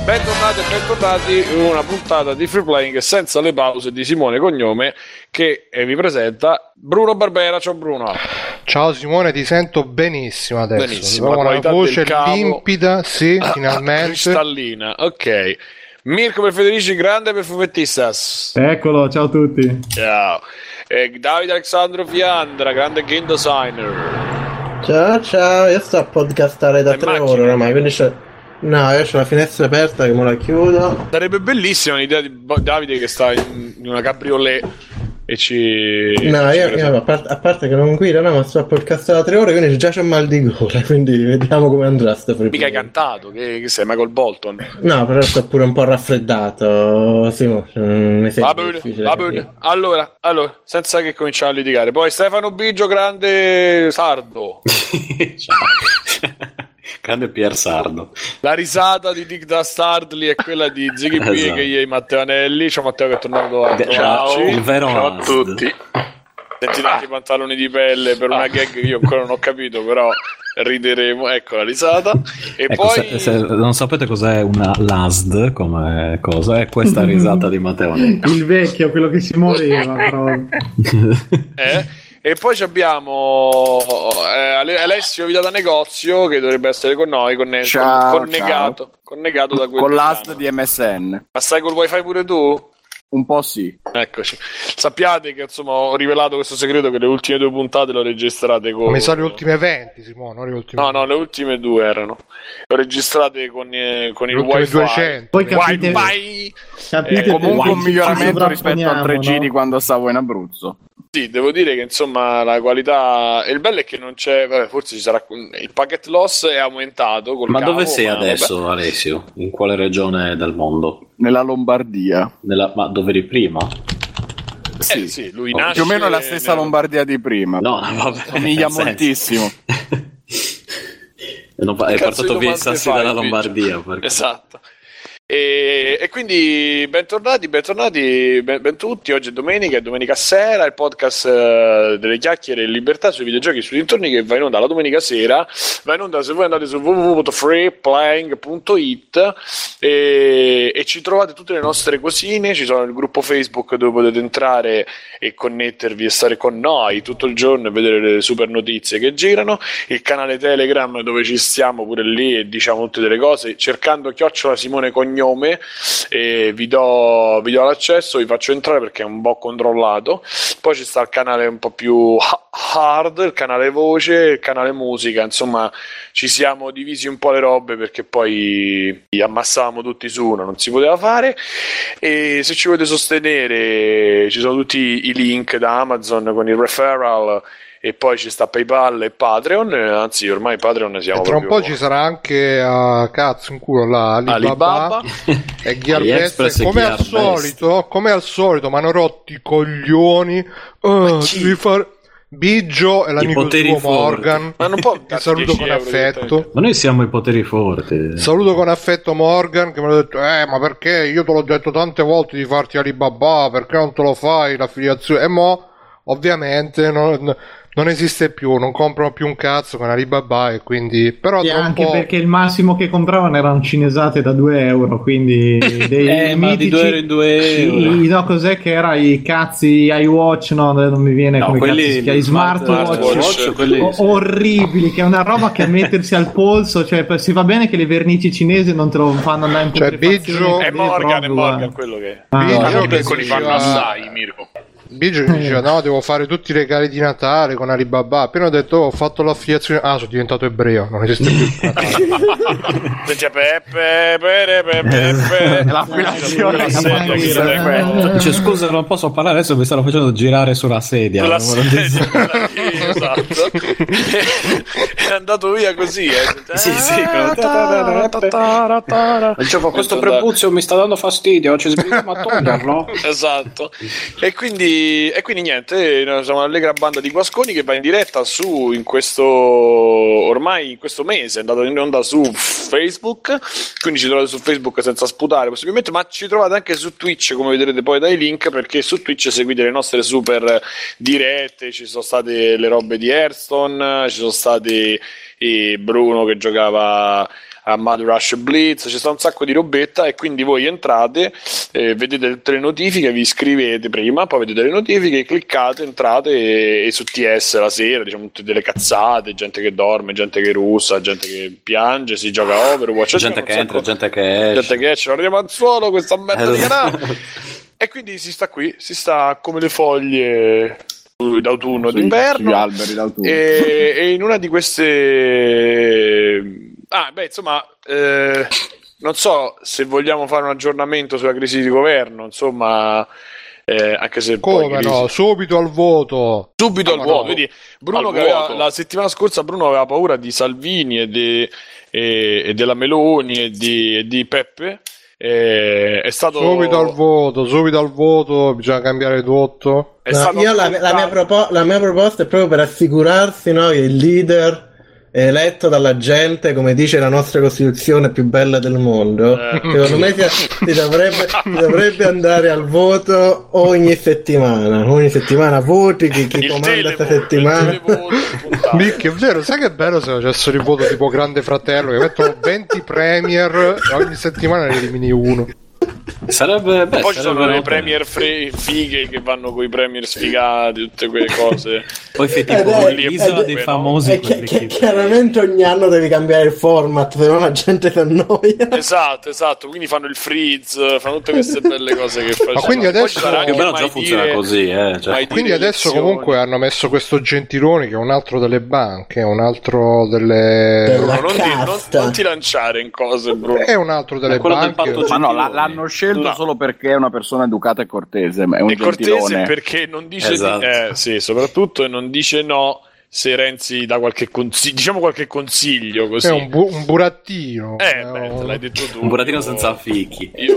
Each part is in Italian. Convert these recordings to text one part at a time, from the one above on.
Bentornati e bentornati in una puntata di Free Playing senza le pause di Simone Cognome che vi presenta Bruno Barbera. Ciao Bruno. Ciao Simone, ti sento benissimo adesso. Benissimo, una voce limpida, sì, finalmente. Cristallina, ok. Mirko per Federici, grande per Fumettistas. Eccolo, ciao a tutti. Ciao. Davide Alessandro Fiandra, grande game designer. Ciao, io sto a podcastare da 3 ore oramai, quindi no, io ho la finestra aperta che me la chiudo. Sarebbe bellissima l'idea di Davide che sta in una cabriolet e ci... No, io a parte che non guido, no, ma sto a podcastare da 3 ore, quindi già c'ho mal di gola, quindi vediamo come andrà sto free. Mica hai cantato, che sei Michael Bolton? No, però sto pure un po' raffreddato, Simo, va bene. Allora, senza che cominciamo a litigare. Poi Stefano Biggio, grande sardo. Grande Pier Sardo. La risata di Dick Dastardly è quella di Ziggy P Esatto. che Matteo Anelli. Ciao Matteo che è tornato a trovarci. Il vero ciao a Asd. tutti. Sentite anche i pantaloni di pelle per una gag che io ancora non ho capito, però rideremo. Ecco la risata. E ecco, poi se non sapete cos'è una LASD come cosa, è questa risata di Matteo Anelli. Il vecchio, quello che si muoveva però. E poi abbiamo Alessio Vita da Negozio che dovrebbe essere con noi, connegato da quel con l'ASD di MSN. Ma stai col wifi pure tu? Un po' sì. Eccoci. Sappiate che insomma ho rivelato questo segreto che le ultime 2 puntate le ho registrate con... Come sono le ultime 20, Simone, non le ultime... No, le ultime 2 erano. Le ho registrate con il wifi. 200. Poi capite comunque un miglioramento rispetto al 3G no? di quando stavo in Abruzzo. Sì, devo dire che insomma la qualità... E il bello è che non c'è... Vabbè, forse ci sarà... Il packet loss è aumentato col Ma cavo, dove sei adesso, vabbè. Alessio? In quale regione del mondo? Nella Lombardia. Ma dove eri prima? Sì, lui nasce... Più o meno la stessa Lombardia di prima. No, vabbè. Somiglia moltissimo. È portato via i sassi dalla Lombardia. Perché... Esatto. E quindi bentornati, ben tutti. Oggi è domenica sera, il podcast delle chiacchiere e libertà sui videogiochi e sui dintorni che va in onda la domenica sera. Va in onda se voi andate su www.freeplaying.it e ci trovate tutte le nostre cosine. Ci sono il gruppo Facebook dove potete entrare e connettervi e stare con noi tutto il giorno e vedere le super notizie che girano, il canale Telegram dove ci stiamo pure lì e diciamo tutte delle cose cercando @ Simone Cognome. E vi do l'accesso, vi faccio entrare perché è un po' controllato. Poi ci sta il canale un po' più hard, il canale voce, il canale musica, insomma ci siamo divisi un po' le robe perché poi ammassavamo tutti su uno, non si poteva fare. E se ci volete sostenere ci sono tutti i link da Amazon con il referral. E poi ci sta PayPal e Patreon, anzi ormai Patreon siamo e tra proprio... un po' ci sarà anche cazzo in culo la Alibaba e Gearbest, come al solito ma hanno rotti i coglioni. Devi fare Biggio e l'amico suo Morgan, ma non può che saluto con affetto. Ma noi siamo i poteri forti. Saluto con affetto Morgan che mi ha detto ma perché io te l'ho detto tante volte di farti Alibaba, perché non te lo fai l'affiliazione? E mo ovviamente non esiste più, non comprano più un cazzo con Alibaba e quindi però sì, anche perché il massimo che compravano erano cinesate da 2 euro, quindi dei ma di 2 euro in 2 euro. No, cos'è che era i cazzi iWatch, no, non mi viene come cazzo si chiama, i smartwatch orribili, che è una roba che a mettersi al polso, cioè se va bene che le vernici cinesi non te lo fanno andare in Biggio è Morgan quello che Biggio che li fanno assai, Mirko. Biggio mi diceva no, devo fare tutti i regali di Natale con Alibaba. Appena ho detto ho fatto l'affiliazione, sono diventato ebreo, non esiste più l'affiliazione. Cioè, scusa, non posso parlare adesso, mi stanno facendo girare sulla sedia. Esatto. È andato via così sì. Dicevo, questo prepuzio mi sta dando fastidio, ci sbrighiamo a toglierlo. Esatto. E quindi niente, noi siamo un'allegra banda di guasconi che va in diretta in questo mese, è andato in onda su Facebook, quindi ci trovate su Facebook senza sputare possibilmente, ma ci trovate anche su Twitch, come vedrete poi dai link, perché su Twitch seguite le nostre super dirette, ci sono state le robe di Hearthstone, ci sono stati Bruno che giocava a Mad Rush Blitz, c'è sta un sacco di robetta, e quindi voi entrate, vedete tutte le notifiche, vi iscrivete prima, poi vedete le notifiche, cliccate, entrate, e su TS la sera, diciamo, tutte delle cazzate, gente che dorme, gente che russa, gente che piange, si gioca a Overwatch, gente che entra, gente che esce, non arriva al suolo questa merda di canale. E quindi si sta qui, si sta come le foglie d'autunno, d'inverno, alberi d'autunno. E in una di queste insomma, non so se vogliamo fare un aggiornamento sulla crisi di governo, insomma, anche se come no, subito al voto, al voto. Vedi, Bruno che la settimana scorsa Bruno aveva paura di Salvini e della Meloni e di Peppe. È stato subito al voto, bisogna cambiare tutto. La mia proposta è proprio per assicurarsi, no, che il leader è eletto dalla gente, come dice la nostra Costituzione più bella del mondo. Secondo me si dovrebbe andare al voto ogni settimana voti chi comanda questa settimana. Mick, è vero, sai che è bello se facessero il voto tipo Grande Fratello, che mettono 20 premier e ogni settimana ne elimini uno. Sarebbe poi ci sono le premier fighe che vanno con i premier sfigati, tutte quelle cose. Poi fai tipo l'isola dei famosi, chiaramente ogni anno devi cambiare il format, se no la gente si annoia. Esatto, quindi fanno il freeze, fanno tutte queste belle cose che facciamo. Ma quindi adesso che però già funziona così, cioè. Quindi adesso comunque hanno messo questo Gentiloni, che è un altro delle banche, un altro delle non ti lanciare in cose, Bruno. È un altro delle banche. Ma no, l'hanno scelto solo perché è una persona educata e cortese, ma è un gentilone. Cortese perché non dice esatto. sì, soprattutto, e non dice no se Renzi dà qualche consiglio, diciamo qualche consiglio così. È un burattino. L'hai detto tu. Un burattino senza fichi. Io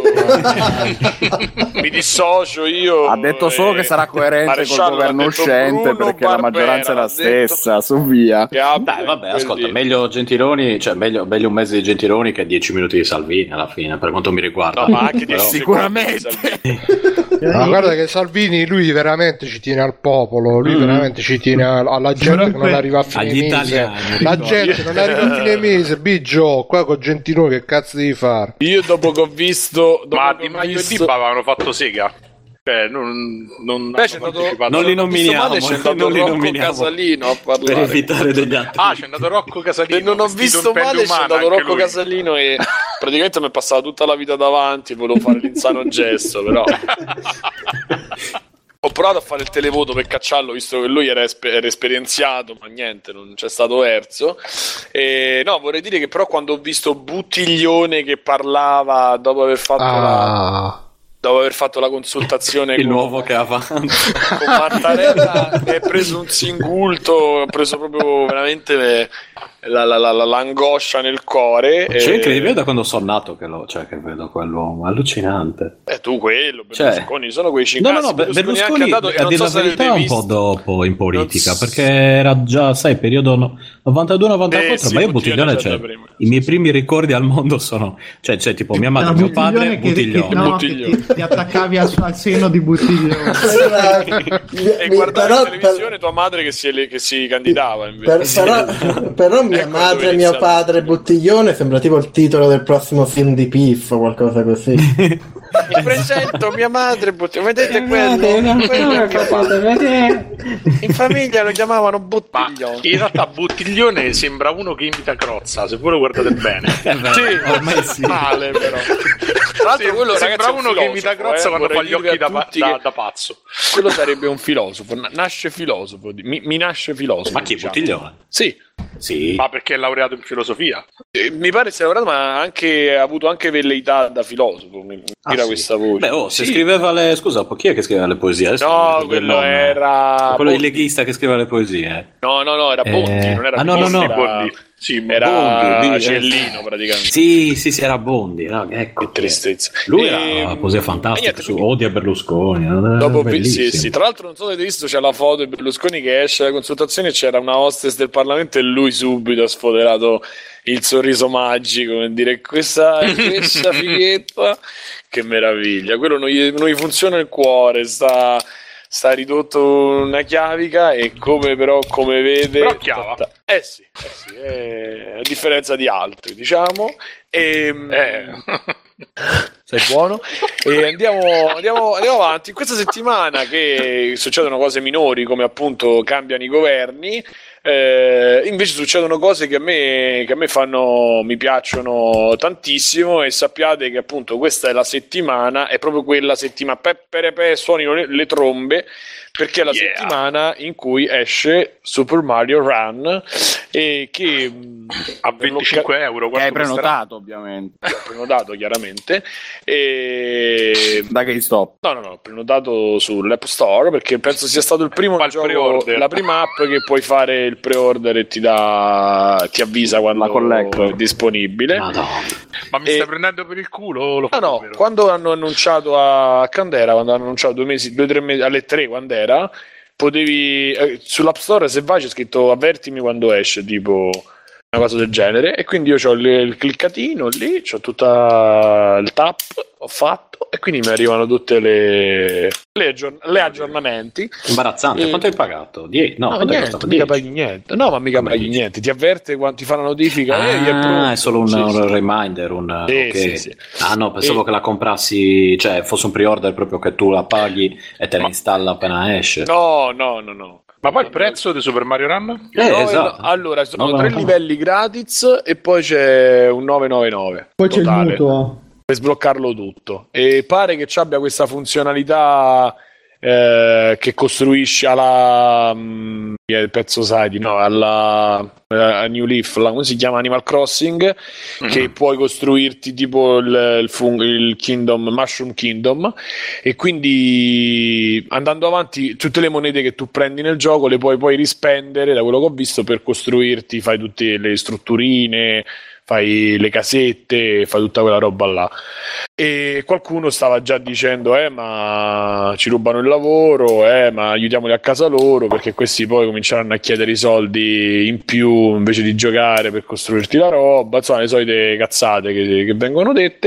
mi dissocio, ha detto solo che sarà coerente col governo uscente, perché la maggioranza è la stessa, su via. Dai, vabbè, ascolta, meglio Gentiloni, cioè meglio un mese di Gentiloni che 10 minuti di Salvini alla fine, per quanto mi riguarda. No, ma anche sicuramente. Ma guarda che Salvini, lui veramente ci tiene al popolo, lui veramente ci tiene alla gente che non arriva a fine mese. La gente non arriva a fine mese, Biggio, qua con Gentiloni che cazzo devi fare? Io dopo che ho visto Di Maio e Dibba avevano fatto sega. Non li nominiamo, c'è andato Rocco Casalino a parlare per evitare degli altri. C'è andato Rocco Casalino. E non ho visto male, c'è andato Rocco Casalino e praticamente mi è passata tutta la vita davanti, volevo fare l'insano gesto, però ho provato a fare il televoto per cacciarlo, visto che lui era esperienziato, ma niente, non c'è stato verso. No, vorrei dire che però quando ho visto Buttiglione che parlava dopo aver fatto la consultazione il nuovo che avanza con Mattarella, mi è preso un singulto, ho preso proprio veramente l'angoscia nel cuore. C'è incredibile da quando sono nato che vedo quell'uomo, allucinante. Tu quello, Berlusconi, sono quei 5 anni. No, Berlusconi a dire la verità un po' dopo in politica, perché era già, sai, periodo 92-94, ma io Buttiglione, i miei primi ricordi al mondo sono, cioè tipo mia madre, mio padre, Buttiglione. Ti attaccavi al seno di Buttiglione. E guardavi in televisione tua madre che si candidava invece. Però mia madre e mio padre Buttiglione sembra tipo il titolo del prossimo film di Piff o qualcosa così. Mi presento mia madre Buttiglione, vedete quello in famiglia lo chiamavano Buttiglione. In realtà Buttiglione sembra uno che invita Crozza, se voi lo guardate bene. Sì, ormai sì. Male però. Tra l'altro quello sembra uno che invita Crozza quando fa gli occhi da pazzo. Quello sarebbe un filosofo, nasce filosofo, mi nasce filosofo. Ma chi, diciamo. Buttiglione? Sì. Ma perché è laureato in filosofia? Mi pare sia laureato, ma ha avuto anche velleità da filosofo. Mi tira questa voce. Beh, se scriveva scusa, chi è che scriveva le poesie? Adesso no, quello era quello il leghista che scriveva le poesie. No, era Bondi, non era Bondi. Sì, era Cellino praticamente. Sì, era Bondi, no? Ecco, che tristezza. Lui era una poesia fantastica su odia Berlusconi. Dopo sì. Tra l'altro non so se avete visto, c'è la foto di Berlusconi che esce alla consultazione, c'era una hostess del Parlamento e lui subito ha sfoderato il sorriso magico, per dire questa fighetta, che meraviglia. Quello non gli funziona il cuore, sta sta ridotto una chiavica e come vede però chiava. Sì, a differenza di altri, diciamo. Sei buono. E andiamo avanti. In questa settimana che succedono cose minori, come appunto cambiano i governi, invece succedono cose che a me mi piacciono tantissimo, e sappiate che appunto questa è la settimana, è proprio quella settimana, suonino le trombe, perché è la settimana in cui esce Super Mario Run, e che a 25 euro hai prenotato, ovviamente. Ho prenotato chiaramente, e da GameStop. No, ho prenotato sull'App Store, perché penso sia stato il primo gioco, la prima app che puoi fare il pre-order e ti avvisa quando è disponibile. Madonna. Ma mi stai prendendo per il culo? No, quando hanno annunciato a Candera, quando hanno annunciato 2 o 3 mesi alle 3, quando era, potevi sull'App Store, se vai, c'è scritto avvertimi quando esce, tipo una cosa del genere, e quindi io c'ho il cliccatino lì, c'ho tutta il tap, ho fatto, e quindi mi arrivano tutte le aggiornamenti. Imbarazzante. Quanto hai pagato? No, niente, mica paghi niente. No, ma mica paghi niente. Ti avverte quando ti fa la notifica. È solo un reminder. Sì. No, pensavo che la comprassi, cioè fosse un pre-order proprio, che tu la paghi e te la installa appena esce. No. Ma poi il prezzo di Super Mario Run? Esatto. Allora, sono 3 livelli gratis e poi c'è un 999. Poi totale, c'è il mutuo per sbloccarlo tutto. E pare che ci abbia questa funzionalità che costruisci alla pezzo Society, no, alla New Leaf, come si chiama, Animal Crossing, che puoi costruirti tipo il Kingdom, Mushroom Kingdom, e quindi andando avanti tutte le monete che tu prendi nel gioco le puoi rispendere, da quello che ho visto, per costruirti, fai tutte le strutturine, fai le casette, fai tutta quella roba là. E qualcuno stava già dicendo ma ci rubano il lavoro, ma aiutiamoli a casa loro, perché questi poi cominceranno a chiedere i soldi in più invece di giocare per costruirti la roba, insomma le solite cazzate che vengono dette.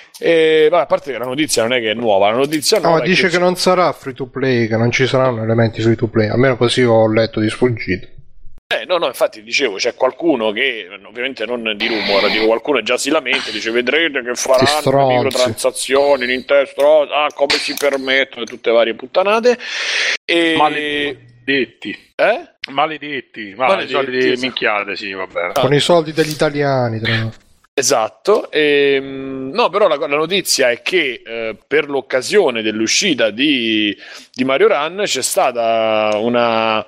E a parte che la notizia non è che è nuova, la notizia nuova ma dice che non sarà free to play, che non ci saranno elementi free to play, almeno così ho letto di sfuggito. No, infatti dicevo, c'è qualcuno che, ovviamente non di rumore, dico, qualcuno già si lamenta, dice vedrete che faranno microtransazioni, Nintendo, come si permettono, tutte varie puttanate. E... Maledetti. Maledetti, solite minchiate, sì, vabbè. Con i soldi degli italiani, tra l'altro. Esatto, no, però la notizia è che per l'occasione dell'uscita di Mario Run c'è stata una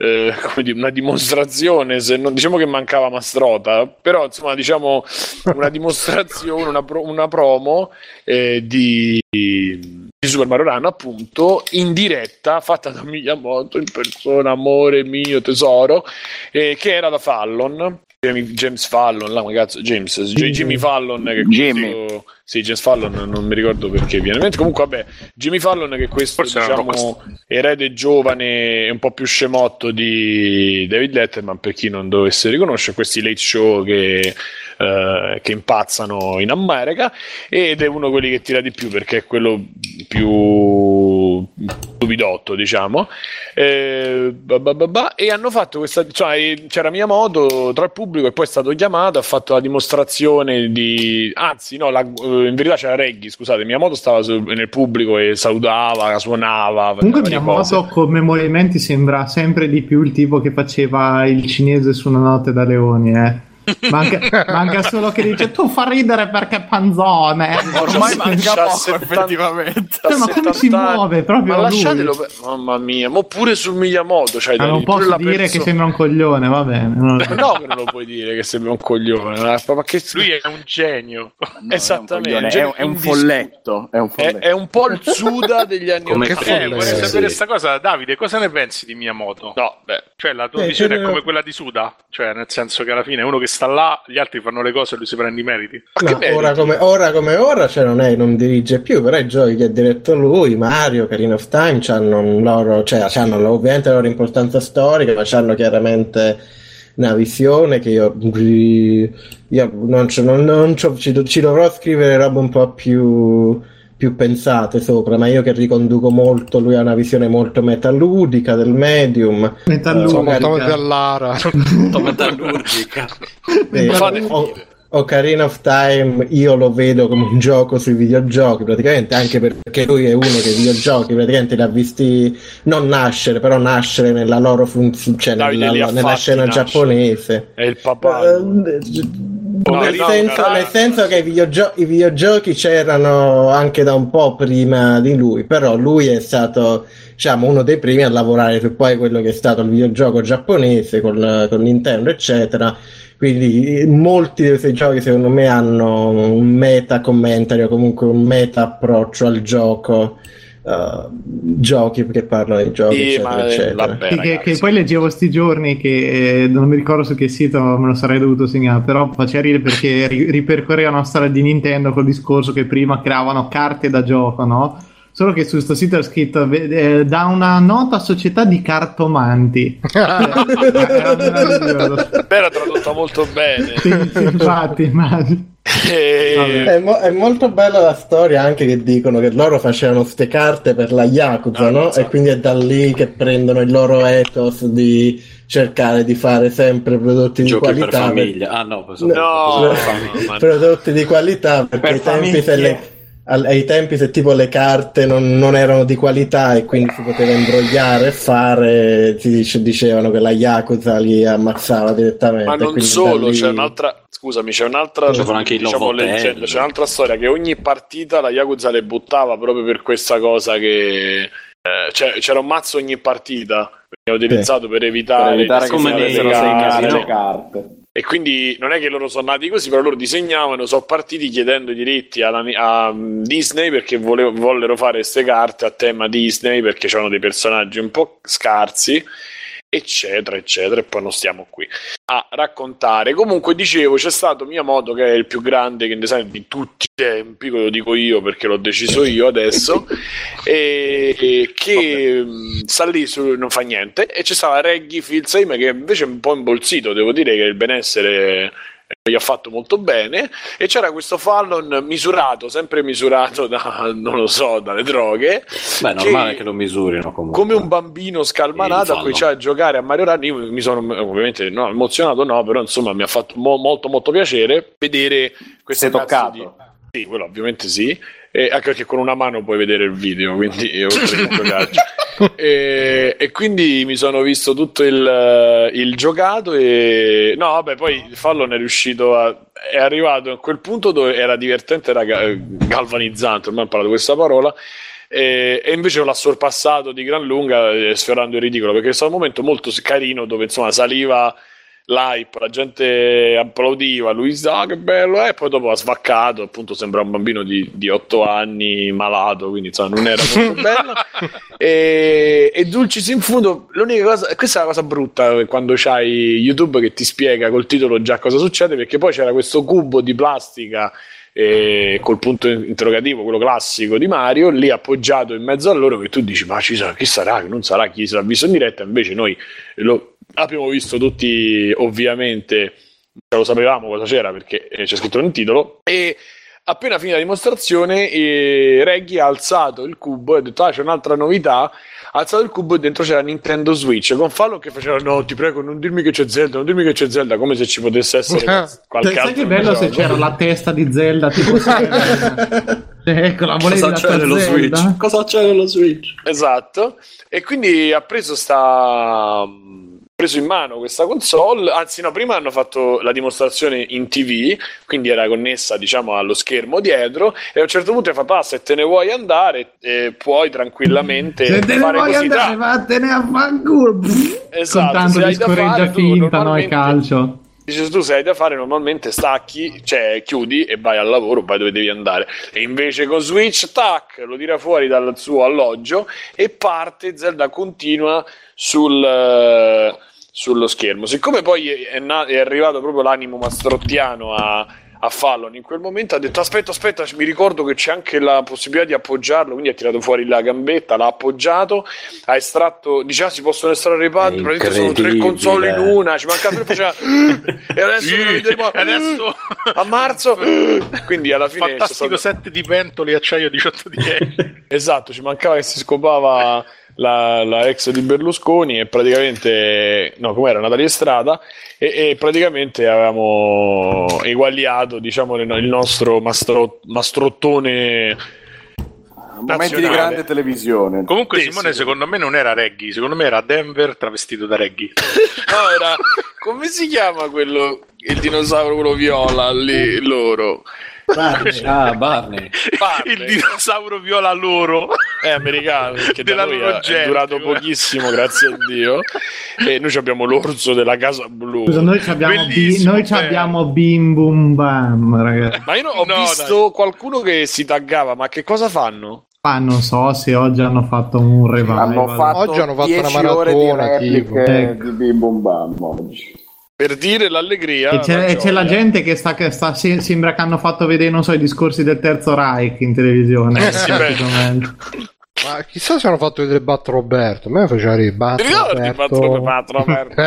dimostrazione, se non diciamo che mancava Mastrota, però insomma diciamo una dimostrazione, una promo di Super Mario Run, appunto, in diretta, fatta da Miyamoto in persona, amore mio tesoro, che era da Fallon. James Fallon, Jimmy Fallon, che James Fallon, non mi ricordo perché viene in mente. Comunque vabbè, Jimmy Fallon, che questo forse diciamo erede giovane e un po' più scemotto di David Letterman, per chi non dovesse riconoscere questi late show che impazzano in America, ed è uno di quelli che tira di più, perché è quello più stupidotto, diciamo, e hanno fatto questa, cioè c'era Miyamoto tra il pubblico e poi è stato chiamato, ha fatto la dimostrazione in verità c'era Reggie, scusate, Miyamoto stava nel pubblico e salutava, suonava. Comunque Miyamoto come movimenti sembra sempre di più il tipo che faceva il cinese su Una notte da leoni, Manca solo che dice tu fa ridere perché panzone. Ormai manca poco, effettivamente. Ma come si muove proprio? Ma lasciatelo, mamma mia, ma pure sul Miyamoto non posso dire che sembra un coglione, va bene. No, che non lo puoi dire che sembra un coglione, ma che lui è un genio. No, esattamente, è un folletto. È un po' il Suda degli anni 80. Vorrei sapere questa cosa, Davide, cosa ne pensi di Miyamoto? Cioè la tua visione è come quella di Suda, cioè nel senso che alla fine è uno che sta là, gli altri fanno le cose e lui si prende i meriti. Ora come ora, cioè non dirige più, però i giochi che ha diretto lui, Mario, Ocarina of Time, c'hanno ovviamente la loro importanza storica, ma c'hanno chiaramente una visione che io ci dovrò scrivere roba un po' più più pensate sopra, ma io che riconduco molto, lui ha una visione molto metalludica del medium, metallurgica. Ocarina of Time io lo vedo come un gioco sui videogiochi praticamente, anche perché lui è uno che i videogiochi praticamente li ha visti non nascere, però nascere nella loro funzione, cioè nella scena giapponese. È il papà. Nel senso che i videogiochi c'erano anche da un po' prima di lui, però lui è stato, diciamo, uno dei primi a lavorare su poi quello che è stato il videogioco giapponese con Nintendo eccetera. Quindi molti dei suoi giochi secondo me hanno un meta commentary o comunque un meta approccio al gioco, giochi che parlano di giochi eccetera. Vabbè, che poi leggevo sti giorni che non mi ricordo su che sito, me lo sarei dovuto segnare, però faceva ridere perché ripercorrevano la storia di Nintendo col discorso che prima creavano carte da gioco, no? Solo che su questo sito è scritto da una nota società di cartomanti. Era tradotto molto bene. Sì, infatti, immagino. È molto bella la storia anche che dicono che loro facevano ste carte per la Yakuza, no? E quindi è da lì che prendono il loro ethos di cercare di fare sempre prodotti di qualità per famiglia. Prodotti di qualità, perché ai tempi se tipo le carte non erano di qualità e quindi si poteva imbrogliare e fare, dicevano che la Yakuza li ammazzava direttamente. Ma non solo, c'è un'altra anche diciamo leggenda, c'è un'altra storia che ogni partita la Yakuza le buttava proprio per questa cosa che c'era un mazzo ogni partita, veniva utilizzato per evitare come le carte. E quindi non è che loro sono nati così, però loro disegnavano, sono partiti chiedendo i diritti a Disney perché vollero fare queste carte a tema Disney perché c'erano dei personaggi un po' scarsi, eccetera eccetera, e poi non stiamo qui a raccontare. Comunque dicevo, c'è stato Miyamoto che è il più grande game designer di tutti i tempi, lo dico io perché l'ho deciso io adesso, e che sta lì non fa niente, e c'è stata Reggie Fils-Aime che invece è un po' imbolsito, devo dire che il benessere gli ha fatto molto bene, e c'era questo Fallon sempre misurato non lo so, dalle droghe. Beh, è normale che lo misurino comunque. Come un bambino scalmanato a cominciare a giocare a Mario Run. Io mi sono ovviamente emozionato, però insomma mi ha fatto molto molto piacere vedere queste toccato. Sì, quello ovviamente sì, anche perché con una mano puoi vedere il video, quindi oltre che giocarci. E quindi mi sono visto tutto il giocato e poi Fallon è arrivato a quel punto dove era divertente, era galvanizzante, ormai ho parlato questa parola, e invece l'ha sorpassato di gran lunga, sfiorando il ridicolo, perché è stato un momento molto carino dove insomma saliva l'hype, la gente applaudiva, lui che bello, e poi dopo ha svaccato, appunto sembra un bambino di 8 anni malato, quindi insomma non era molto bello. E Dulcis in fondo, l'unica cosa, questa è la cosa brutta quando c'hai YouTube che ti spiega col titolo già cosa succede, perché poi c'era questo cubo di plastica col punto interrogativo, quello classico di Mario, lì appoggiato in mezzo a loro, che tu dici ma chi sarà, che non sarà, chi sarà visto in diretta, invece noi lo abbiamo visto tutti, ovviamente lo sapevamo cosa c'era perché c'è scritto nel titolo, e appena finita la dimostrazione Reggie ha alzato il cubo e ha detto c'è un'altra novità, ha alzato il cubo e dentro c'era Nintendo Switch, con Fallon che faceva no ti prego non dirmi che c'è Zelda, come se ci potesse essere qualche altro. Sai che bello se c'era la testa di Zelda tipo ecco, la volevi cosa c'è nello Switch? Cosa c'è nello Switch? Esatto, e quindi ha preso in mano questa console, anzi no, prima hanno fatto la dimostrazione in TV, quindi era connessa diciamo allo schermo dietro, e a un certo punto hai fatto se te ne vuoi andare puoi tranquillamente se te ne vuoi andare vattene a fanculo, esatto, con tanto di scorreggia finta, no, e calcio. Dice, tu se hai da fare normalmente stacchi, cioè chiudi e vai al lavoro, vai dove devi andare, e invece con Switch tac, lo tira fuori dal suo alloggio e parte, Zelda continua sullo schermo. Siccome poi è arrivato proprio l'animo mastrottiano a a Fallon in quel momento, ha detto aspetta, mi ricordo che c'è anche la possibilità di appoggiarlo, quindi ha tirato fuori la gambetta, l'ha appoggiato, ha estratto, diceva si possono estrarre i pad, praticamente sono 3 console in una, ci mancava faceva e adesso a marzo, quindi alla fine fantastico set di pentole acciaio 1810. Esatto, ci mancava che si scopava la ex di Berlusconi e praticamente com'era Natalia Estrada e praticamente avevamo eguagliato, diciamo, il nostro mastrottone momenti di grande televisione. Comunque Simone secondo me non era Reggie, secondo me era Denver travestito da Reggie. No, era come si chiama quello, il dinosauro quello viola lì loro? Barney. Il dinosauro viola loro americano, perché della da noi loro è durato pochissimo, grazie a Dio. E noi abbiamo l'orso della Casa Blu. Scusa, noi abbiamo Bim Bum Bam, ragazzi. Ma io ho visto qualcuno che si taggava, ma che cosa fanno? Non so se oggi hanno fatto un revival. Oggi hanno fatto una maratona di Bim Bum Bam oggi. Per dire l'allegria. E c'è la gente che sembra che hanno fatto vedere, non so, i discorsi del Terzo Reich in televisione. Ma chissà se hanno fatto vedere Bat Roberto. A me faceva ridere Bat Roberto.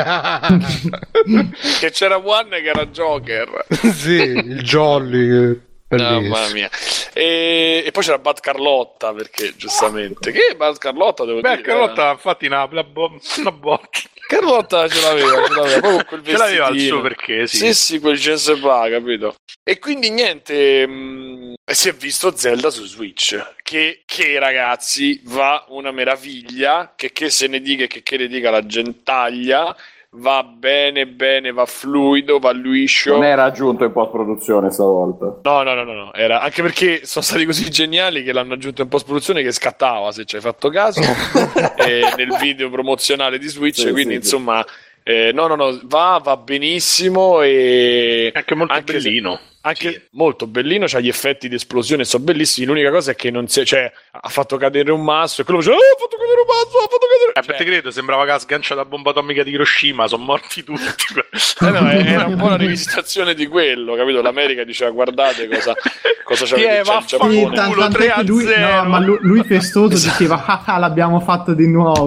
Che c'era One che era Joker. Sì, il Jolly. Mamma mia. E poi c'era Bat Carlotta, perché giustamente che Bat Carlotta devo dire. Carlotta infatti una botta. Carlotta ce l'aveva proprio quel vestitino. Ce l'aveva il suo perché, sì, quel Jensepà, capito? E quindi niente, si è visto Zelda su Switch, che ragazzi va una meraviglia, che se ne dica che ne dica la gentaglia, va bene, va fluido, va liscio. Non era aggiunto in post-produzione stavolta. No, era anche perché sono stati così geniali che l'hanno aggiunto in post-produzione che scattava, se ci hai fatto caso, nel video promozionale di Switch, quindi insomma no, va benissimo e anche molto bellino. Anche molto bellino, c'ha gli effetti di esplosione, sono bellissimi. L'unica cosa è che non si ha fatto cadere un masso e quello faceva ha fatto cadere un masso, te credo, sembrava che ha sganciato la bomba atomica di Hiroshima, sono morti tutti. Era un po' la rivisitazione di quello, capito? L'America diceva guardate cosa c'è il Giappone. Ma lui festoso diceva l'abbiamo fatto di nuovo.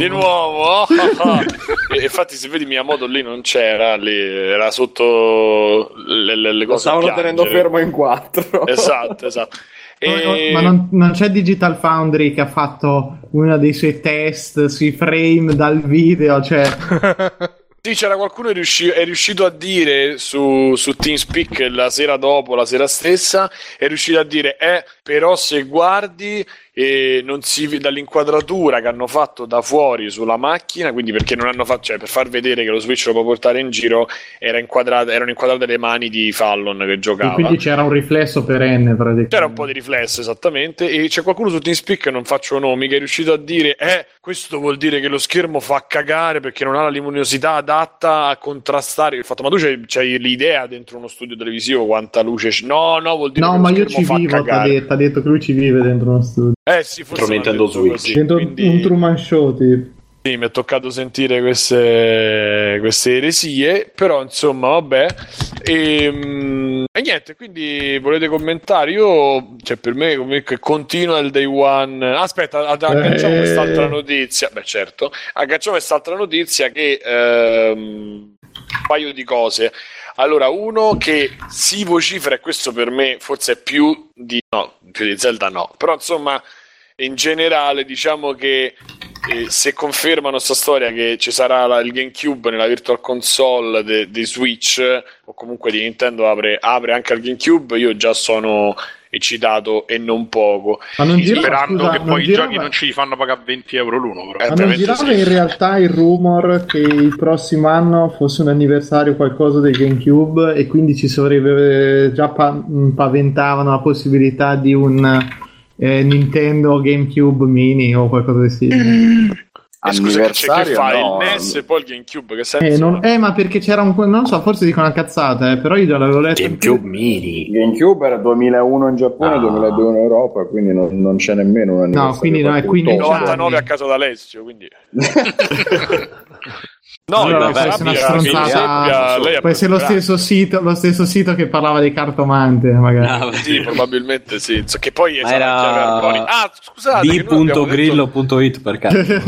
E infatti se vedi Miyamoto lì non c'era, lì era sotto le cose. Stavano tenendo fermo in 4. Esatto. Ma non c'è Digital Foundry che ha fatto uno dei suoi test sui frame dal video, cioè. Sì, c'era qualcuno che è riuscito a dire su TeamSpeak la sera dopo, la sera stessa, è riuscito a dire però se guardi non si dall'inquadratura che hanno fatto da fuori sulla macchina, quindi perché non hanno fatto, cioè per far vedere che lo Switch lo può portare in giro erano inquadrate le mani di Fallon che giocava, e quindi c'era un riflesso perenne praticamente. C'era un po' di riflesso, esattamente, e c'è qualcuno su TeamSpeak, non faccio nomi, che è riuscito a dire questo vuol dire che lo schermo fa cagare perché non ha la luminosità adatta a contrastare il fatto. Ma tu c'hai l'idea dentro uno studio televisivo quanta luce no vuol dire che ma io ci vivo, t'ha detto che lui ci vive dentro uno studio. Sì, forse Nintendo Switch così, dentro quindi... un Truman Show tipo. Sì, mi è toccato sentire queste eresie, però insomma vabbè e niente, quindi volete commentare? Io, per me comunque continua il day one. Aspetta, agganciamo quest'altra notizia. Beh certo, agganciamo quest'altra notizia che un paio di cose. Allora, uno che si vocifera, e questo per me forse è più di Zelda no, però insomma in generale diciamo che se confermano sta storia che ci sarà il GameCube nella Virtual Console di Switch o comunque di Nintendo apre anche al GameCube, io già sono eccitato e non poco, sperando che poi i giochi non ci fanno pagare 20 euro l'uno, però. Ma non girava in realtà il rumor che il prossimo anno fosse un anniversario qualcosa del GameCube e quindi ci sarebbe già paventavano la possibilità di un Nintendo GameCube Mini o qualcosa di simile. Scusa, che fa il NES e poi il GameCube, che senso? Ma perché c'era non so, forse dico una cazzata, però io già l'avevo letto. GameCube Mini. GameCube era 2001 in Giappone, 2002 in Europa, quindi non c'è nemmeno un anniversario. No, quindi no, è 15 99 a casa d'Alessio, quindi No, allora, può essere una stronzata. Può essere lo stesso sito che parlava di cartomante, magari. Sì, probabilmente sì. Che poi era scusate, d.grillo.it per caso.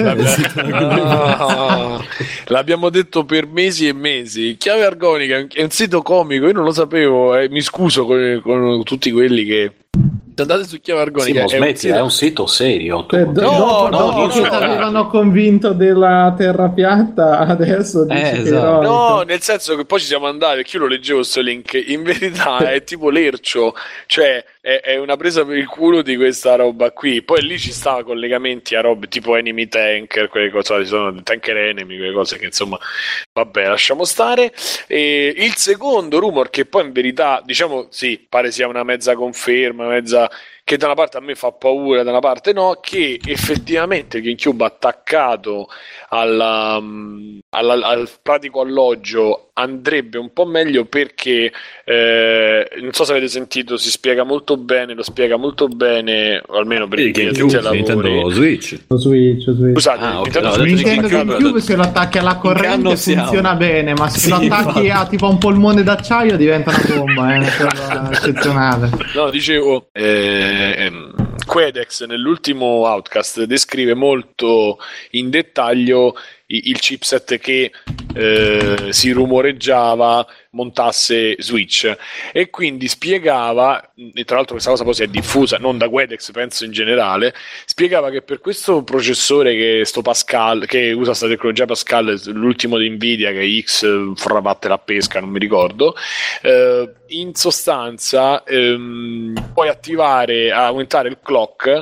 L'abbiamo detto per mesi e mesi. Chiave Argonica è un sito comico, io non lo sapevo, mi scuso con tutti quelli che andate su Chiave Argonica. È un sito serio. Dopo che avevano convinto della terra piatta, adesso esatto. No, nel senso che poi ci siamo andati, perché io lo leggevo questo link, in verità è tipo Lercio, cioè è una presa per il culo di questa roba qui. Poi lì ci stavano collegamenti a robe tipo Enemy Tanker, quelle cose, ci sono Tanker Enemy, quelle cose che insomma vabbè, lasciamo stare. E il secondo rumor, che poi in verità diciamo sì, pare sia una mezza conferma, che da una parte a me fa paura, da una parte no, che effettivamente il GameCube attaccato al pratico alloggio andrebbe un po' meglio, perché non so se avete sentito, lo spiega molto bene, o almeno per il Nintendo Switch. Scusate, Nintendo GameCube se lo attacchi alla corrente funziona bene, ma se lo attacchi a tipo un polmone d'acciaio diventa una bomba, è una cosa eccezionale. No, dicevo, Quedex nell'ultimo Outcast descrive molto in dettaglio il chipset che si rumoreggiava montasse Switch, e quindi spiegava, e tra l'altro questa cosa poi si è diffusa non da Quedex, penso in generale, spiegava che per questo processore che usa questa tecnologia Pascal, l'ultimo di Nvidia, che è X fravatte la pesca, non mi ricordo, in sostanza puoi aumentare il clock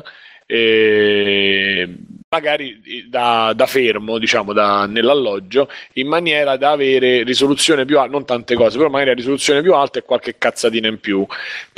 magari da fermo, diciamo nell'alloggio, in maniera da avere risoluzione più alta, non tante cose, però magari risoluzione più alta e qualche cazzatina in più,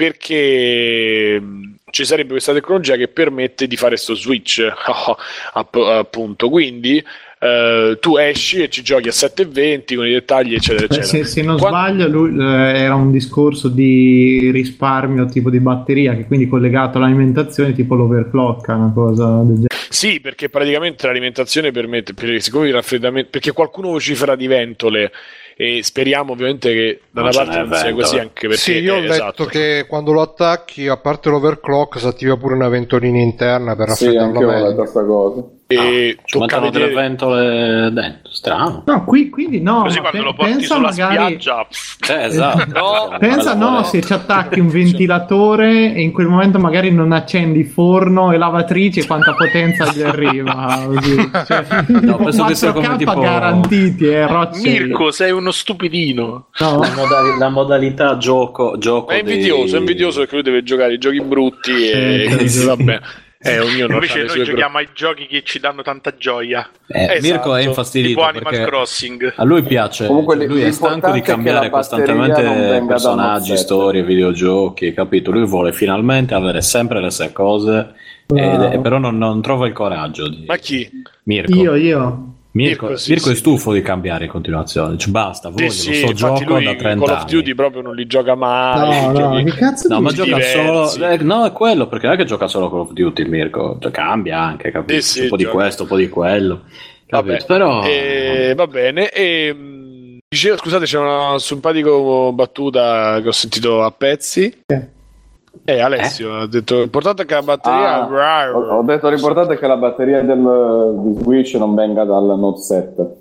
perché ci sarebbe questa tecnologia che permette di fare sto switch appunto, quindi tu esci e ci giochi a 720 con i dettagli eccetera eccetera. Se non sbaglio era un discorso di risparmio tipo di batteria, che quindi collegato all'alimentazione, tipo l'overclock, una cosa del genere. Sì, perché praticamente l'alimentazione permette, siccome il raffreddamento, perché qualcuno vocifera di ventole, e speriamo ovviamente che da una parte non sia così, anche perché sì, io ho letto che quando lo attacchi, a parte l'overclock, si attiva pure una ventolina interna per raffreddarlo meglio. Sì, anche io ho letto questa cosa. E mettono delle ventole dentro, strano. No, quindi no. Così quando lo porti sulla magari... spiaggia. Esatto. Pensa se ci attacchi un ventilatore e in quel momento magari non accendi forno e lavatrice, quanta potenza gli arriva. Cioè, no, penso che sia come tipo garantiti, Mirko, sei uno stupidino. No. La modalità gioco è invidioso perché lui deve giocare i giochi brutti e vabbè. Ognuno invece noi giochiamo ai giochi che ci danno tanta gioia. Esatto. Mirko è infastidito tipo Animal Crossing. A lui piace. Comunque lui è stanco di cambiare costantemente personaggi, storie, videogiochi, capito? Lui vuole finalmente avere sempre le stesse cose, però non trova il coraggio di... Ma chi? Mirko. Io Mirko è stufo di cambiare in continuazione, cioè, basta, gioco da 30 anni. Call of Duty proprio non li gioca mai. Che cazzo ma gioca solo no, è quello, perché non è che gioca solo Call of Duty il Mirko, cioè, cambia anche, capito? Un po' di questo, un po' di quello, capito? Però va bene. Dicevo, scusate, c'è una simpatica battuta che ho sentito a pezzi. Alessio ha detto l'importante è che la batteria ho detto l'importante è che la batteria di Switch non venga dal Note 7.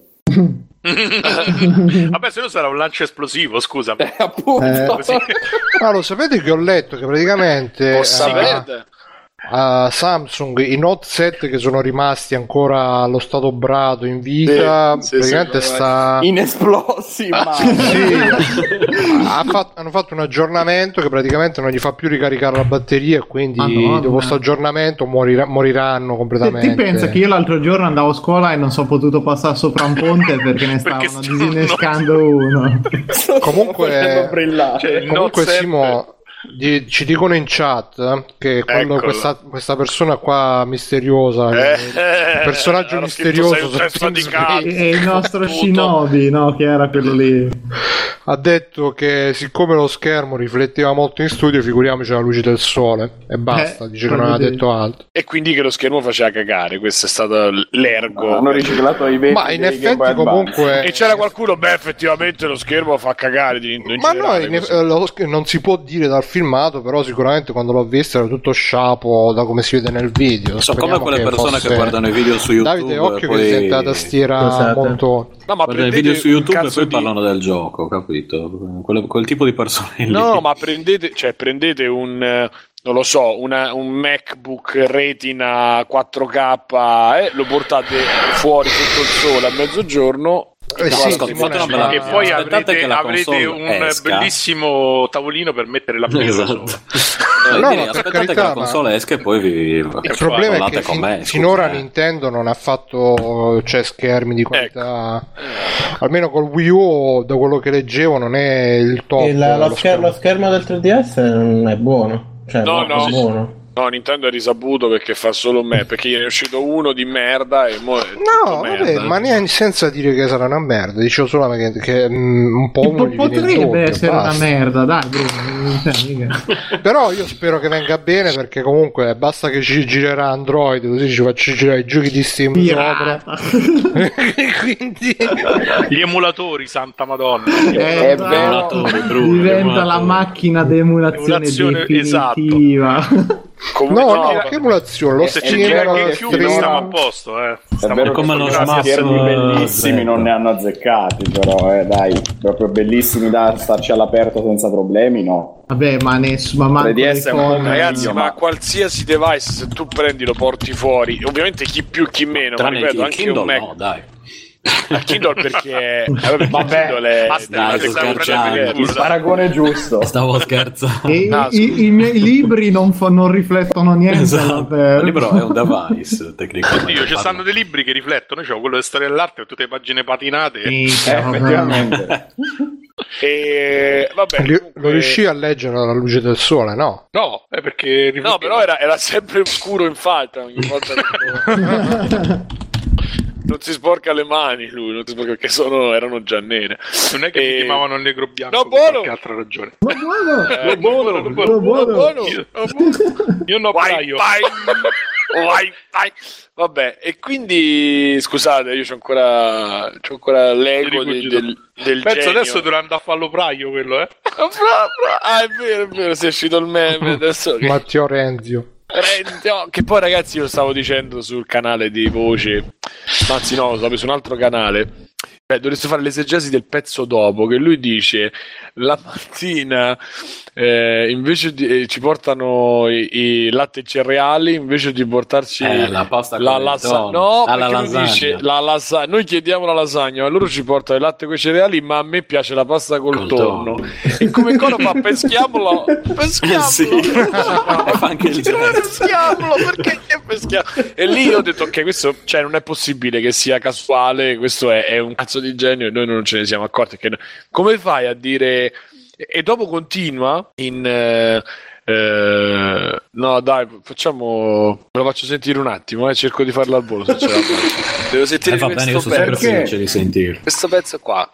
Vabbè, se no sarà un lancio esplosivo, scusa. Appunto. Lo sapete che ho letto che praticamente Samsung, i Note 7 che sono rimasti ancora allo stato brado in vita, praticamente sta inesplosi, hanno fatto un aggiornamento che praticamente non gli fa più ricaricare la batteria, e quindi dopo questo aggiornamento moriranno completamente. Ti pensa che io l'altro giorno andavo a scuola e non sono potuto passare sopra un ponte perché ne stavano disinnescando uno. Comunque Simo, ci dicono in chat che quando questa persona qua misteriosa, personaggio misterioso è il nostro Shinobi, no? Che era quello lì. Ha detto che siccome lo schermo rifletteva molto in studio, figuriamoci la luce del sole e basta, dice che non aveva detto altro. E quindi che lo schermo faceva cagare, questo è stato l'ergo. Hanno riciclato i vecchi. Ma in effetti comunque e c'era qualcuno, effettivamente lo schermo fa cagare ma non si può dire dal filmato, però sicuramente quando l'ho visto era tutto sciapo da come si vede nel video. Come quelle persone che guardano i video su YouTube. Davide, occhio che sente la tastiera molto. No, ma guardano i video su YouTube e poi parlano del gioco, capito? Quel tipo di persone lì. No, ma prendete un non lo so, un MacBook Retina 4K, lo portate fuori sotto il sole a mezzogiorno. E poi avrete un bellissimo tavolino per mettere la esatto. Aspettate che la console esca e poi il problema è che finora Nintendo non ha fatto schermi di qualità, almeno col Wii U, da quello che leggevo, non è il top. Lo schermo del 3DS non è buono. Buono. No, Nintendo è risaputo perché fa solo me, perché gliene è uscito uno di merda e mo è vabbè, ma neanche senza dire che sarà una merda, dicevo solo che un po' uno potrebbe essere una merda, dai Bruno. Però io spero che venga bene, perché comunque basta che ci girerà Android, così ci faccio girare i giochi di Steam sopra. Quindi gli emulatori, santa madonna, diventa la macchina di emulazione definitiva. Esatto. Che emulazione, lo Steam stiamo a posto, È vero, come lo schermi bellissimi non ne hanno azzeccati, però dai, proprio bellissimi da starci all'aperto senza problemi, no. Vabbè, ma ragazzi, ma qualsiasi device, se tu prendi lo porti fuori, ovviamente chi più chi meno, ma ripeto, anche Kindle, un Mac. no, dai. A Kindle perché il paragone giusto. Stavo scherzando. I miei libri non riflettono niente. Esatto. Il libro è un device tecnicamente. Ci stanno dei libri che riflettono, c'ho quello di storia dell'arte con tutte le pagine patinate. Effettivamente. E vabbè, lo riuscì a leggere alla luce del sole, no? No, è perché no, però era sempre scuro in falta ogni volta che... non si sporca le mani lui, non si sporca, perché erano già nere. Non è che mi chiamavano il negro bianco, no, per qualche altra ragione. Buono. Io no, vai. Vabbè, e quindi scusate, io c'ho ancora l'ego del penso genio. Adesso dovrà andare a farlo praio quello, è vero, si è uscito il meme adesso. Matteo Renzio, che poi ragazzi lo stavo dicendo sul canale di Voce, anzi no, lo stavo su un altro canale. Dovreste fare l'esegesi del pezzo dopo, che lui dice la mattina invece ci portano i latte e cereali, invece di portarci la pasta la lasagna. No, perché lui dice la lasagna. Noi chiediamo la lasagna, ma loro ci portano il latte con i cereali, ma a me piace la pasta col tonno. E come cosa fa? Peschiamolo. Sì. Anche peschiamolo, perché peschiamo? E lì io ho detto ok, questo non è possibile che sia casuale, questo è un cazzo di genio e noi non ce ne siamo accorti. Che come fai a dire? E dopo continua in no dai, me lo faccio sentire un attimo, cerco di farlo al volo se ce la faccio. Devo sentire va bene, io sono sempre felice di sentire questo pezzo qua.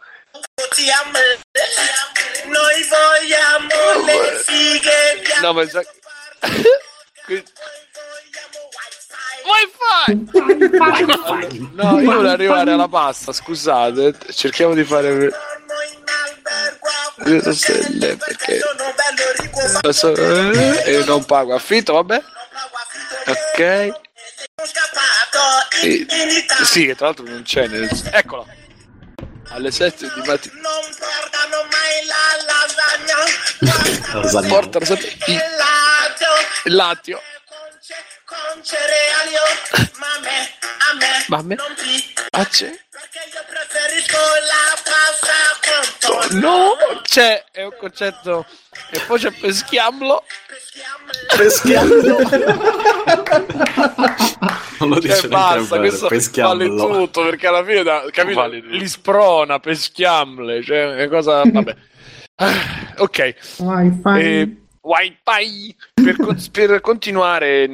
Noi vogliamo le fighe. No, ma Wi-Fi. No, io volevo arrivare alla pasta, scusate, cerchiamo di fare perché e non pago affitto, vabbè, ok, sì, che tra l'altro non c'è eccola alle 7 di mattina non portano sempre il lattio con cereali, ma a me non piace perché io preferisco la pasta con no, c'è, è un concetto e poi c'è peschiamlo non lo dice basta, questo vale tutto perché alla fine capito, vale li sprona peschiamle, cioè è cosa vabbè ok Wi-Fi per continuare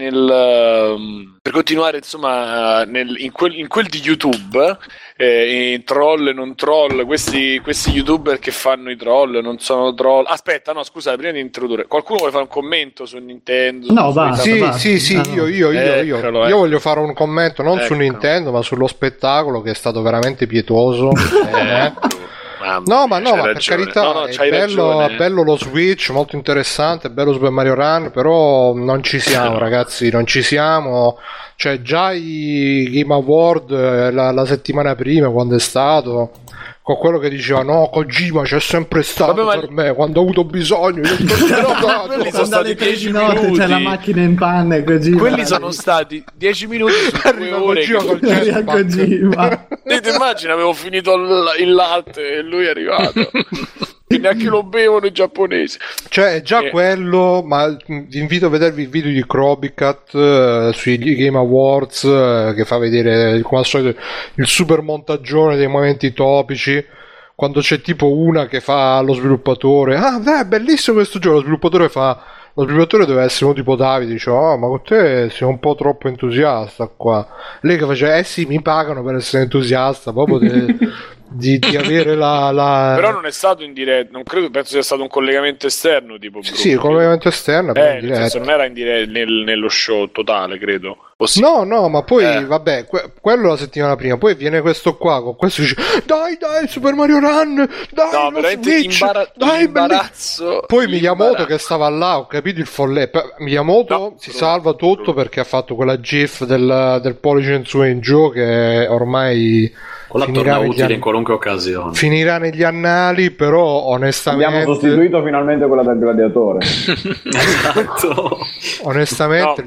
insomma in quel di YouTube, in troll e non troll, questi youtuber che fanno i troll non sono troll. Aspetta, no, scusate, prima di introdurre, qualcuno vuole fare un commento su Nintendo? No, basta. Sì, io voglio fare un commento non su Nintendo, ma sullo spettacolo che è stato veramente pietoso. No, ma per carità, è bello lo Switch, molto interessante, è bello Super Mario Run, però non ci siamo, ragazzi, non ci siamo. Cioè, già i Game Award la settimana prima, quando è stato, con quello che diceva no, Kojima c'è sempre stato per me quando ho avuto bisogno. Quelli sono stati 10 minuti, c'è la macchina in panna e Kojima. Quelli sono stati 10 minuti su 2 ore. Kojima. Ti immagini, avevo finito il latte e lui è arrivato. E neanche lo bevono i giapponesi. Cioè è già quello, ma vi invito a vedervi il video di Crobicat sui Game Awards che fa vedere come al solito il super montagione dei momenti topici, quando c'è tipo una che fa lo sviluppatore, è bellissimo questo gioco, lo sviluppatore deve essere uno tipo Davide, dice ma con te sei un po' troppo entusiasta qua. Lei che faceva sì, mi pagano per essere entusiasta proprio di avere la però non è stato in diretta, non credo, penso sia stato un collegamento esterno tipo sì, il collegamento esterno nel senso non era in diretta nello show totale, credo. No, ma poi vabbè, quello la settimana prima, poi viene questo qua con questo dice dai Super Mario Run, dai, no, veramente imbarazzo. Poi Miyamoto che stava là, ho capito il folletto. Miyamoto si salva tutto perché ha fatto quella gif del pollice in su in giù che ormai torna utile in qualunque occasione. Finirà negli annali, però onestamente abbiamo sostituito finalmente quella del gladiatore. Esatto. Onestamente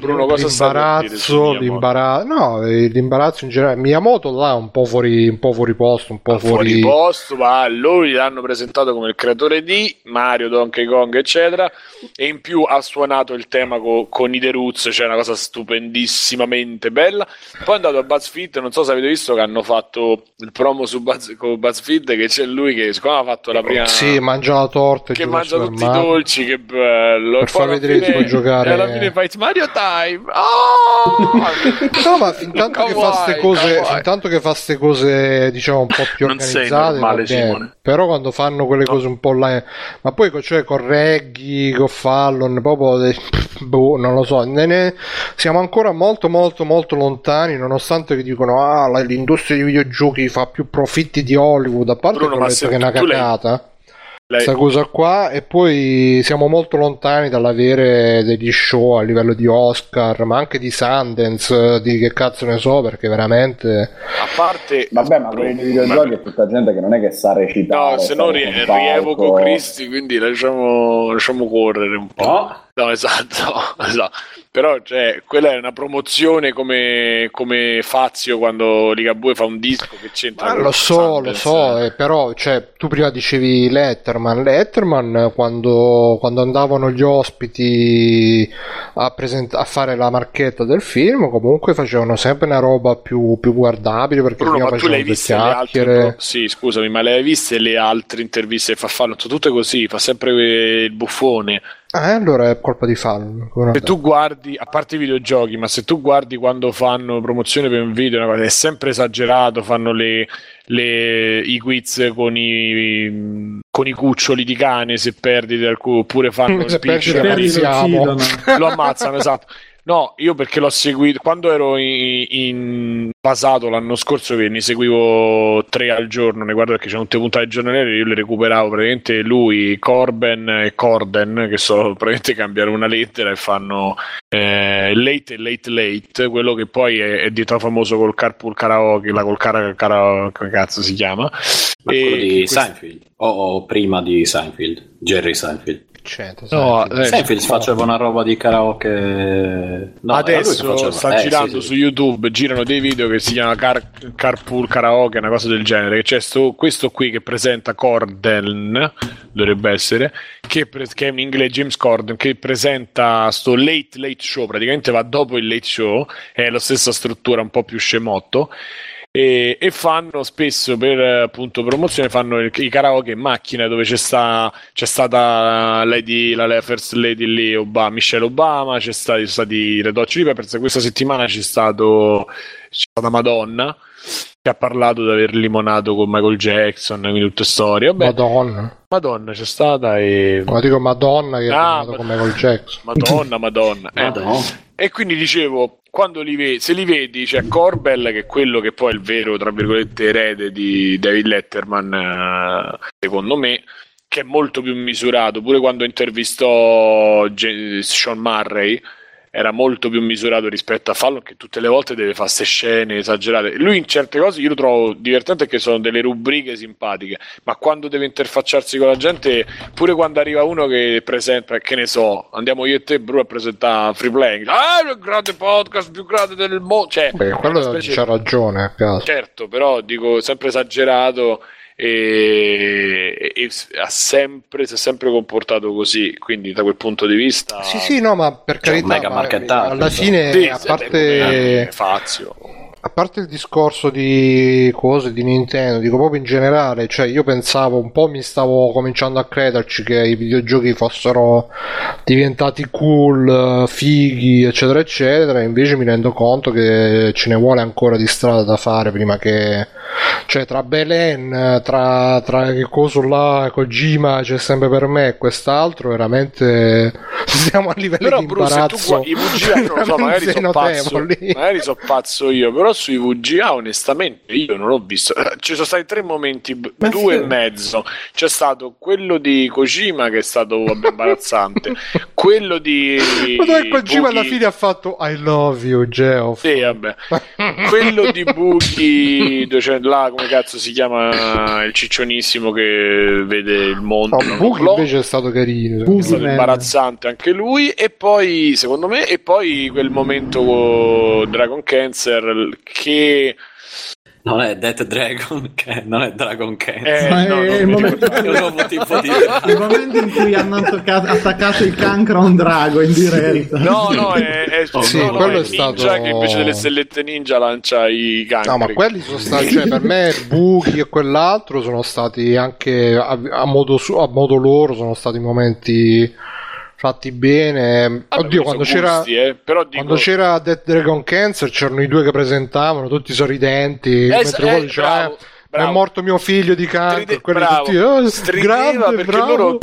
l'imbarazzo in generale. Miyamoto là un po' fuori posto, fuori posto, ma lui l'hanno presentato come il creatore di Mario, Donkey Kong eccetera, e in più ha suonato il tema con i The Roots, cioè una cosa stupendissimamente bella. Poi è andato a BuzzFeed, non so se avete visto che hanno fatto il promo su BuzzFeed, che c'è lui che siccome ha fatto la prima mangia la torta, che mangia tutti i dolci, che bello, per far vedere tipo giocare, e alla fine fa It's Mario Time. No, ma fin tanto che fa ste cose diciamo un po' più organizzate, normale, però quando fanno quelle cose un po' là, ma poi cioè correggi con Fallon proprio non lo so, siamo ancora molto molto molto lontani, nonostante che dicono l'industria dei videogiochi fa più profitti di Hollywood, a parte Bruno, che è una cacata questa cosa qua, e poi siamo molto lontani dall'avere degli show a livello di Oscar, ma anche di Sundance, di che cazzo ne so, perché veramente a parte vabbè, ma quelli dei videogiochi è tutta gente che non è che sa recitare, no, se no rievoco Cristi, quindi lasciamo correre un po'. No, esatto. Però cioè, quella è una promozione come Fazio quando Ligabue fa un disco, che c'entra. Lo so, però cioè, tu prima dicevi Letterman quando andavano gli ospiti a fare la marchetta del film, comunque facevano sempre una roba più guardabile, perché Bruno, ma tu le hai viste le altre? Sì, scusami, ma le hai viste le altre interviste? Fa tutte così, fa sempre il buffone. Allora è colpa di Fallon. Se tu guardi, a parte i videogiochi, ma se tu guardi quando fanno promozione per un video, una cosa, è sempre esagerato, fanno i quiz con i cuccioli di cane, se perdi oppure fanno lo ammazzano, esatto. No, io perché l'ho seguito quando ero in basato l'anno scorso, che ne seguivo 3 al giorno, ne guardo perché c'erano tutte puntate giornaliere, io le recuperavo praticamente lui, Corben e Corden, che so praticamente cambiare una lettera e fanno Late, quello che poi è diventato famoso col Carpool Karaoke, come cazzo si chiama? Ma quello di Seinfeld o prima di Seinfeld, Jerry Seinfeld. Seinfeld faceva una roba di karaoke. Adesso sta girando su YouTube, girano dei video che si chiama Carpool Karaoke, una cosa del genere, che c'è questo qui che presenta Corden, dovrebbe essere, che è in inglese James Corden, che presenta sto Late Show, praticamente va dopo il Late Show, è la stessa struttura, un po' più scemotto. e fanno spesso per appunto promozione, fanno i karaoke in macchina, dove c'è stata la First Lady lì, Michelle Obama, sono stati Red Hot Chili Peppers. Questa settimana c'è stata Madonna, che ha parlato di aver limonato con Michael Jackson, quindi tutte storie. Vabbè, Madonna c'è stata ma dico Madonna che ha limonato con Michael Jackson. Madonna. E quindi dicevo, se li vedi, c'è Corbell, che è quello che poi è il vero, tra virgolette, erede di David Letterman, secondo me, che è molto più misurato. Pure quando intervistò Sean Murray era molto più misurato rispetto a Fallon, che tutte le volte deve fare queste scene esagerate. Lui in certe cose io lo trovo divertente, che sono delle rubriche simpatiche, ma quando deve interfacciarsi con la gente, pure quando arriva uno che presenta, che ne so, andiamo io e te, Bru, a presentare Free Playing, il grande podcast più grande del mondo, cioè, quello c'ha ragione a caso. Certo, però dico, sempre esagerato, e si è sempre comportato così, quindi da quel punto di vista sì, no, ma per carità, alla fine, sì, a parte il discorso di cose di Nintendo, dico proprio in generale, cioè io pensavo un po', mi stavo cominciando a crederci che i videogiochi fossero diventati cool, fighi, eccetera eccetera, invece mi rendo conto che ce ne vuole ancora di strada da fare prima che, cioè tra Belen, tra che coso là, Kojima c'è sempre per me e quest'altro, veramente siamo a livelli però, di imbarazzo. I VGA non lo so, magari so pazzo io, però sui VGA onestamente io non l'ho visto. Ci sono stati 3 momenti, 2 e mezzo. C'è stato quello di Kojima, che è stato imbarazzante, quello di Kojima alla fine ha fatto I love you Geoff. Sì, vabbè. Quello di Buki, là come cazzo si chiama, il ciccionissimo che vede il mondo. Buki invece è stato carino, è stato imbarazzante anche lui. E poi secondo me, e poi quel momento con Dragon Cancer, che non è Death Dragon, non è Dragon Cancer, è il momento in cui hanno attaccato il cancro a un drago in diretta. Quello è stato Ninja, che invece delle stellette ninja lancia i cancri. No, ma quelli sono stati, cioè, per me Buki e quell'altro sono stati anche a modo loro, sono stati momenti fatti bene. Oddio, quando c'era Death Dragon Cancer c'erano i 2 che presentavano tutti sorridenti, mentre voi dicevano è morto mio figlio di cancro, grande, bravo.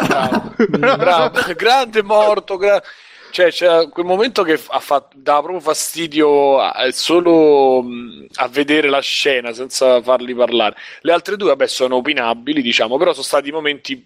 Grande morto, cioè c'era quel momento che dava proprio fastidio solo a vedere la scena senza farli parlare. Le altre 2 vabbè sono opinabili, diciamo, però sono stati momenti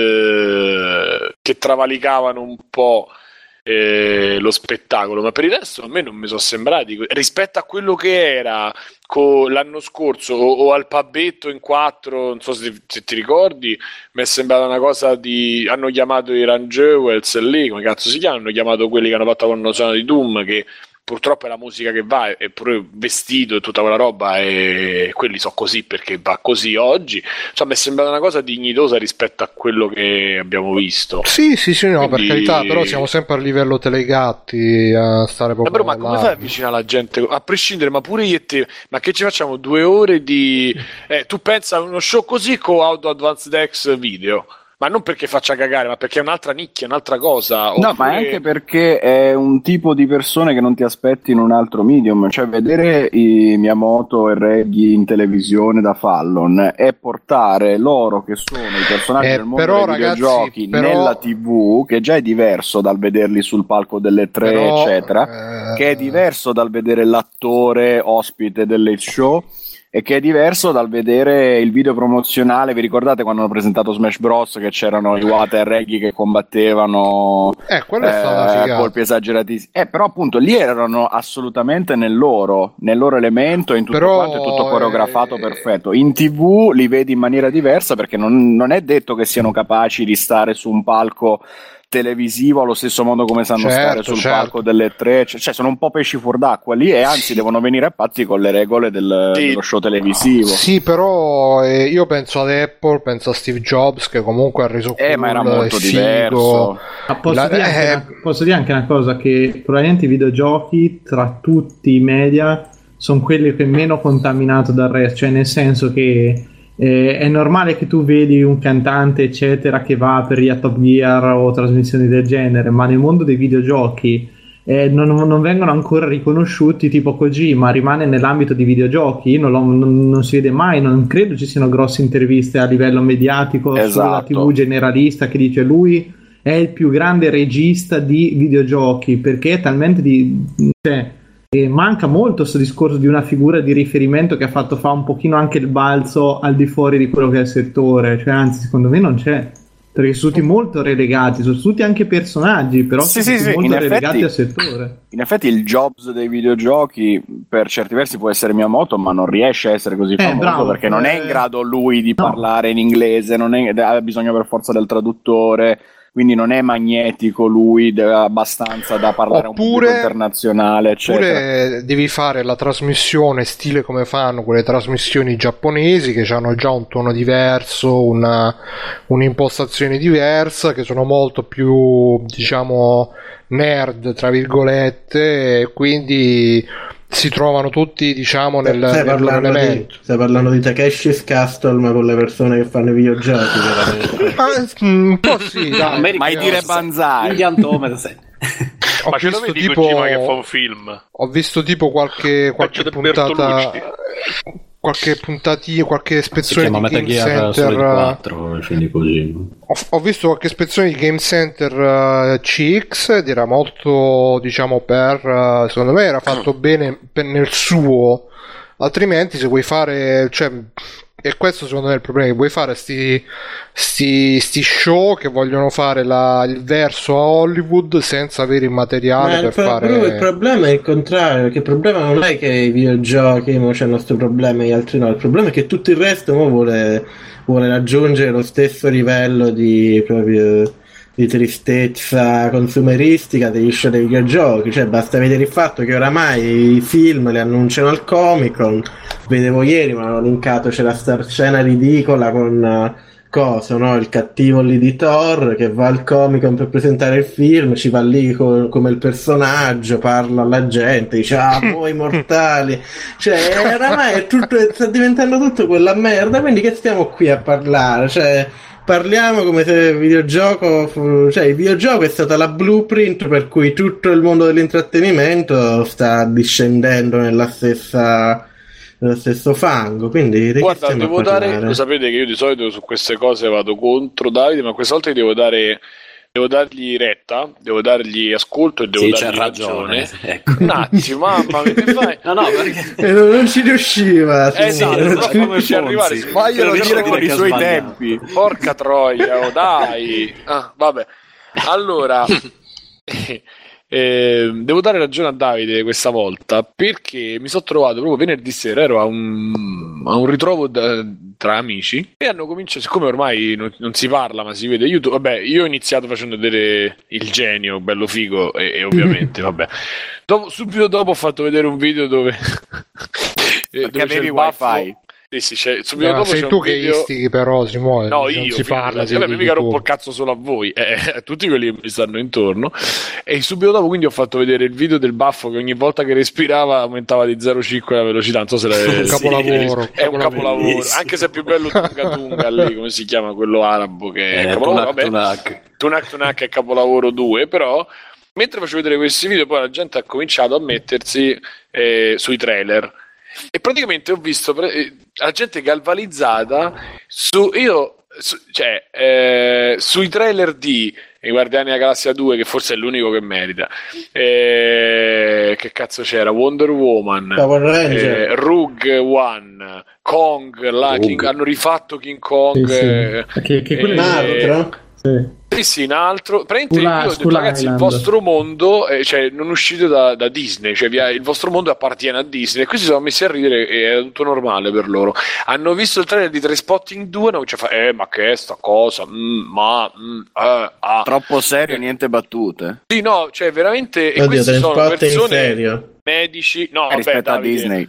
che travalicavano un po' lo spettacolo, ma per il resto a me non mi sono sembrati rispetto a quello che era l'anno scorso o al pubetto in 4, non so se ti ricordi, mi è sembrata una cosa hanno chiamato i Run Jewels lì, come cazzo si chiamano, hanno chiamato quelli che hanno fatto con il suono di Doom, che purtroppo è la musica che va, e pure vestito e tutta quella roba, e quelli so così perché va così oggi, cioè mi è sembrata una cosa dignitosa rispetto a quello che abbiamo visto. Sì, no, quindi, per carità, però siamo sempre a livello Telegatti a stare proprio però ma come fai a avvicinare la gente, a prescindere, ma pure io e te, ma che ci facciamo 2 ore di tu pensa a uno show così con Auto Advanced X video? Ma non perché faccia cagare, ma perché è un'altra nicchia, un'altra cosa. No, ma anche perché è un tipo di persone che non ti aspetti in un altro medium. Cioè, vedere i Miyamoto e Reggie in televisione da Fallon è portare loro, che sono i personaggi del mondo dei videogiochi, nella TV, che già è diverso dal vederli sul palco delle 3, eccetera, che è diverso dal vedere l'attore ospite del show, e che è diverso dal vedere il video promozionale. Vi ricordate quando hanno presentato Smash Bros, che c'erano Iwata e Reggie che combattevano colpi esageratissimi, però appunto lì erano assolutamente nel loro elemento, in tutto quanto, è tutto coreografato perfetto. In TV li vedi in maniera diversa, perché non è detto che siano capaci di stare su un palco televisivo allo stesso modo come sanno stare sul palco delle 3, cioè sono un po' pesci fuor d'acqua lì, e anzi devono venire a patti con le regole dello show televisivo. Sì, però io penso ad Apple, penso a Steve Jobs, che comunque ha reso cool, ma era molto diverso. Posso dire anche una cosa, che probabilmente i videogiochi tra tutti i media sono quelli che meno contaminato dal resto, cioè nel senso che è normale che tu vedi un cantante eccetera che va per gli Top Gear o trasmissioni del genere, ma nel mondo dei videogiochi non vengono ancora riconosciuti, tipo Kojima rimane nell'ambito di videogiochi, non si vede mai, non credo ci siano grosse interviste a livello mediatico sulla TV generalista che dice lui è il più grande regista di videogiochi, perché è talmente e manca molto questo discorso di una figura di riferimento che ha fatto fa un pochino anche il balzo al di fuori di quello che è il settore, cioè anzi secondo me non c'è, perché sono tutti molto relegati, sono tutti anche personaggi, però sono tutti molto relegati al settore. In effetti il Jobs dei videogiochi per certi versi può essere Miyamoto, ma non riesce a essere così famoso, bravo, perché non è in grado lui di parlare in inglese, ha bisogno per forza del traduttore, quindi non è magnetico lui abbastanza da parlare a un pubblico internazionale, eccetera. Oppure devi fare la trasmissione stile come fanno quelle trasmissioni giapponesi che hanno già un tono diverso, un'impostazione diversa, che sono molto più, diciamo, nerd tra virgolette, e quindi si trovano tutti, diciamo, stai parlando di Takeshi's Castle, ma con le persone che fanno i videogiochi veramente. Un po' sì, dai. Mai dire Banzai. Ma ce lo vedi tipo Kojima che fa un film? Ho visto tipo qualche puntata, qualche spezzone di Game Center 4, ho visto qualche spezzone di Game Center CX ed era molto, diciamo, secondo me era fatto bene nel suo, altrimenti se vuoi fare, cioè, e questo secondo me è il problema, che vuoi fare sti show che vogliono fare il verso a Hollywood senza avere il materiale fare. Il problema è il contrario, perché il problema non è che i videogiochi c'hanno questo problema e gli altri no, il problema è che tutto il resto vuole raggiungere lo stesso livello di tristezza consumeristica degli show dei videogiochi, cioè basta vedere il fatto che oramai i film li annunciano al Comic Con. Vedevo ieri, ma l'ho linkato, c'era sta scena ridicola con il cattivo lì di Thor che va al Comic Con per presentare il film, ci va lì come il personaggio, parla alla gente, dice voi mortali, cioè oramai è tutto, sta diventando tutto quella merda, quindi che stiamo qui a parlare, cioè parliamo come se il videogioco è stata la blueprint per cui tutto il mondo dell'intrattenimento sta discendendo nello stesso fango, quindi guarda, devo dare, lo sapete che io di solito su queste cose vado contro Davide, ma questa volta devo dargli retta, devo dargli ascolto e devo dargli ragione. Ecco. Un attimo, mamma, che fai? No, perché non ci riusciva. Non ci arrivare, sbagliano dire con i suoi tempi. Porca troia, dai. Vabbè. Allora devo dare ragione a Davide questa volta, perché mi sono trovato proprio venerdì sera, ero a un ritrovo tra amici e hanno cominciato, siccome ormai non si parla ma si vede YouTube, vabbè, io ho iniziato facendo vedere Il Genio, bello figo, e ovviamente vabbè, subito dopo ho fatto vedere un video dove perché avevi wifi. Sì, subito dopo sei c'è tu un che video... istighi, però Simone, no, non io si parla di mica rompo il cazzo solo a voi, tutti quelli che mi stanno intorno. E subito dopo quindi ho fatto vedere il video del baffo che ogni volta che respirava aumentava di 0,5 la velocità, non so se un capolavoro, è un capolavoro, anche se è più bello Tunga Tunga lì, come si chiama quello arabo che è capolavoro, Tunak è capolavoro 2, però mentre facevo vedere questi video poi la gente ha cominciato a mettersi sui trailer. E praticamente ho visto la gente galvanizzata sui trailer di Guardiani della Galassia 2, che forse è l'unico che merita, che cazzo c'era, Wonder Woman, Rogue One, Kong, King, hanno rifatto King Kong, che quello è un altro. Sì, in altro. Ragazzi, il vostro mondo, cioè, non uscite da Disney, cioè il vostro mondo appartiene a Disney. E questi si sono messi a ridere e era tutto normale per loro. Hanno visto il trailer di Trainspotting 2, no, cioè, ma che è sta cosa? Troppo serio, niente battute. Sì, no, cioè veramente. Oddio, e questi sono persone serio. medici, no, rispetto a Disney.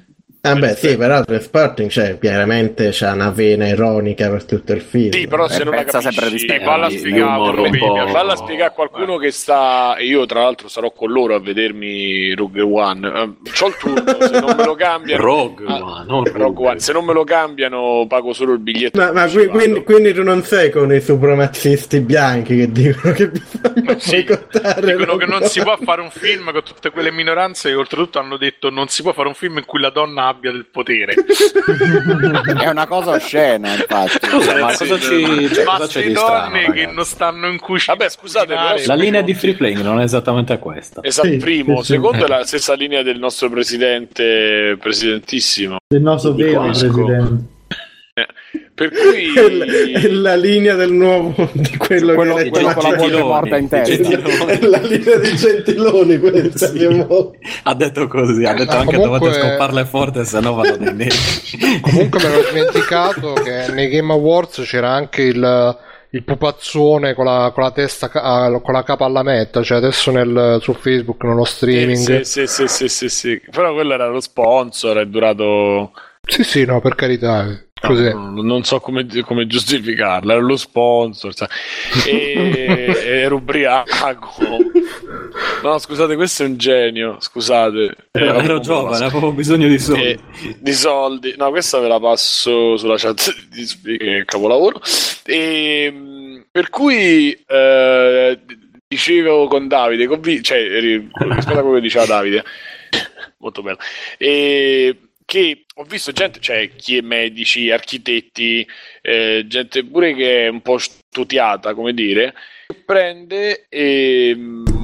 Sì, però Trainspotting, cioè, chiaramente c'ha una vena ironica per tutto il film. Sì, però se non la capisci, valla a spiegare a qualcuno che sta... Io tra l'altro sarò con loro a vedermi Rogue One. C'ho il turno, se non me lo cambiano... Rogue One. Se non me lo cambiano pago solo il biglietto. Ma quindi tu non sei con i supremazisti bianchi che dicono che bisogna boicottare. Dicono che non si può fare un film con tutte quelle minoranze che oltretutto hanno detto non si può fare un film in cui la donna abbia del potere. È una cosa oscena, infatti. Scusa, ma cosa c'è di strano, donne che non stanno in cucina. Vabbè, scusate, la linea di Free Playing non è esattamente questa. Esatto, primo, secondo è la stessa linea del nostro presidentissimo. Del nostro vero presidente. Per cui è la linea del nuovo di quello che è con la voce morta in testa. È la linea di Gentiloni questa. Ha detto così, ha detto anche comunque... dovete scomparle forte, se no vado nei neri. Comunque me l'ho dimenticato che nei Game Awards c'era anche il pupazzone con la testa con la capa alla metta, cioè adesso su Facebook nello streaming. Sì. Però quello era lo sponsor, è durato. Sì, no, per carità. Non so come giustificarla, era lo sponsor, e ero ubriaco. No, scusate, questo è un genio. Scusate, ero giovane, avevo bisogno di soldi. No, questa ve la passo sulla chat di Speak, capolavoro. Per cui dicevo con Davide, rispetto a quello che diceva Davide, molto bello. Che ho visto gente, cioè chi è medici, architetti, gente pure che è un po' studiata, come dire, che prende e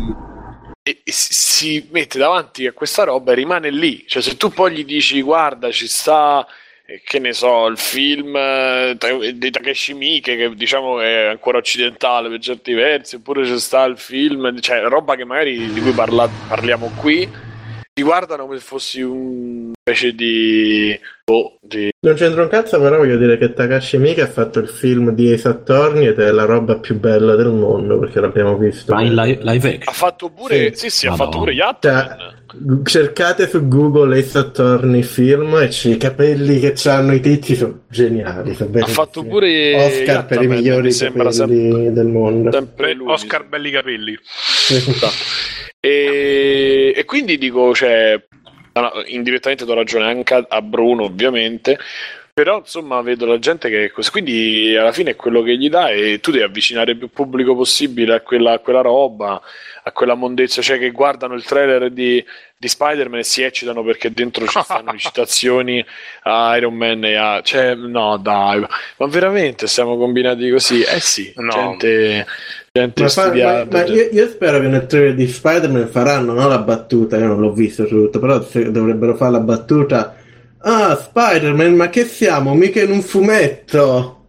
si mette davanti a questa roba e rimane lì. Cioè, se tu poi gli dici guarda, ci sta, che ne so, il film di Takeshi Miike, che diciamo è ancora occidentale per certi versi, oppure c'è sta il film, cioè roba che magari di cui parliamo qui, ti guardano come se fossi un specie di... Non c'entra un cazzo, però voglio dire che Takashi Miike ha fatto il film di Ace Attorney ed è la roba più bella del mondo, perché l'abbiamo visto. Ma in live action? Ha fatto pure... Sì, ha fatto pure gli altri. Cercate su Google Ace Attorney film e i capelli che hanno i tizi sono geniali. Ha fatto pure Oscar per i migliori capelli del mondo. Sempre lui, Oscar belli capelli. E quindi dico, cioè, indirettamente do ragione anche a Bruno, ovviamente, però insomma vedo la gente che è così, quindi alla fine è quello che gli dà e tu devi avvicinare il più pubblico possibile a quella roba, a quella mondezza, cioè che guardano il trailer di Spider-Man e si eccitano perché dentro ci stanno le citazioni a Iron Man e cioè no dai, ma veramente siamo combinati così? Sì, no. gente studiata. Ma io spero che nel trailer di Spider-Man faranno la battuta, io non l'ho visto tutto, però dovrebbero fare la battuta: ah, Spider-Man, ma che siamo? Mica in un fumetto.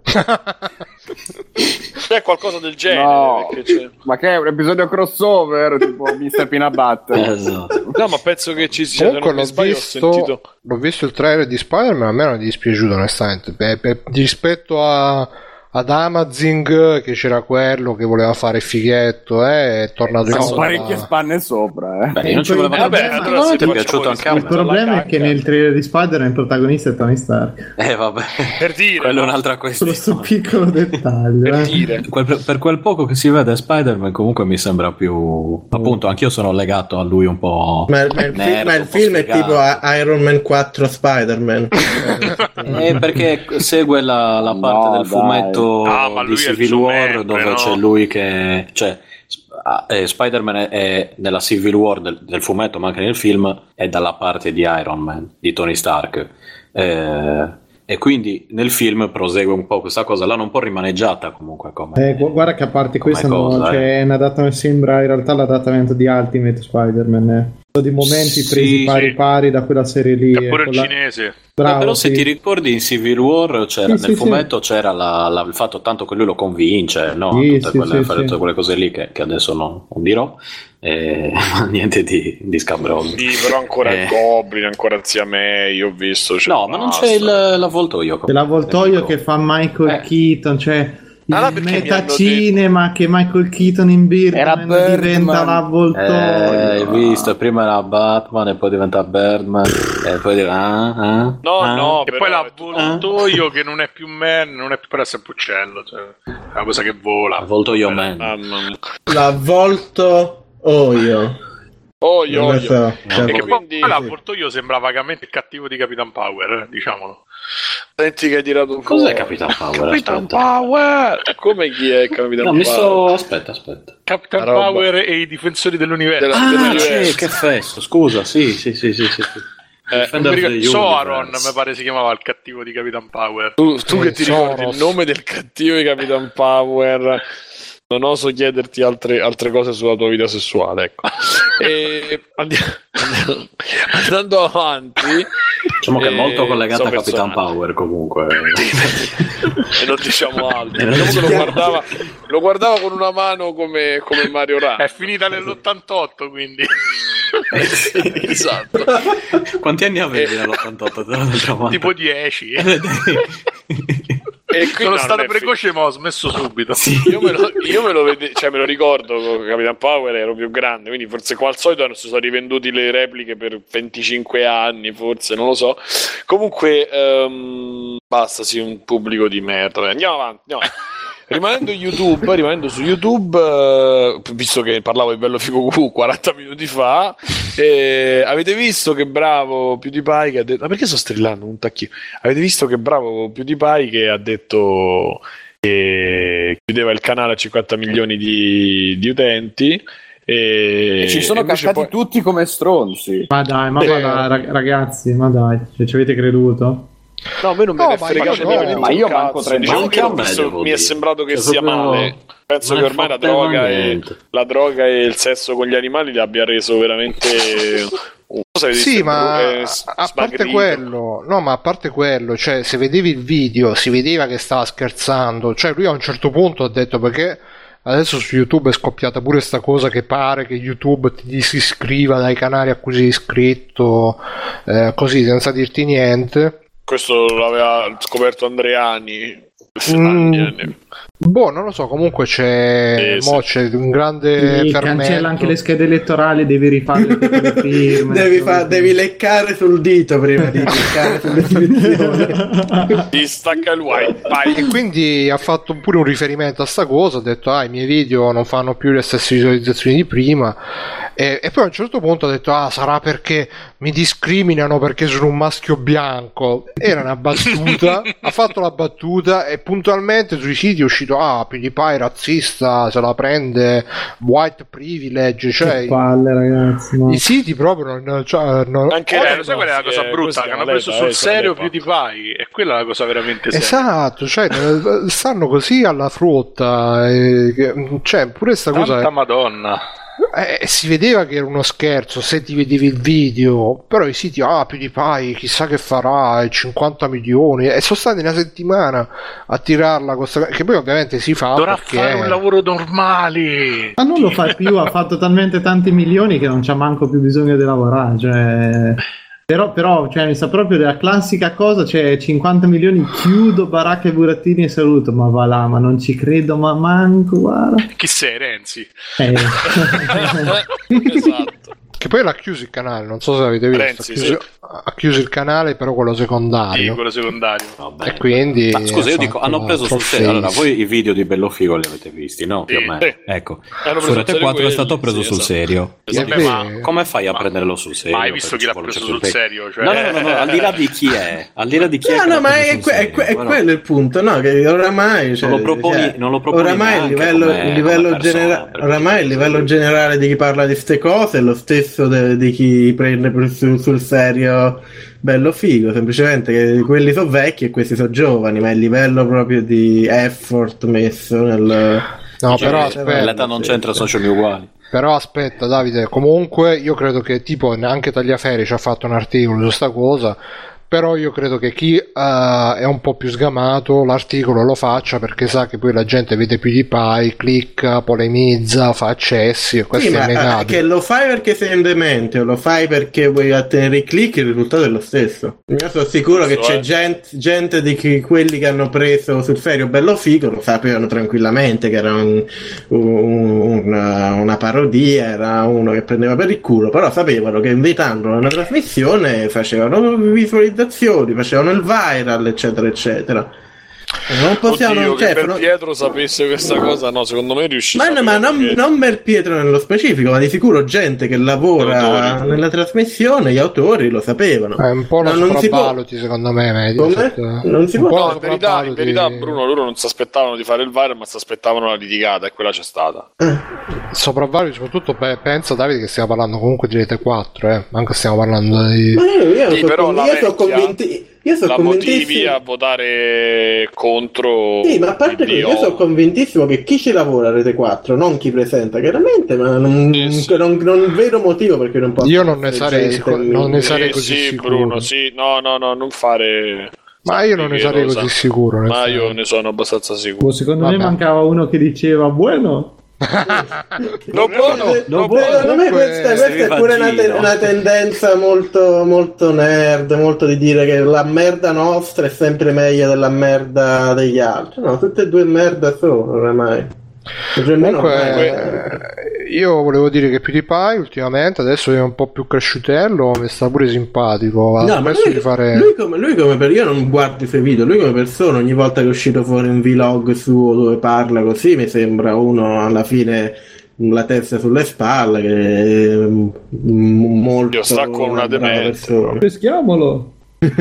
C'è qualcosa del genere, no, ma che è un episodio crossover tipo Mr. Peanut Butter? Esatto. No, ma penso che ci sia. Comunque l'ho visto il trailer di Spider-Man, a me non è dispiaciuto onestamente, rispetto ad Amazing, che c'era quello che voleva fare fighetto, è tornato in parecchie spanne sopra. Beh, non ci voleva allora ti è piaciuto anche a me. Il problema è che nel trailer di Spider-Man il protagonista è Tony Stark. Vabbè, per dire, quello è un'altra questione. Solo sto piccolo dettaglio. Per dire. Per quel poco che si vede Spider-Man, comunque mi sembra più, appunto, anch'io sono legato a lui un po'. Ma il film è tipo Iron Man 4 Spider-Man. Perché segue la parte del fumetto di Civil War, dove c'è lui che, cioè, Spider-Man è nella Civil War del fumetto, ma anche nel film è dalla parte di Iron Man, di Tony Stark, e quindi nel film prosegue un po' questa cosa là, un po' rimaneggiata comunque come, guarda che a parte questa cosa, c'è un adattamento, sembra in realtà l'adattamento di Ultimate Spider-Man, di momenti presi pari da quella serie lì, pure il cinese. Bravo, però se ti ricordi in Civil War c'era, nel fumetto c'era il fatto tanto che lui lo convince, no? Tutte quelle cose lì che adesso non dirò, niente di scabroso. Sì, però ancora il Goblin, ancora Zia May, io ho visto. No, ma non c'è l'avvoltoio. C'è l'avvoltoio che fa Michael Keaton, cioè il metacinema che Michael Keaton in Birdman diventa l'avvoltoio. Hai visto? Prima era Batman e poi diventa Birdman e poi no, e poi l'avvoltoio che non è più man, non è più per sempre uccello, cioè è una cosa che vola. Avvoltoio man. L'avvolto io. So. Perché poi l'avvoltoio sembra vagamente il cattivo di Capitan Power, diciamolo. Senti che hai tirato un cos'è Capitan Power? Capitan Power! Come chi è Capitan Power? Aspetta. Capitan Power e i difensori dell'universo. Che festo, scusa, sì. Soaron mi pare si chiamava il cattivo di Capitan Power. Tu che ti ricordi il nome del cattivo di Capitan Power? Non oso chiederti altre cose sulla tua vita sessuale, ecco. E andando avanti, diciamo che è molto collegata a Capitan Power comunque. E non diciamo altro. Diciamo che lo guardava con una mano come Mario Run. È finita nell'88, quindi. Esatto. Quanti anni avevi nell'88? Tipo 10. E sono stato precoce, ma ho smesso subito. Sì. Io me lo me lo ricordo con Capitan Power, ero più grande, quindi forse qua al solito si sono rivenduti le repliche per 25 anni, forse, non lo so. Comunque basta, sì, un pubblico di merda. Andiamo avanti. Rimanendo su YouTube, visto che parlavo di Bello Figo 40 minuti fa, avete visto che bravo PewDiePie che ha detto... Ma perché sto strillando un tacchino? Avete visto che bravo PewDiePie che ha detto che chiudeva il canale a 50 milioni di utenti e ci sono cascati tutti come stronzi. Ma dai, ragazzi, ma dai, ci avete creduto? No, a me non me ne frega niente. Ma io manco 30 diciamo che mi è sembrato che sia male. Penso che ormai la droga e il sesso con gli animali li abbia reso veramente sì, ma a parte quello, cioè se vedevi il video si vedeva che stava scherzando, cioè lui a un certo punto ha detto, perché adesso su YouTube è scoppiata pure sta cosa che pare che YouTube ti disiscriva dai canali a cui sei iscritto, così senza dirti niente. Questo l'aveva scoperto Andreani. Non lo so, comunque c'è un grande fermento. Cancella anche le schede elettorali, devi rifare le firme. devi leccare sul dito prima di leccare sulle iscrizioni. Ti stacca il wifi. E quindi ha fatto pure un riferimento a sta cosa, ha detto i miei video non fanno più le stesse visualizzazioni di prima, e poi a un certo punto ha detto sarà perché mi discriminano perché sono un maschio bianco. Era una battuta. Ha fatto la battuta e puntualmente sui siti è uscito PewDiePie razzista, se la prende, white privilege, cioè che palle, ragazzi, no. I siti proprio non anche lo sai qual è la cosa brutta, che hanno preso sul serio PewDiePie, e quella è la cosa veramente seria. Esatto, cioè stanno così alla frutta, cioè pure sta cosa Santa Madonna. Si vedeva che era uno scherzo se ti vedevi il video, però i siti PewDiePie chissà che farà 50 milioni e sono stati una settimana a tirarla che poi ovviamente si fa dovrà perché fare un lavoro normale, ma non lo fa più, ha fatto talmente tanti milioni che non c'ha manco più bisogno di lavorare, cioè. Però cioè, mi sa proprio della classica cosa, cioè 50 milioni, chiudo baracca e burattini e saluto, ma va là, ma non ci credo, ma manco, guarda. Chi sei, Renzi? Esatto. Che poi l'ha chiuso il canale, non so se avete visto. Renzi, ha chiuso il canale, però quello secondario. Sì, quello secondario. E quindi. Ma scusa, io dico, hanno preso sul serio. Allora, voi i video di Bello Figo li avete visti, no? Più o meno. Sì. Ecco, su Rete 4 è stato preso sul serio. Ma come fai a prenderlo sul serio? Ma hai visto chi l'ha preso sul serio? Cioè... No, al di là di chi è. Al di là di chi è. No, ma è quello il punto, no? Che oramai. Non lo proponi. Oramai il livello generale di chi parla di ste cose è lo stesso di chi prende sul serio Bello Figo, semplicemente che quelli sono vecchi e questi sono giovani, ma il livello proprio di effort messo nel... No, però aspetta, l'età non c'entra, sono scemi uguali. Però aspetta Davide, comunque io credo che tipo anche Tagliaferri ci ha fatto un articolo su sta cosa, Però io credo che chi è un po' più sgamato l'articolo lo faccia perché sa che poi la gente vede PewDiePie, clicca, polemizza, fa accessi e questo è innegabile. Che lo fai perché sei un demente o lo fai perché vuoi ottenere i click, il risultato è lo stesso. Io sono sicuro che c'è gente di quelli che hanno preso sul serio bello figo lo sapevano tranquillamente che era una parodia, era uno che prendeva per il culo, però sapevano che invitandolo a una trasmissione facevano visualizzazioni, facevano il viral, eccetera eccetera. Non possiamo. Che Pietro sapesse questa cosa, no, secondo me riuscì. Ma non Pietro nello specifico, ma di sicuro gente che lavora nella trasmissione, gli autori lo sapevano. È un po' sopravvaluti, secondo me. Non si può. In verità, Bruno, loro non si aspettavano di fare il viral, ma si aspettavano la litigata, e quella c'è stata. Sopravvaluti, soprattutto pensa, Davide, che stiamo parlando comunque di Rete 4, anche stiamo parlando di. Ma io sono convinti. Io sono motivi a votare contro. Sì, ma a parte che io sono convintissimo che chi ci lavora a Rete 4, non chi presenta chiaramente, ma non vedo motivo perché non posso. Io non ne sarei così sicuro. Bruno, sì, no, non fare. Ma io non ne sarei così sicuro. Ma io ne sono abbastanza sicuro. Secondo me mancava uno che diceva buono. Secondo me questa è pure una tendenza molto, molto nerd, molto di dire che la merda nostra è sempre meglio della merda degli altri. No, tutte e due merda sono oramai. Comunque, io volevo dire che PewDiePie ultimamente adesso è un po' più cresciutello, mi sta pure simpatico. No, ma lui come io non guardo i suoi video, lui come persona ogni volta che è uscito fuori un vlog suo dove parla così mi sembra uno alla fine la testa sulle spalle che è molto. Io sta con una demente. Peschiamolo.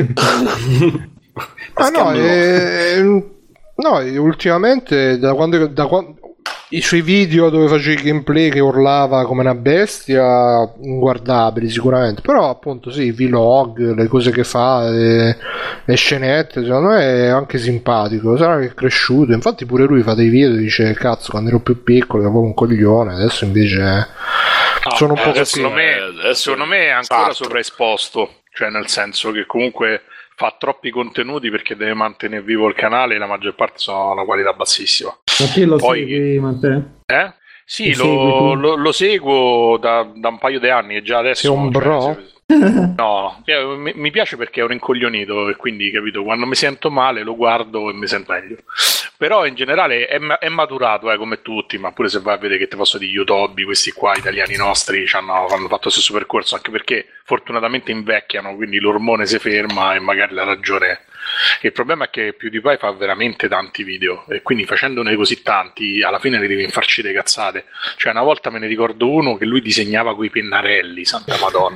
No, ultimamente da quando i suoi video dove faceva i gameplay che urlava come una bestia, inguardabili sicuramente, però appunto sì, i vlog, le cose che fa, le scenette, secondo me è anche simpatico, sarà che è cresciuto, infatti pure lui fa dei video e dice cazzo quando ero più piccolo avevo un coglione, adesso invece sono un po' così. Secondo me è ancora sovraesposto, cioè nel senso che comunque fa troppi contenuti perché deve mantenere vivo il canale e la maggior parte sono una qualità bassissima. Ma chi lo segui, Matteo? Sì, lo seguo da un paio di anni e già adesso. Sei un bro? No, mi piace perché è un rincoglionito e quindi, capito, quando mi sento male lo guardo e mi sento meglio. Però in generale è maturato come tutti, ma pure se vai a vedere che te posso dire YouTube, questi qua italiani nostri hanno fatto lo stesso percorso, anche perché fortunatamente invecchiano, quindi l'ormone si ferma e magari la ragione. Il problema è che PewDiePie fa veramente tanti video e quindi facendone così tanti alla fine ne devi farci le cazzate. Cioè una volta me ne ricordo uno che lui disegnava coi pennarelli, santa madonna.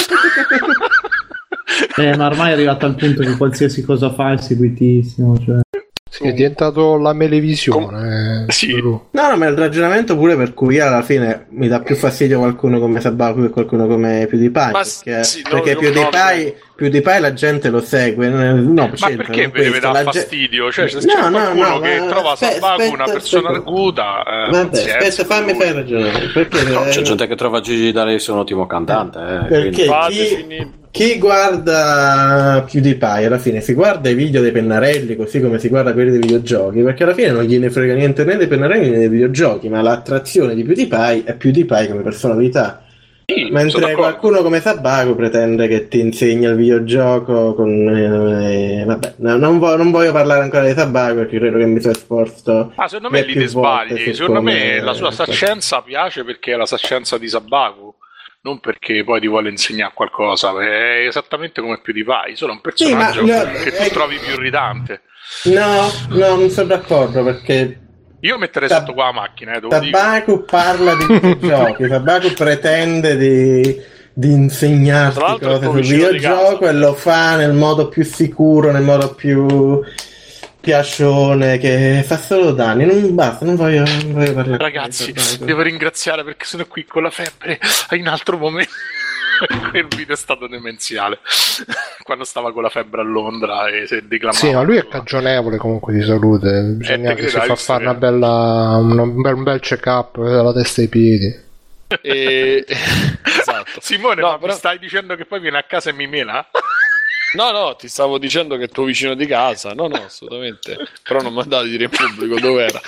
Ma ormai è arrivato al punto che qualsiasi cosa fa è seguitissimo, cioè. Sì, è diventato la melevisione. Sì. No, ma il ragionamento pure per cui alla fine mi dà più fastidio qualcuno come Sabaku che qualcuno come PewDiePie. Perché PewDiePie la gente lo segue. No, ma perché deve dare fastidio? Cioè, se c'è qualcuno che trova Sabaku una persona arguta. Aspetta, fammi fare ragionare. C'è gente che trova Gigi D'Alessio un ottimo cantante. Perché chi guarda PewDiePie alla fine si guarda i video dei pennarelli così come si guarda quelli dei videogiochi, perché alla fine non gliene frega niente né dei pennarelli né dei videogiochi, ma l'attrazione di PewDiePie è PewDiePie come personalità. Sì, mentre qualcuno come Sabaku pretende che ti insegni il videogioco con vabbè, non voglio parlare ancora di Sabaku perché credo che mi sono esposto. Secondo me lì ti sbagli, secondo me la sua saccenza piace perché è la saccenza di Sabaku, non perché poi ti vuole insegnare qualcosa. È esattamente come PewDiePie, solo un personaggio che tu trovi più irritante. No, non sono d'accordo perché io metterei sotto qua la macchina. Sabaku parla di videogiochi, Sabaku pretende di insegnarti cose sul videogioco e lo fa nel modo più sicuro, nel modo più piacione, che fa solo danni. Non basta, non voglio parlare. Ragazzi, devo ringraziare perché sono qui con la febbre in altro momento. Il video è stato demenziale quando stava con la febbre a Londra e si declamava. Sì, ma lui è cagionevole comunque di salute, bisogna che si fa fare un bel check up dalla testa ai piedi. Esatto. Simone, ma stai dicendo che poi viene a casa e mi mena? No, ti stavo dicendo che è tuo vicino di casa. No, assolutamente. Però non mi ha dato di dire in pubblico dov'era.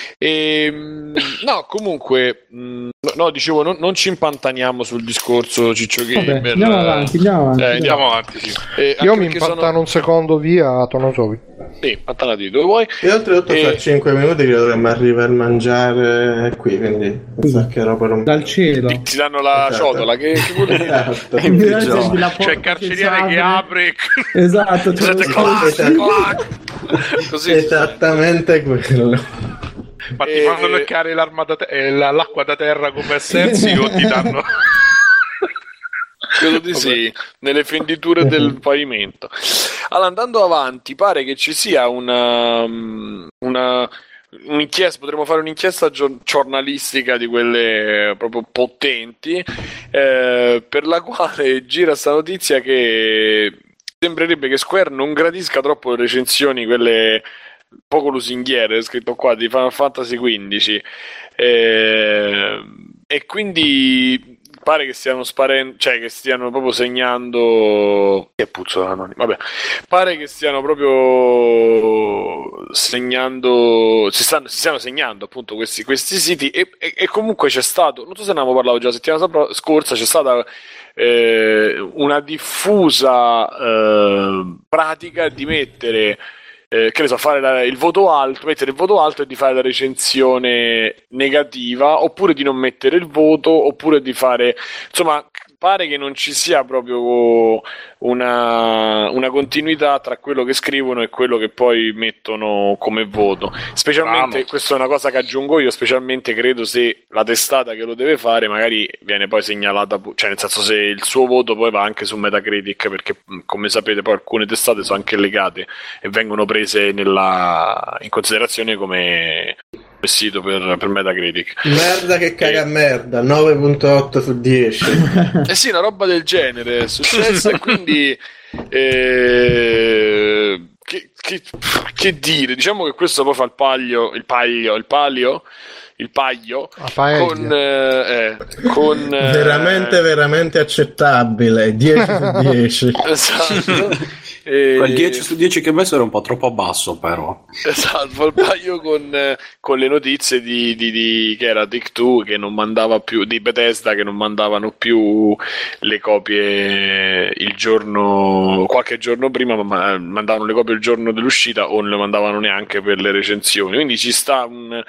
No, comunque, dicevo, non ci impantaniamo sul discorso Ciccio Gamer. Vabbè, andiamo avanti. Sì. Io mi impantano un secondo via, torno subito. Sì, impantanati dove vuoi. E oltretutto fra 5 minuti che dovremmo arrivare a mangiare qui, quindi saccherò per un dal cielo. Ti danno la ciotola che vuol dire? C'è il carceriere che apre. Esatto, così. Esattamente quello. Ma ti fanno leccare l'acqua da terra come Sensi o ti danno... Credo di sì, nelle fenditure del pavimento. Allora, andando avanti, pare che ci sia un'inchiesta, potremmo fare un'inchiesta giornalistica di quelle proprio potenti, per la quale gira sta notizia che sembrerebbe che Square non gradisca troppo le recensioni, quelle poco lusinghiere, scritto qua, di Final Fantasy XV, e quindi pare che stiano che stiano proprio segnando. Che puzzo anonimo. Vabbè, pare che stiano proprio segnando. Si stiano segnando appunto questi siti. E comunque c'è stato. Non so se ne avevamo parlato già la settimana scorsa. C'è stata una diffusa pratica di mettere. Che ne so, fare il voto alto, mettere il voto alto e di fare la recensione negativa, oppure di non mettere il voto, oppure di fare, insomma, pare che non ci sia proprio una continuità tra quello che scrivono e quello che poi mettono come voto. Specialmente, questa è una cosa che aggiungo io, specialmente credo se la testata che lo deve fare magari viene poi segnalata, cioè nel senso se il suo voto poi va anche su Metacritic, perché come sapete poi alcune testate sono anche legate e vengono prese in considerazione come sito per Metacritic. Merda che caga merda, 9.8 su 10. Sì, una roba del genere è successa e quindi che dire, diciamo che questo poi fa il paglio con veramente accettabile, 10 su 10. Esatto. Quel 10 su 10 che ho messo era un po' troppo basso, però. Esatto, il paio con le notizie di che era Take-Two che non mandava più, di Bethesda che non mandavano più le copie qualche giorno prima, ma mandavano le copie il giorno dell'uscita o non le mandavano neanche per le recensioni. Quindi ci sta un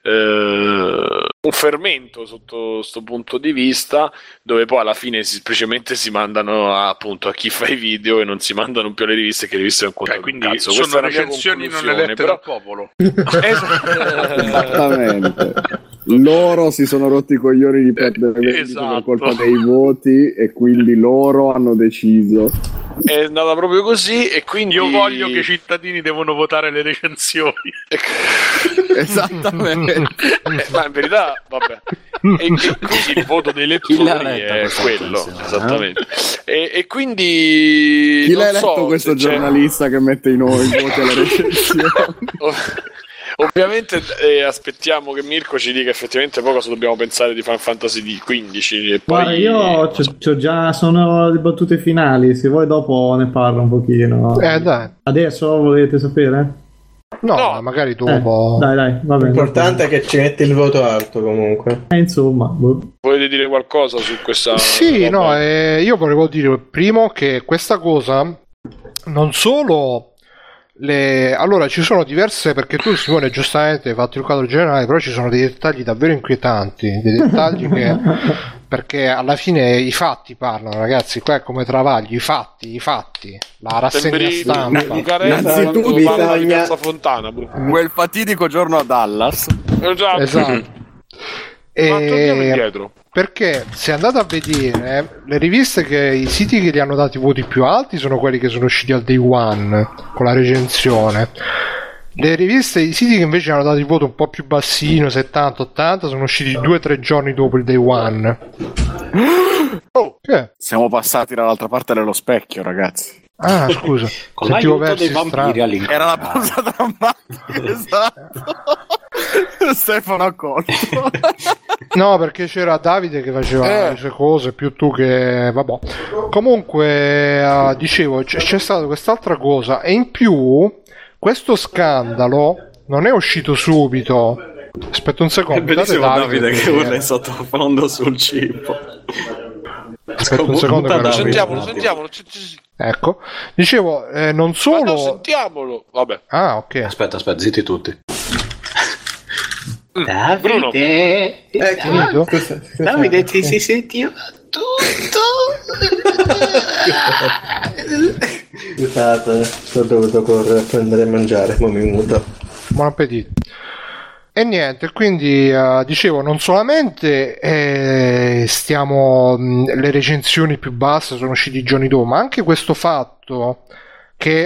fermento sotto questo punto di vista, dove poi alla fine semplicemente si mandano appunto a chi fa i video e non si mandano più alle riviste, che le riviste non contano quindi un cazzo. Sono recensioni non elette però... dal popolo. Esattamente. Loro si sono rotti i coglioni di perdere per colpa dei voti e quindi loro hanno deciso. È andata proprio così e quindi io voglio che i cittadini devono votare le recensioni. Esattamente. Ma in verità vabbè, e quindi il voto dei lettori è quello esattamente, e quindi chi l'ha eletto questo giornalista che mette i voti alle recensioni? Ovviamente aspettiamo che Mirko ci dica effettivamente poi cosa dobbiamo pensare di Final Fantasy XV. E poi... Guarda, io c'ho già, sono le battute finali, se vuoi dopo ne parlo un pochino. Dai. Adesso volete sapere? No, magari dopo. Dai, va bene. L'importante è che ci metti il voto alto comunque. Insomma. Volete dire qualcosa su questa? Sì, io volevo dire primo che questa cosa non solo... Allora ci sono diverse, perché tu Simone giustamente hai fatto il quadro generale, però ci sono dei dettagli davvero inquietanti, dei dettagli che perché alla fine i fatti parlano, ragazzi, qua è come Travaglio, i fatti, la rassegna stampa. Innanzitutto bisogna Fontana, quel fatidico giorno a Dallas. Esatto. Ma torniamo indietro. Perché se andate a vedere le riviste, che i siti che gli hanno dati i voti più alti sono quelli che sono usciti al day one con la recensione. Le riviste, i siti che invece hanno dato il voto un po' più bassino, 70-80, sono usciti 2-3 giorni dopo il day one. Siamo passati dall'altra parte dello specchio, ragazzi. Ah, scusa, con l'aiuto dei vampiri all'incontrario. Era la pausa drammatica. Esatto. Stefano accolto. No, perché c'era Davide che faceva le sue cose, più tu che... vabbè. Comunque, dicevo, c'è stata quest'altra cosa, e in più questo scandalo non è uscito subito. Aspetta un secondo. È bellissimo Davide che urla in sottofondo sul cibo. Aspetta un secondo. Lo sentiamolo. Ecco, dicevo, non solo... Ma no, sentiamolo. Vabbè. Ah, ok. Aspetta, zitti tutti. Davide, Davide, ti si sentiva tutto. Scusate, ho dovuto correre a prendere a mangiare, ma mi muto. Buon appetito. E niente, quindi dicevo, non solamente le recensioni più basse sono uscite i giorni dopo, ma anche questo fatto che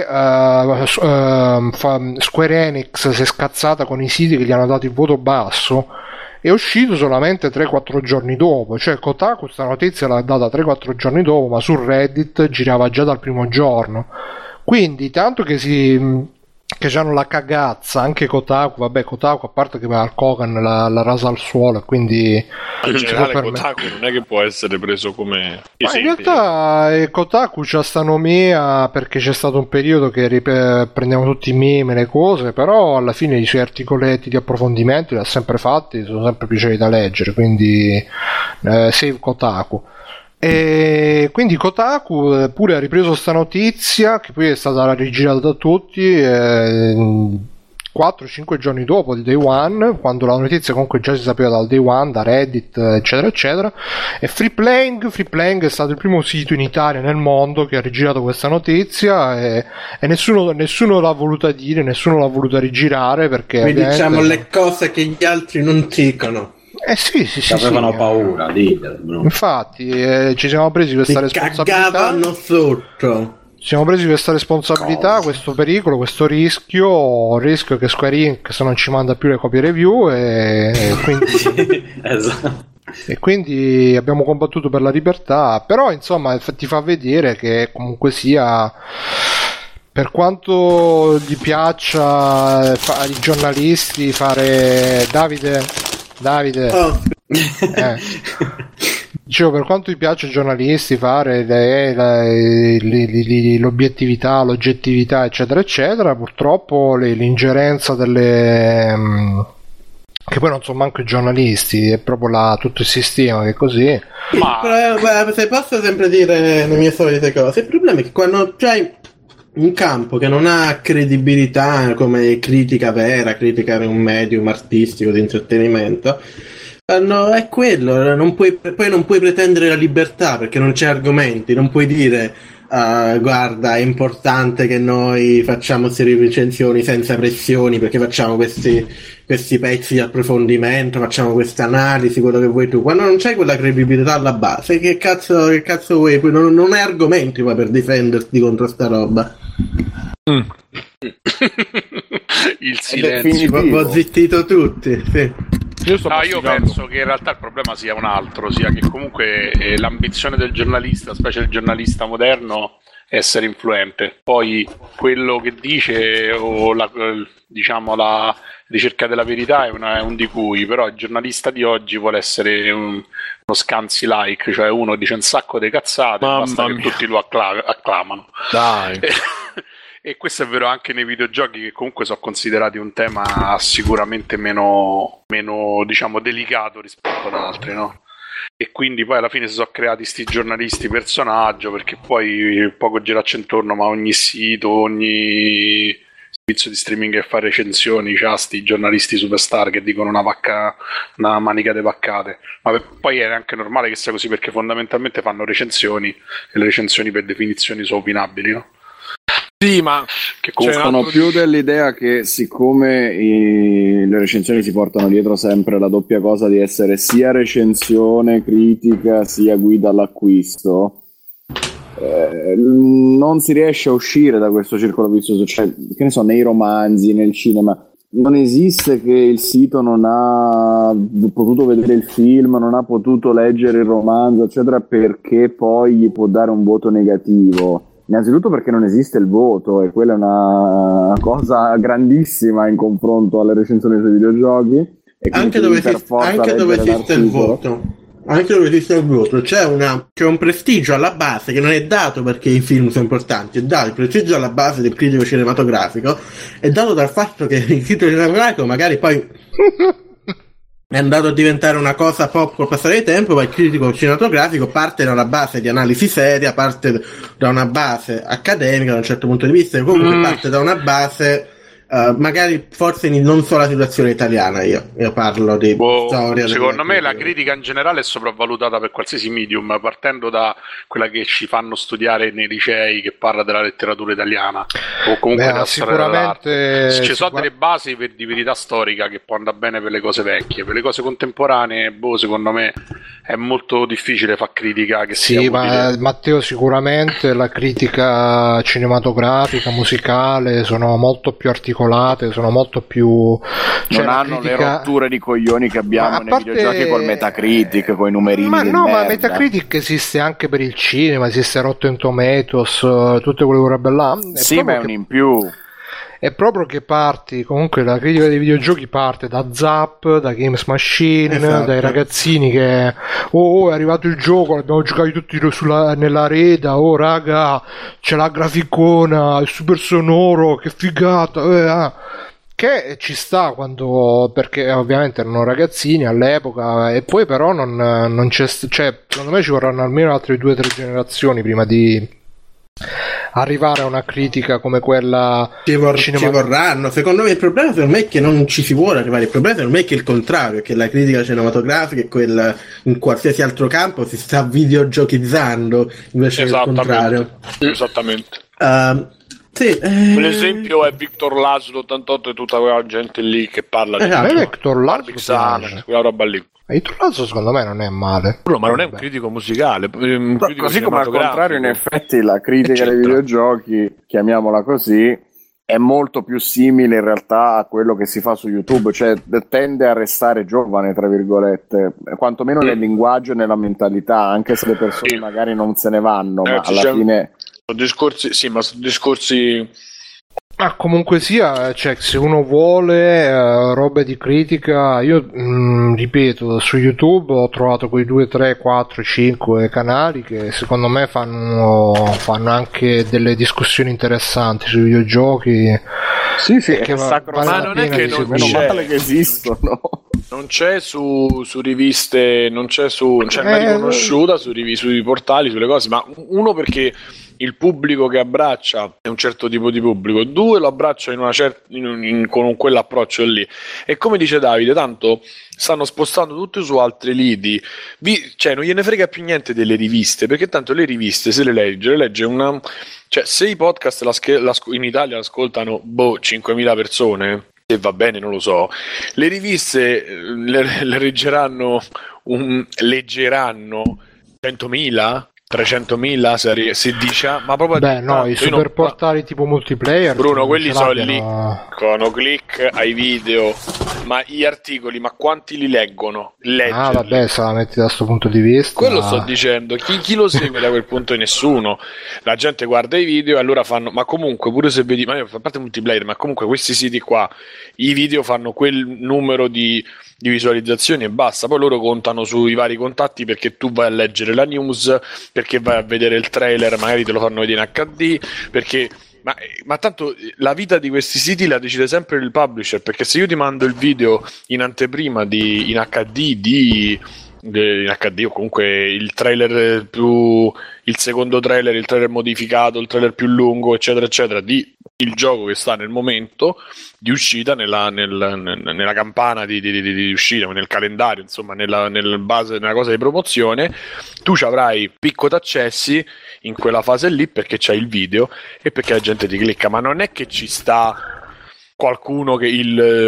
Square Enix si è scazzata con i siti che gli hanno dato il voto basso, è uscito solamente 3-4 giorni dopo. Cioè Kotaku questa notizia l'ha data 3-4 giorni dopo, ma su Reddit girava già dal primo giorno. Quindi tanto che hanno la cagazza anche Kotaku, vabbè, Kotaku a parte che Al Kogan l'ha rasa al suolo, quindi in generale Kotaku non è che può essere preso come in realtà Kotaku c'ha sta nomea perché c'è stato un periodo che prendiamo tutti i meme, le cose, però alla fine i suoi articoletti di approfondimento li ha sempre fatti, sono sempre piacevoli da leggere, quindi save Kotaku. E quindi Kotaku pure ha ripreso sta notizia, che poi è stata rigirata da tutti 4-5 giorni dopo il day one, quando la notizia comunque già si sapeva dal day one, da Reddit eccetera eccetera. E Freeplaying è stato il primo sito in Italia, nel mondo, che ha rigirato questa notizia, e nessuno l'ha voluta dire, nessuno l'ha voluta rigirare, perché diciamo le cose che gli altri non dicono. Sì. Avevano paura, ditelo. Infatti, ci siamo presi questa responsabilità. Cagavano sotto. Ci siamo presi questa responsabilità, questo pericolo, questo rischio che Square Enix non ci manda più le copie review, e quindi esatto. E quindi abbiamo combattuto per la libertà. Però insomma ti fa vedere che comunque sia, per quanto gli piaccia ai giornalisti fare dicevo, per quanto gli piace ai giornalisti fare l'obiettività, l'oggettività eccetera eccetera, purtroppo l'ingerenza delle che poi non sono manco i giornalisti, è proprio tutto il sistema che è così. Ma se posso sempre dire le mie solite cose, il problema è che quando c'hai un campo che non ha credibilità come critica vera, criticare un medium artistico di intrattenimento, è quello, poi non puoi pretendere la libertà perché non c'è argomenti, non puoi dire guarda, è importante che noi facciamo serie recensioni senza pressioni perché facciamo questi pezzi di approfondimento, facciamo queste analisi, quello che vuoi tu. Quando non c'è quella credibilità alla base, che cazzo vuoi? Poi non hai argomenti per difenderti contro sta roba. Il silenzio, ho zittito tutti, sì. Io penso che in realtà il problema sia un altro, sia che comunque l'ambizione del giornalista, specie il giornalista moderno, è essere influente. Poi quello che dice o la ricerca della verità è un di cui, però il giornalista di oggi vuole essere uno scansi like, cioè uno dice un sacco di cazzate, basta che tutti lo acclamano. Dai. E questo è vero anche nei videogiochi, che comunque sono considerati un tema sicuramente meno diciamo delicato rispetto ad altri, no? E quindi poi alla fine si sono creati sti giornalisti personaggio, perché poi poco girarci intorno, ma ogni sito, ogni servizio di streaming che fa recensioni c'ha sti giornalisti superstar che dicono una manica di vaccate. Ma poi è anche normale che sia così, perché fondamentalmente fanno recensioni, e le recensioni per definizione sono opinabili, no? Sì, ma che sono più dell'idea che, siccome le recensioni si portano dietro sempre la doppia cosa di essere sia recensione, critica, sia guida all'acquisto, non si riesce a uscire da questo circolo vizioso. Cioè, che ne so, nei romanzi, nel cinema, non esiste che il sito non ha potuto vedere il film, non ha potuto leggere il romanzo, eccetera, perché poi gli può dare un voto negativo. Innanzitutto perché non esiste il voto, e quella è una cosa grandissima in confronto alle recensioni sui videogiochi, anche dove esiste il voto. Anche dove esiste il voto c'è un prestigio alla base che non è dato perché i film sono importanti, è dato il prestigio alla base del critico cinematografico, è dato dal fatto che il critico cinematografico magari poi è andato a diventare una cosa pop col passare del tempo, ma il critico cinematografico parte da una base di analisi seria, parte da una base accademica da un certo punto di vista, e comunque parte da una base magari forse non solo la situazione italiana, io parlo di storia. Secondo me la critica in generale è sopravvalutata per qualsiasi medium, partendo da quella che ci fanno studiare nei licei, che parla della letteratura italiana o comunque della storia dell'arte. Ci sono delle basi di verità storica che può andare bene per le cose vecchie, per le cose contemporanee secondo me è molto difficile fare critica che sia utile. Ma Matteo, sicuramente la critica cinematografica, musicale sono molto più articolate, sono molto più, non hanno critica... le rotture di coglioni che abbiamo nei videogiochi col Metacritic, con i numerini ma merda. Metacritic esiste anche per il cinema, esiste Rotten Tomatoes, tutte quelle robe là. Sì, ma è un in più. È proprio che parti, comunque la critica dei videogiochi parte da Zap, da Games Machine, esatto, dai ragazzini che è arrivato il gioco, l'abbiamo giocato tutti nella reda, raga, c'è la graficona, è super sonoro, che figata, che ci sta perché ovviamente erano ragazzini all'epoca, e poi però non c'è, cioè secondo me ci vorranno almeno altre 2 o 3 generazioni prima di arrivare a una critica come quella. Ci vorranno. Secondo me il problema è che non ci si vuole arrivare. Il problema secondo me è che è il contrario, che la critica cinematografica e quella in qualsiasi altro campo si sta videogiochizzando invece del contrario. Esattamente. Sì, l'esempio è Victor Laszlo 88 e tutta quella gente lì che parla di Victor Laszlo, quella roba lì. Victor Laszlo secondo me non è male, ma non è un critico musicale, così come al contrario in effetti la critica dei videogiochi, chiamiamola così, è molto più simile in realtà a quello che si fa su YouTube, cioè tende a restare giovane tra virgolette, quantomeno nel linguaggio e nella mentalità, anche se le persone magari non se ne vanno, ma alla fine sono discorsi. Ma comunque sia, cioè, se uno vuole robe di critica, io ripeto, su YouTube ho trovato quei 2, 3, 4, 5 canali che secondo me fanno anche delle discussioni interessanti sui videogiochi. Sì, che ma non è che non c'è, che esistono. Non c'è su riviste, non c'è mai riconosciuta sui portali, sulle cose, ma uno perché il pubblico che abbraccia è un certo tipo di pubblico, 2 lo abbraccia con quell'approccio lì, e come dice Davide, tanto stanno spostando tutto su altri lidi, cioè non gliene frega più niente delle riviste, perché tanto le riviste se le legge una, cioè se i podcast in Italia ascoltano 5.000 persone, se va bene non lo so, le riviste le leggeranno 100.000 300.000 si dice, ma proprio i super portali tipo multiplayer, Bruno, quelli sono lì con click ai video, ma gli articoli, ma quanti li leggono? Vabbè, se la metti da questo punto di vista, quello sto dicendo, chi lo segue da quel punto? Nessuno. La gente guarda i video e allora fanno, ma comunque pure se vedi, ma a parte multiplayer, ma comunque questi siti qua, i video fanno quel numero di visualizzazioni e basta, poi loro contano sui vari contatti perché tu vai a leggere la news, perché vai a vedere il trailer, magari te lo fanno vedere in HD, perché ma tanto la vita di questi siti la decide sempre il publisher, perché se io ti mando il video in anteprima in HD o comunque il trailer il secondo trailer, il trailer modificato, il trailer più lungo, eccetera eccetera, di il gioco che sta nel momento di uscita, nella campana di uscita, nel calendario, insomma nella cosa di promozione, tu ci avrai picco d'accessi in quella fase lì perché c'hai il video e perché la gente ti clicca, ma non è che ci sta qualcuno che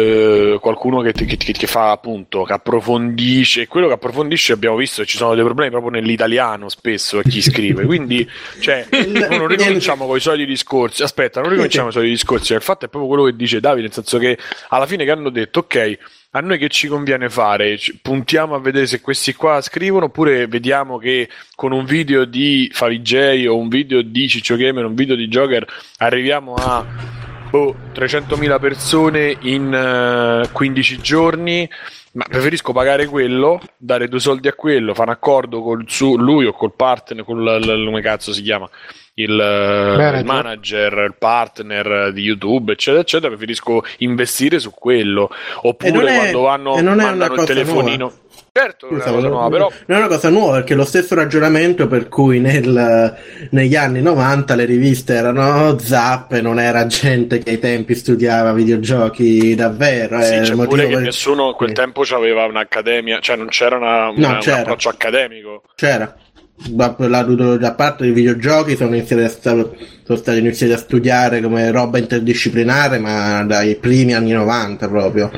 fa appunto, che approfondisce, e quello che approfondisce abbiamo visto che ci sono dei problemi proprio nell'italiano spesso a chi scrive, quindi cioè non ricominciamo con i soliti discorsi, il fatto è proprio quello che dice Davide, nel senso che alla fine che hanno detto ok, a noi che ci conviene fare, puntiamo a vedere se questi qua scrivono, oppure vediamo che con un video di Favij o un video di Ciccio Gamer, un video di Joker arriviamo a 300.000 persone in 15 giorni, ma preferisco pagare quello, dare 2 soldi a quello, fare un accordo con lui o col partner, come cazzo si chiama, il manager, il partner di YouTube, eccetera eccetera. Preferisco investire su quello, oppure quando mandano il telefonino nuova. Certo, non è una cosa nuova, perché lo stesso ragionamento per cui negli anni 90 le riviste erano zappe, non era gente che ai tempi studiava videogiochi davvero. Sì, c'è pure che nessuno a quel tempo aveva un'accademia, cioè non c'era un approccio accademico. C'era. Da parte dei videogiochi sono stati iniziati a studiare come roba interdisciplinare, ma dai primi anni 90 proprio.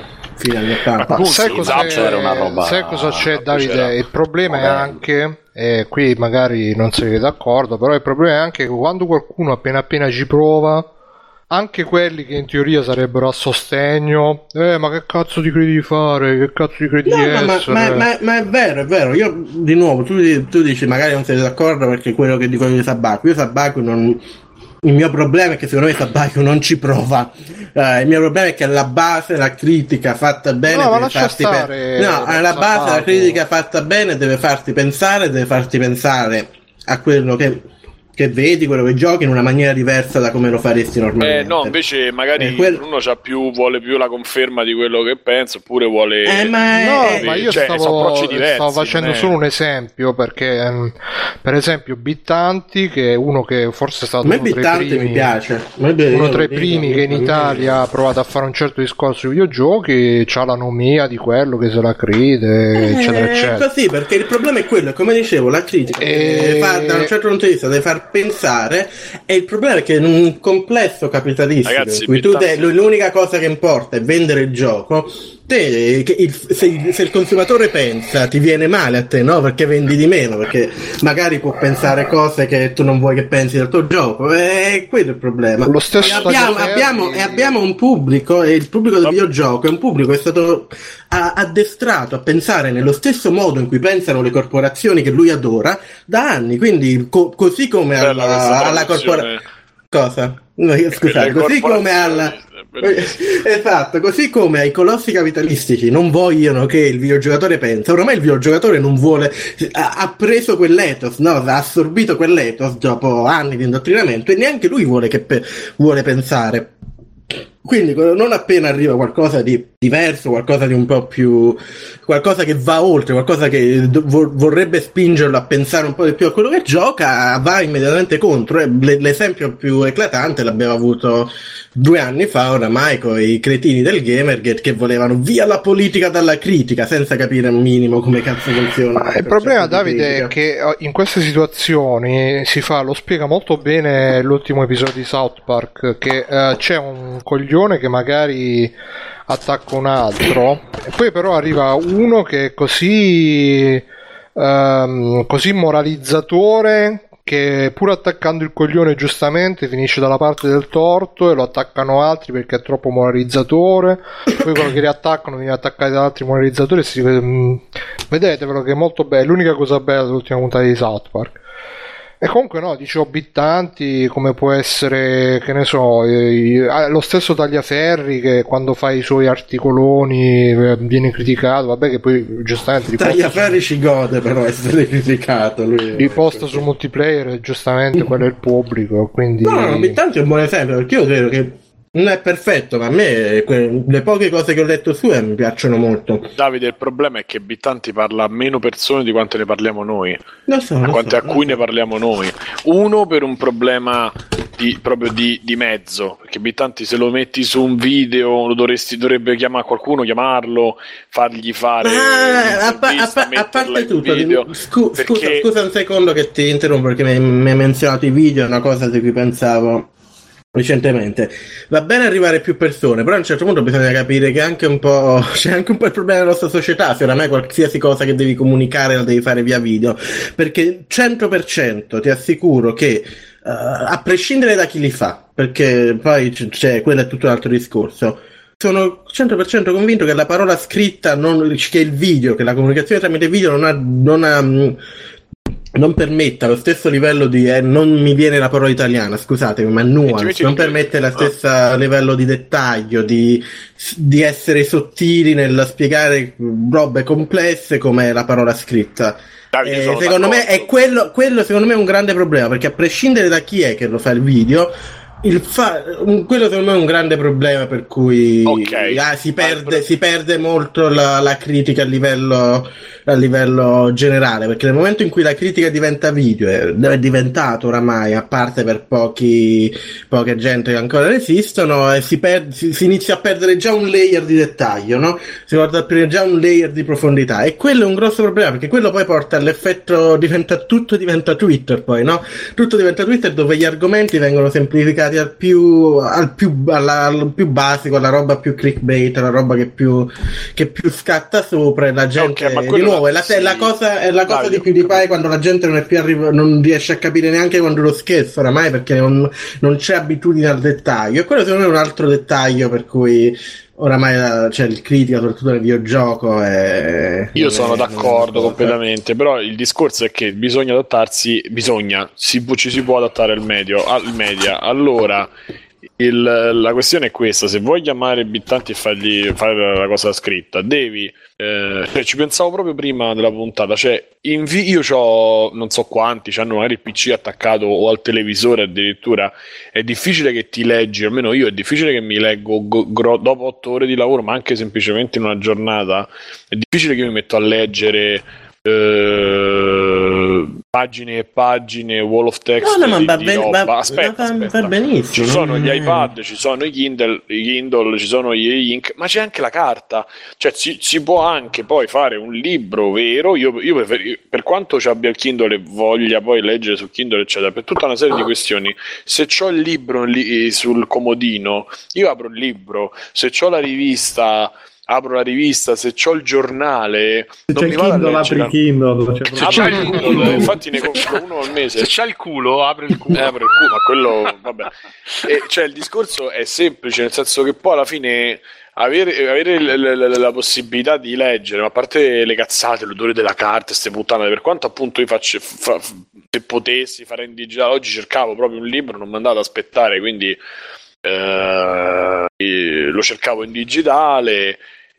Sai cosa c'è, Davide? Il problema è anche, qui magari non siete d'accordo, però il problema è anche che quando qualcuno appena ci prova, anche quelli che in teoria sarebbero a sostegno, ma che cazzo ti credi di fare? Che cazzo ti credi di essere? Ma è vero. Io, di nuovo, tu dici magari non siete d'accordo perché quello che dico di Sabaku non... Il mio problema è che secondo me Sabaku non ci prova. Il mio problema è che alla base la critica fatta bene deve farti alla base la critica fatta bene deve farti pensare a quello che vedi, quello che giochi in una maniera diversa da come lo faresti normalmente. No, invece magari uno vuole più la conferma di quello che pensa, oppure vuole ma io stavo facendo solo un esempio, perché per esempio Bittanti, che è uno che forse è stato uno tra i primi che in Italia ha provato a fare un certo discorso sui videogiochi, c'ha la nomia di quello che se la crede, eccetera eccetera. Così, perché il problema è quello, come dicevo, la critica da un certo punto di vista deve far pensare, e il problema è che in un complesso capitalistico, ragazzi, in cui l'unica cosa che importa è vendere il gioco, se il consumatore pensa, ti viene male a te, no? Perché vendi di meno, perché magari può pensare cose che tu non vuoi che pensi del tuo gioco, e quello è il problema. Lo stesso abbiamo un pubblico, e il pubblico del videogioco è un pubblico che è stato addestrato a pensare nello stesso modo in cui pensano le corporazioni che lui adora da anni, quindi così come alla corporazione. Cosa? No, scusate, così come esatto, così come ai colossi capitalistici non vogliono che il videogiocatore pensa, ormai il videogiocatore non vuole, ha preso quell'ethos, no? Ha assorbito quell'ethos dopo anni di indottrinamento, e neanche lui vuole pensare. Quindi non appena arriva qualcosa di diverso, qualcosa di un po' più, qualcosa che va oltre, qualcosa che vorrebbe spingerlo a pensare un po' di più a quello che gioca, va immediatamente contro. L'esempio più eclatante l'abbiamo avuto 2 anni fa oramai con i cretini del Gamergate che volevano via la politica dalla critica senza capire un minimo come cazzo funziona. Il problema, Davide, è che in queste situazioni lo spiega molto bene l'ultimo episodio di South Park, che c'è un coglione che magari attacca un altro, e poi però arriva uno che è così moralizzatore, che pur attaccando il coglione giustamente finisce dalla parte del torto, e lo attaccano altri perché è troppo moralizzatore, poi quello che riattaccano viene attaccato da altri moralizzatori. Vedetevelo, che è molto bello, l'unica cosa bella dell'ultima puntata di South Park. E comunque dicevo, Bittanti, come può essere, che ne so, lo stesso Tagliaferri, che quando fa i suoi articoloni viene criticato, vabbè, che poi giustamente Tagliaferri ci gode però essere criticato, lui li posta su multiplayer, e giustamente quello è il pubblico, quindi no, Bittanti è un buon esempio, perché io credo che non è perfetto, ma a me le poche cose che ho letto su mi piacciono molto. Davide, il problema è che Bittanti parla a meno persone di quante ne parliamo noi, a cui ne parliamo noi. Uno, per un problema proprio di mezzo, perché Bittanti, se lo metti su un video dovrebbe chiamare qualcuno, chiamarlo, fargli fare a parte tutto, scusa un secondo che ti interrompo, perché mi hai menzionato i video, è una cosa di cui pensavo recentemente. Va bene arrivare più persone, però a un certo punto bisogna capire che c'è anche un po' il problema della nostra società, se oramai qualsiasi cosa che devi comunicare la devi fare via video, perché 100% ti assicuro che a prescindere da chi li fa, perché poi quello è tutto un altro discorso, sono 100% convinto che la parola scritta, che il video, che la comunicazione tramite video non non permetta lo stesso livello di non mi viene la parola italiana, scusatemi, ma nuance, non permette lo stesso livello di dettaglio, di essere sottili nel spiegare robe complesse come la parola scritta. Secondo me è quello secondo me è un grande problema, perché a prescindere da chi è che lo fa il video, quello secondo me è un grande problema, per cui si perde molto la critica a livello generale, perché nel momento in cui la critica diventa video, è diventato oramai, a parte per poche gente che ancora resistono, e si inizia a perdere già un layer di dettaglio, no? Si guarda già un layer di profondità, e quello è un grosso problema, perché quello poi porta all'effetto tutto diventa Twitter, poi, no? Tutto diventa Twitter, dove gli argomenti vengono semplificati al più basico, alla roba più clickbait, alla roba che più scatta sopra, e la gente di nuovo è la cosa di PewDiePie, quando la gente non riesce a capire neanche quando lo scherzo oramai, perché non c'è abitudine al dettaglio, e quello secondo me è un altro dettaglio per cui oramai c'è il critica, soprattutto nel videogioco. Io sono d'accordo completamente, però il discorso è che bisogna adattarsi, ci si può adattare al media. Allora, la questione è questa: se vuoi chiamare Bittanti e fargli fare la cosa scritta, devi ci pensavo proprio prima della puntata, cioè io c'ho non so quanti c'hanno magari il PC attaccato o al televisore, addirittura è difficile che ti leggi, almeno io è difficile che mi leggo dopo 8 ore di lavoro, ma anche semplicemente in una giornata è difficile che mi metto a leggere pagine e pagine, wall of text di roba. Aspetta. Benissimo. Ci sono gli iPad, ci sono i Kindle, ci sono gli e-ink, ma c'è anche la carta, cioè si può anche poi fare un libro vero. Io per quanto ci abbia il Kindle e voglia poi leggere su Kindle eccetera, per tutta una serie di questioni, se c'ho il libro sul comodino io apro il libro, se c'ho la rivista apro la rivista, se c'ho il giornale se non mi vado a leggere. Apri il Kindle, infatti ne compro uno al mese. Se c'ha il culo, apri il culo. Ma quello vabbè. Cioè il discorso è semplice, nel senso che poi alla fine avere la possibilità di leggere, ma a parte le cazzate, l'odore della carta, queste puttane, per quanto appunto io se potessi fare in digitale, oggi cercavo proprio un libro, non mi andavo ad aspettare, quindi lo cercavo in digitale.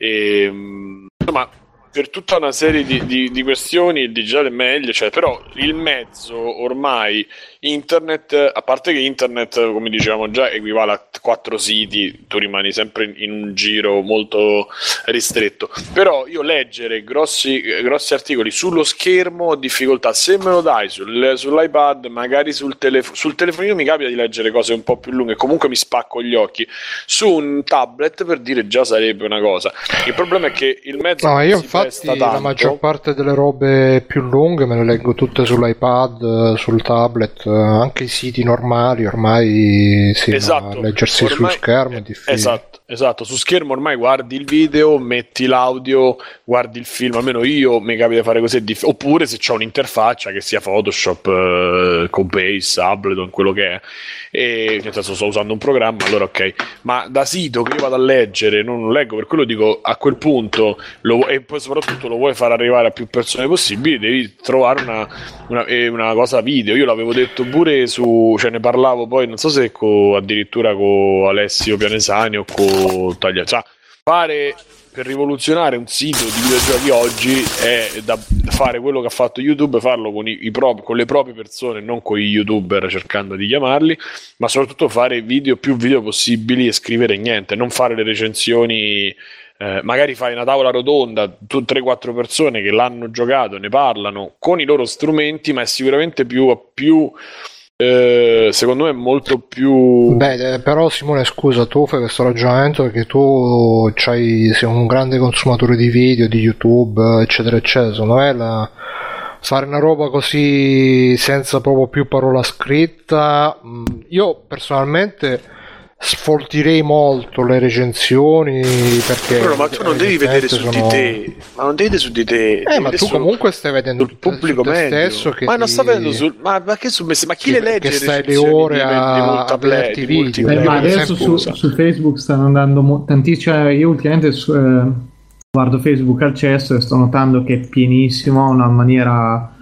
Insomma, per tutta una serie di questioni il digitale è meglio, cioè, però il mezzo ormai internet, a parte che internet, come dicevamo già, equivale a 4 siti, tu rimani sempre in un giro molto ristretto, però io leggere grossi articoli sullo schermo ho difficoltà. Se me lo dai sull'iPad, magari sul telefonino mi capita di leggere cose un po' più lunghe, comunque mi spacco gli occhi. Su un tablet, per dire, già sarebbe una cosa. Il problema è che il mezzo io infatti la maggior parte delle robe più lunghe me le leggo tutte sull'iPad, sul tablet, anche i siti normali ormai leggersi sullo schermo è difficile. Esatto, su schermo ormai guardi il video, metti l'audio, guardi il film, almeno io mi capita di fare così, oppure se c'ho un'interfaccia che sia Photoshop, Cubase, Ableton, quello che è, e nel senso sto usando un programma, allora ok, ma da sito che io vado a leggere non leggo, per quello dico, a quel punto e poi soprattutto lo vuoi far arrivare a più persone possibili, devi trovare una cosa video. Io l'avevo detto pure ne parlavo poi, non so se addirittura con Alessio Pianesani o con Tagliaccia, fare per rivoluzionare un sito di videogiochi oggi è da fare quello che ha fatto YouTube, farlo con le proprie persone, non con i YouTuber cercando di chiamarli, ma soprattutto fare più video possibili e scrivere niente, non fare le recensioni. Magari fai una tavola rotonda, 3-4 persone che l'hanno giocato, ne parlano con i loro strumenti, ma è sicuramente più secondo me è molto più. Però Simone, scusa, tu fai questo ragionamento perché tu sei un grande consumatore di video, di YouTube, eccetera eccetera. Secondo me fare una roba così senza proprio più parola scritta, io personalmente sfoltirei molto le recensioni, perché ma tu non devi vedere su di te, ma non devi vedere su di te, ma tu comunque stai vedendo il pubblico te stesso che non sta vedendo ma che ma chi le legge, che stai le ore a vederti video. Ma adesso su Facebook stanno andando tantissimo, io ultimamente guardo Facebook al cesso e sto notando che è pienissimo, una maniera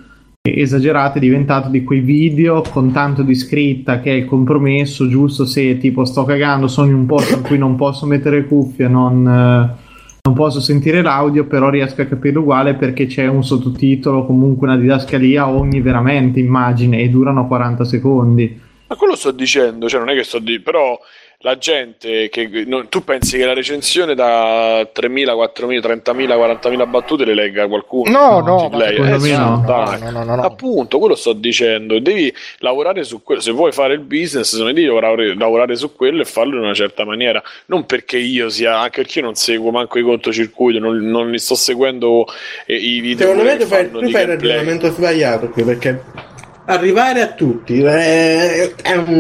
esagerato, è diventato di quei video con tanto di scritta che è il compromesso giusto. Se tipo sto cagando, sono in un posto in cui non posso mettere cuffie, non posso sentire l'audio, però riesco a capire uguale perché c'è un sottotitolo, comunque una didascalia ogni veramente immagine, e durano 40 secondi. Ma quello sto dicendo, cioè non è che però la gente tu pensi che la recensione da 3.000, 4.000, 30.000, 40.000 battute le legga qualcuno? No, appunto, quello sto dicendo. Devi lavorare su quello. Se vuoi fare il business, se non devi lavorare su quello e farlo in una certa maniera. Non perché io sia, anche perché io non seguo manco i controcircuiti, non li sto seguendo i video. Secondo me tu fai il ragionamento sbagliato qui, perché arrivare a tutti è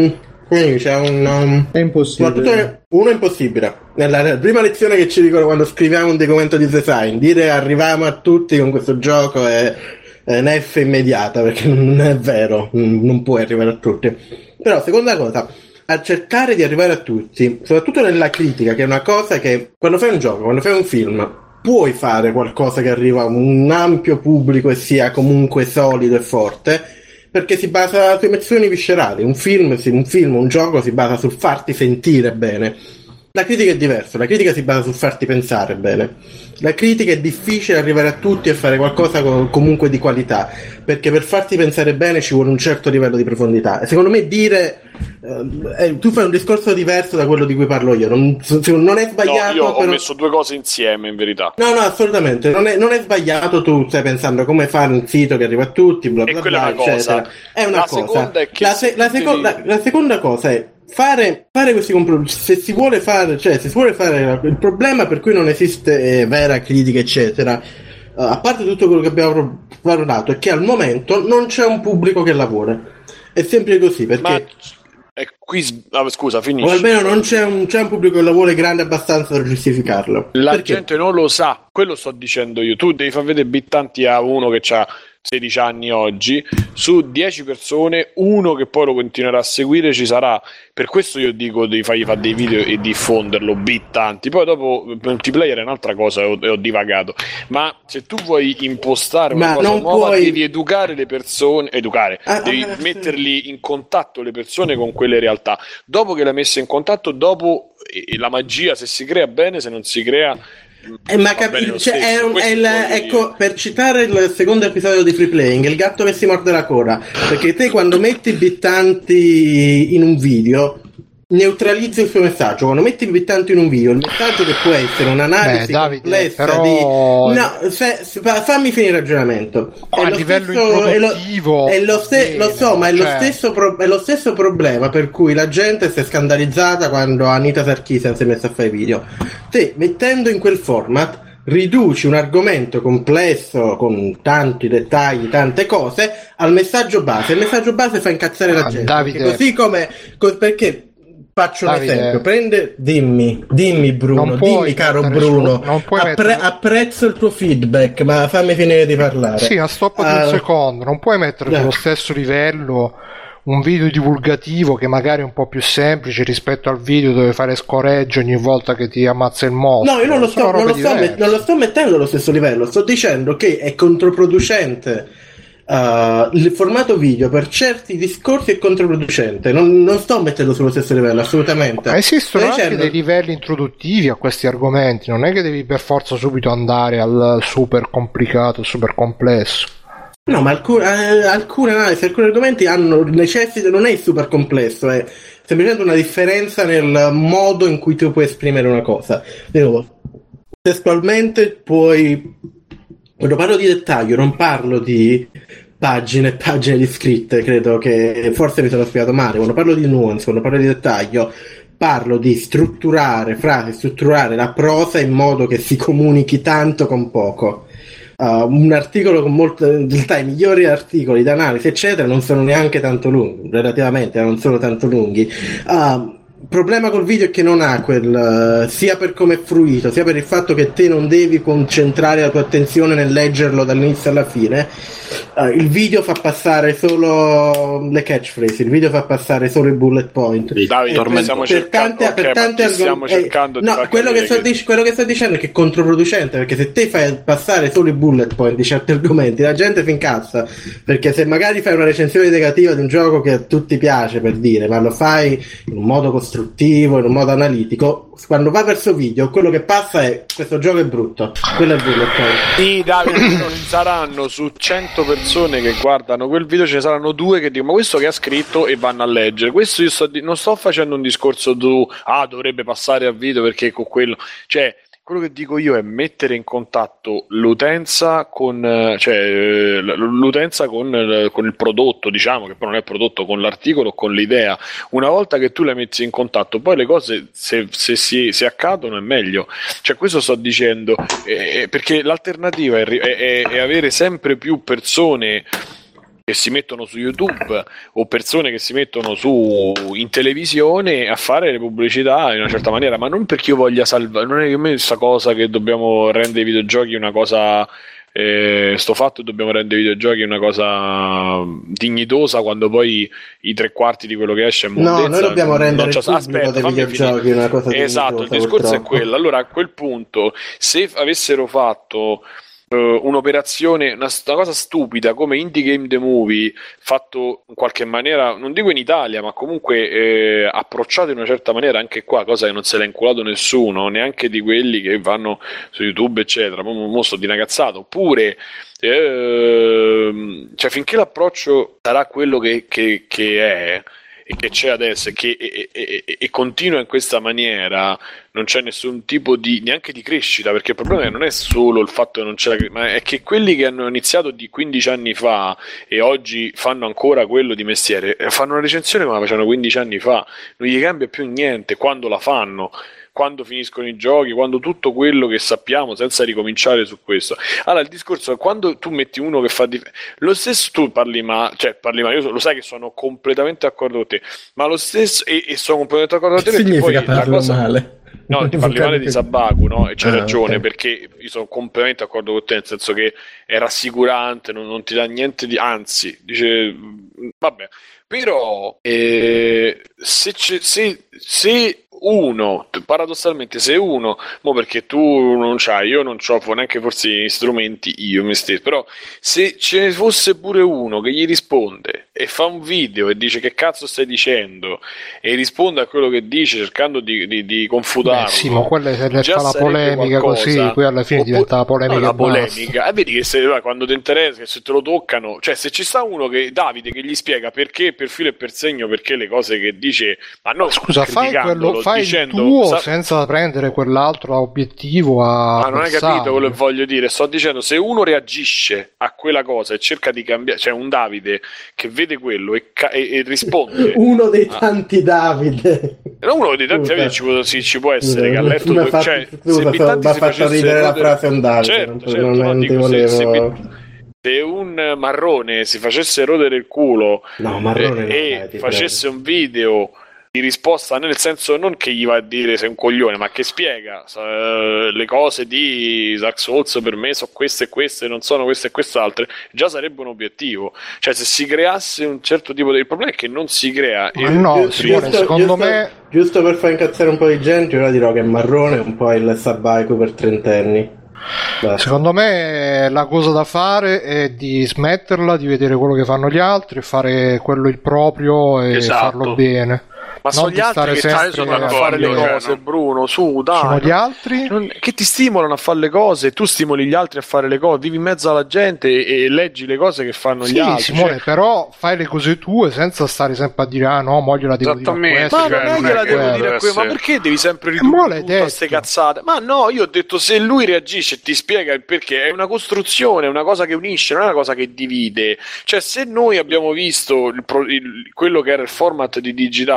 impossibile. Uno è impossibile. Nella prima lezione che ci dicono quando scriviamo un documento di design, dire arriviamo a tutti con questo gioco è una F immediata, perché non è vero, non puoi arrivare a tutti. Però seconda cosa, a cercare di arrivare a tutti, soprattutto nella critica, che è una cosa che quando fai un gioco, quando fai un film, puoi fare qualcosa che arriva a un ampio pubblico e sia comunque solido e forte, perché si basa su emozioni viscerali. Un gioco si basa sul farti sentire bene. La critica è diversa, la critica si basa sul farti pensare bene. La critica è difficile arrivare a tutti e fare qualcosa comunque di qualità, perché per farti pensare bene ci vuole un certo livello di profondità. E secondo me tu fai un discorso diverso da quello di cui parlo io. Non è sbagliato. No, io ho messo due cose insieme, in verità. No, assolutamente. Non è sbagliato. Tu stai pensando come fare un sito che arriva a tutti, bla bla bla, eccetera. È una cosa. La seconda cosa è fare questi compromessi. Se si vuole fare il problema per cui non esiste vera critica, eccetera, a parte tutto quello che abbiamo parlato, è che al momento non c'è un pubblico che lavora. È sempre così, perché scusa, finisci. O almeno non c'è un pubblico che lavora grande abbastanza da giustificarlo. La gente non lo sa, quello sto dicendo io. Tu devi far vedere bittanti a uno che ha 16 anni oggi, su 10 persone, uno che poi lo continuerà a seguire ci sarà. Per questo io dico devi fargli fare dei video e diffonderlo, bittanti. Poi dopo multiplayer è un'altra cosa, e ho divagato. Ma se tu vuoi impostare una cosa nuova, devi educare le persone, devi metterli in contatto le persone con quelle realtà. Dopo che l'hai messa in contatto, dopo la magia, se si crea bene, se non si crea ecco, per citare il secondo episodio di Free Playing, il gatto che si morde la coda, perché te quando metti bittanti in un video neutralizzi il suo messaggio. Quando metti bittanti in un video, il messaggio che può essere un'analisi complessa però... fammi finire il ragionamento. A livello introduttivo è lo stesso problema per cui la gente si è scandalizzata quando Anita Sarkeesian si è messa a fare video. Te, mettendo in quel format, riduci un argomento complesso con tanti dettagli, tante cose, al messaggio base. Il messaggio base fa incazzare la gente, Davide, perché faccio un esempio, dimmi Bruno, dimmi caro Bruno, apprezzo il tuo feedback, ma fammi finire di parlare. Sì, stop un secondo, non puoi mettere sullo stesso livello un video divulgativo che magari è un po' più semplice rispetto al video dove fare scoreggio ogni volta che ti ammazza il mostro. No, io non lo sto mettendo allo stesso livello, sto dicendo che è controproducente. Il formato video per certi discorsi è controproducente. Non sto mettendo sullo stesso livello, assolutamente. Ma esistono anche dei livelli introduttivi a questi argomenti, non è che devi per forza subito andare al super complicato, super complesso. No, ma alcune analisi, alcuni argomenti necessitano, non è super complesso, è semplicemente una differenza nel modo in cui tu puoi esprimere una cosa. Di nuovo, testualmente quando parlo di dettaglio non parlo di pagine e pagine di scritte, credo che forse mi sono spiegato male. Quando parlo di nuance, quando parlo di dettaglio, parlo di strutturare frasi, strutturare la prosa in modo che si comunichi tanto con poco. Un articolo con in realtà i migliori articoli d'analisi eccetera non sono neanche tanto lunghi, relativamente non sono tanto lunghi. Il problema col video è che non ha sia per come è fruito, sia per il fatto che te non devi concentrare la tua attenzione nel leggerlo dall'inizio alla fine. il video fa passare solo le catchphrase, il video fa passare solo i bullet point. Stiamo cercando no, quello che sto dicendo è che è controproducente, perché se te fai passare solo i bullet point di certi argomenti, la gente si incazza, perché se magari fai una recensione negativa di un gioco che a tutti piace, per dire, ma lo fai in un modo costruttivo, in un modo analitico, quando va verso video quello che passa è: questo gioco è brutto, quello è il bullet point. Sì, Davide, non saranno su 100 persone che guardano quel video, ce ne saranno 2 che dicono: ma questo che ha scritto, e vanno a leggere. Questo io non sto facendo un discorso dovrebbe passare a video perché con quello, cioè quello che dico io è mettere in contatto l'utenza con il prodotto, diciamo, che poi non è prodotto, con l'articolo, con l'idea. Una volta che tu le metti in contatto, poi le cose se accadono è meglio. Cioè, questo sto dicendo, perché l'alternativa è avere sempre più persone che si mettono su YouTube o persone che si mettono in televisione a fare le pubblicità in una certa maniera, ma non perché io voglia salvare, non è che a me questa cosa che dobbiamo rendere i videogiochi una cosa dobbiamo rendere i videogiochi una cosa dignitosa, quando poi i 3/4 di quello che esce è mondezza. No, noi dobbiamo rendere dei videogiochi una cosa dignitosa. Esatto, il discorso è quello. Allora, a quel punto, se avessero fatto un'operazione, una cosa stupida come Indie Game The Movie, fatto in qualche maniera, non dico in Italia, ma comunque approcciato in una certa maniera anche qua, cosa che non se l'ha inculato nessuno, neanche di quelli che vanno su YouTube eccetera, mo sto di una cazzata. Oppure cioè, finché l'approccio sarà quello che è e che c'è adesso e continua in questa maniera, non c'è nessun tipo di neanche di crescita, perché il problema non è solo il fatto che non c'è, ma è che quelli che hanno iniziato di 15 anni fa e oggi fanno ancora quello di mestiere, fanno una recensione come la facevano 15 anni fa, non gli cambia più niente quando la fanno, quando finiscono i giochi, quando tutto quello che sappiamo, senza ricominciare su questo. Allora il discorso è: quando tu metti uno che fa lo stesso, tu parli male, io lo sai che sono completamente d'accordo con te, ma lo stesso, e sono completamente d'accordo con te, perché poi la cosa male. No, ti parli male di Sabaku, no? E c'hai ragione, okay. Perché io sono completamente d'accordo con te, nel senso che è rassicurante, non ti dà niente di, anzi, dice vabbè, però se uno, paradossalmente, se uno, mo perché tu non c'hai, io non c'ho neanche forse gli strumenti io me stesso, però se ce ne fosse pure uno che gli risponde e fa un video e dice che cazzo stai dicendo e risponde a quello che dice cercando di confutarlo, sì, ma quella se ne fa la polemica qualcosa, così poi alla fine diventa la polemica, la polemica. Vedi che quando ti interessa, se te lo toccano, cioè se ci sta uno che Davide che gli spiega perché per filo e per segno, perché le cose che dice, ma no, scusa, fai dicendo, il tuo senza prendere quell'altro a obiettivo ma non hai capito quello che voglio dire. Sto dicendo, se uno reagisce a quella cosa e cerca di cambiare, cioè un Davide che vede quello e risponde uno dei tanti Davide, uno dei tanti Davide ci può essere, che ha letto mi ha fatto ridere la frase un Davide, certo, non dico, se un marrone si facesse rodere il culo e facesse un video di risposta, nel senso non che gli va a dire sei un coglione, ma che spiega le cose di Dark Souls per me sono queste e queste, non sono queste e quest'altre, già sarebbe un obiettivo. Cioè, se si creasse un certo tipo di... il problema è che non si crea. Secondo me, giusto per far incazzare un po' di gente, ora dirò che Marrone è un po' il Sabaiku per trentenni. Secondo me la cosa da fare è di smetterla di vedere quello che fanno gli altri, fare quello il proprio e farlo bene. Ma sono gli altri che stimolano a fare le cose, Bruno, su, dai. Sono gli altri che ti stimolano a fare le cose, tu stimoli gli altri a fare le cose, vivi in mezzo alla gente e leggi le cose che fanno gli altri. Simone, però fai le cose tue senza stare sempre a dire no, mo gliela devo dire a questo. Ma non è che la devo dire a questo, ma perché devi sempre ridurre tutte queste cazzate? Ma no, io ho detto, se lui reagisce e ti spiega il perché, è una costruzione, è una cosa che unisce, non è una cosa che divide. Cioè, se noi abbiamo visto quello che era il format di Digitalia e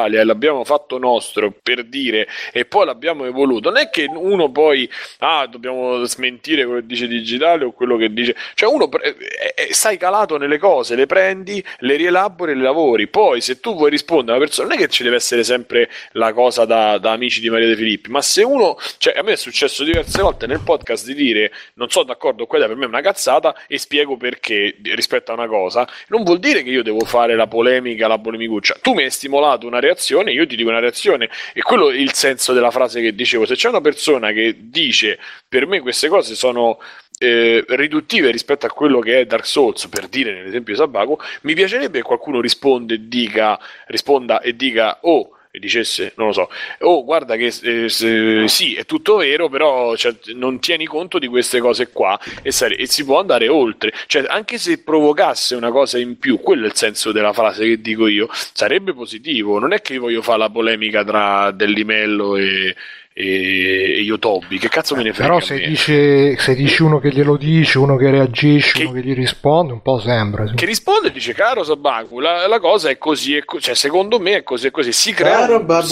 l'abbiamo fatto nostro per dire e poi l'abbiamo evoluto, non è che uno poi dobbiamo smentire quello che dice Digitale o quello che dice, cioè uno stai calato nelle cose, le prendi, le rielabori e le lavori. Poi se tu vuoi rispondere a una persona, non è che ci deve essere sempre la cosa da amici di Maria De Filippi, ma se uno, cioè a me è successo diverse volte nel podcast di dire non sono d'accordo, quella per me è una cazzata e spiego perché rispetto a una cosa, non vuol dire che io devo fare la polemicuccia. Tu mi hai stimolato una reazione, io ti dico una reazione, e quello è il senso della frase che dicevo. Se c'è una persona che dice per me queste cose sono riduttive rispetto a quello che è Dark Souls, per dire nell'esempio di Sabaku, mi piacerebbe che qualcuno risponda e dica e dicesse, non lo so, guarda che sì, è tutto vero, però non tieni conto di queste cose qua e si può andare oltre, cioè anche se provocasse una cosa in più, quello è il senso della frase che dico io, sarebbe positivo. Non è che io voglio fare la polemica tra Dellimello e Yotobi, che cazzo me ne frega. Però se dici uno che glielo dice, uno che reagisce, uno che gli risponde, un po' sembra sì. Che risponde e dice caro Sabaku, la cosa è così, cioè secondo me è così e così, si crea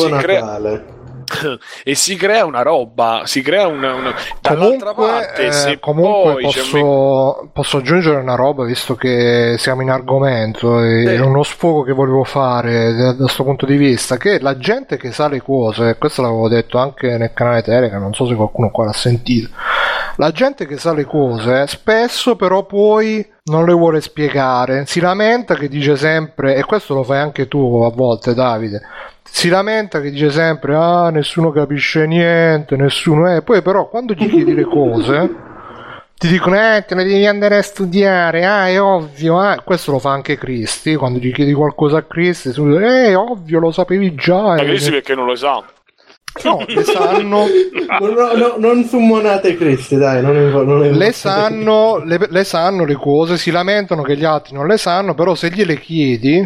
e si crea una roba, si crea una dall'altra parte. Se comunque posso aggiungere una roba, visto che siamo in argomento, è uno sfogo che volevo fare da questo punto di vista, che la gente che sa le cose, questo l'avevo detto anche nel canale Telegram, non so se qualcuno qua l'ha sentito, la gente che sa le cose spesso però poi non le vuole spiegare, si lamenta, che dice sempre, e questo lo fai anche tu a volte Davide, si lamenta che dice sempre nessuno capisce niente, nessuno poi però quando gli chiedi le cose ti dicono te le devi andare a studiare, è ovvio, questo lo fa anche Cristi, quando gli chiedi qualcosa a Cristi è ovvio, lo sapevi già. Ma Cristi perché non lo sa? No, le sanno. Non summonate Cristi, dai, le sanno le cose, si lamentano che gli altri non le sanno, però se gliele chiedi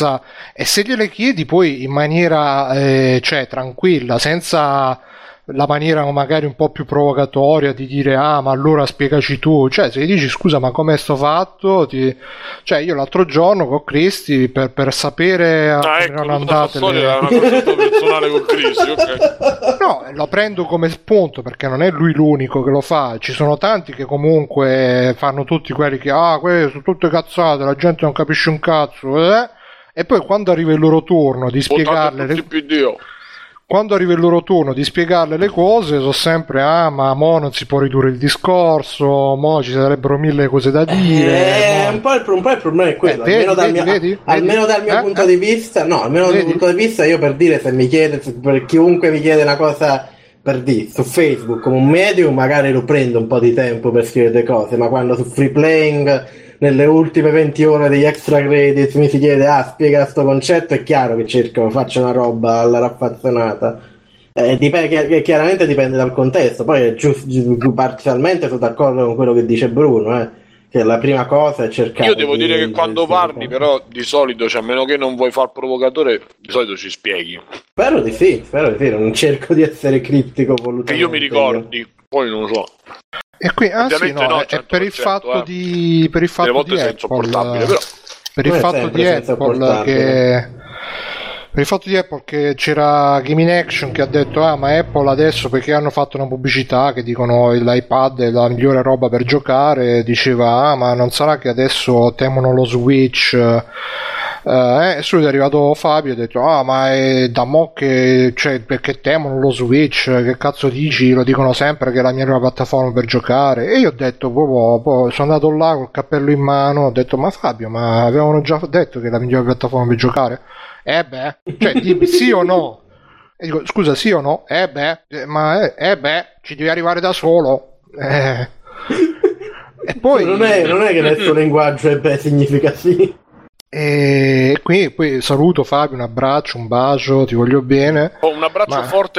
se gliele chiedi poi in maniera tranquilla, senza la maniera magari un po' più provocatoria di dire ma allora spiegaci tu, cioè se gli dici scusa ma com'è sto fatto, cioè io l'altro giorno con Cristi per sapere erano andate una consulta personale con Cristi, okay. No, lo prendo come spunto perché non è lui l'unico che lo fa, ci sono tanti che comunque fanno tutti quelli che quelle sono tutte cazzate, la gente non capisce un cazzo e poi quando arriva il loro turno di spiegarle quando arriva il loro turno di spiegarle le cose, so sempre ma mo non si può ridurre il discorso, mo ci sarebbero mille cose da dire. Un po' il problema è quello, almeno dal mio punto di vista, dal mio punto di vista, io per dire, se mi chiede, per chiunque mi chiede una cosa per dire su Facebook come un medium, magari lo prendo un po' di tempo per scrivere le cose, ma quando su Free Playing nelle ultime 20 ore degli extra credits mi si chiede spiega questo concetto, è chiaro che faccio una roba alla raffazzonata. Chiaramente dipende dal contesto, poi parzialmente sono d'accordo con quello che dice Bruno, che la prima cosa è cercare. Io devo dire che quando parli però di solito, a meno che non vuoi far provocatore, di solito ci spieghi. Spero di sì, non cerco di essere criptico volutamente. Che io mi ricordi, poi non lo so. E qui è per il fatto di Apple, per il fatto di Apple che c'era Gaming Action che ha detto ma Apple adesso, perché hanno fatto una pubblicità che dicono l'iPad è la migliore roba per giocare, diceva ma non sarà che adesso temono lo Switch, e subito è arrivato Fabio e ha detto ma è da mo' che perché temono lo Switch, che cazzo dici, lo dicono sempre che è la migliore piattaforma per giocare. E io ho detto poi sono andato là col cappello in mano, ho detto ma Fabio, ma avevano già detto che è la migliore piattaforma per giocare? Dimmi sì o no. E dico scusa, sì o no? Ci devi arrivare da solo. E poi non è che nel suo linguaggio significa sì. E qui poi saluto Fabio, un abbraccio, un bacio, ti voglio bene. Un abbraccio forte.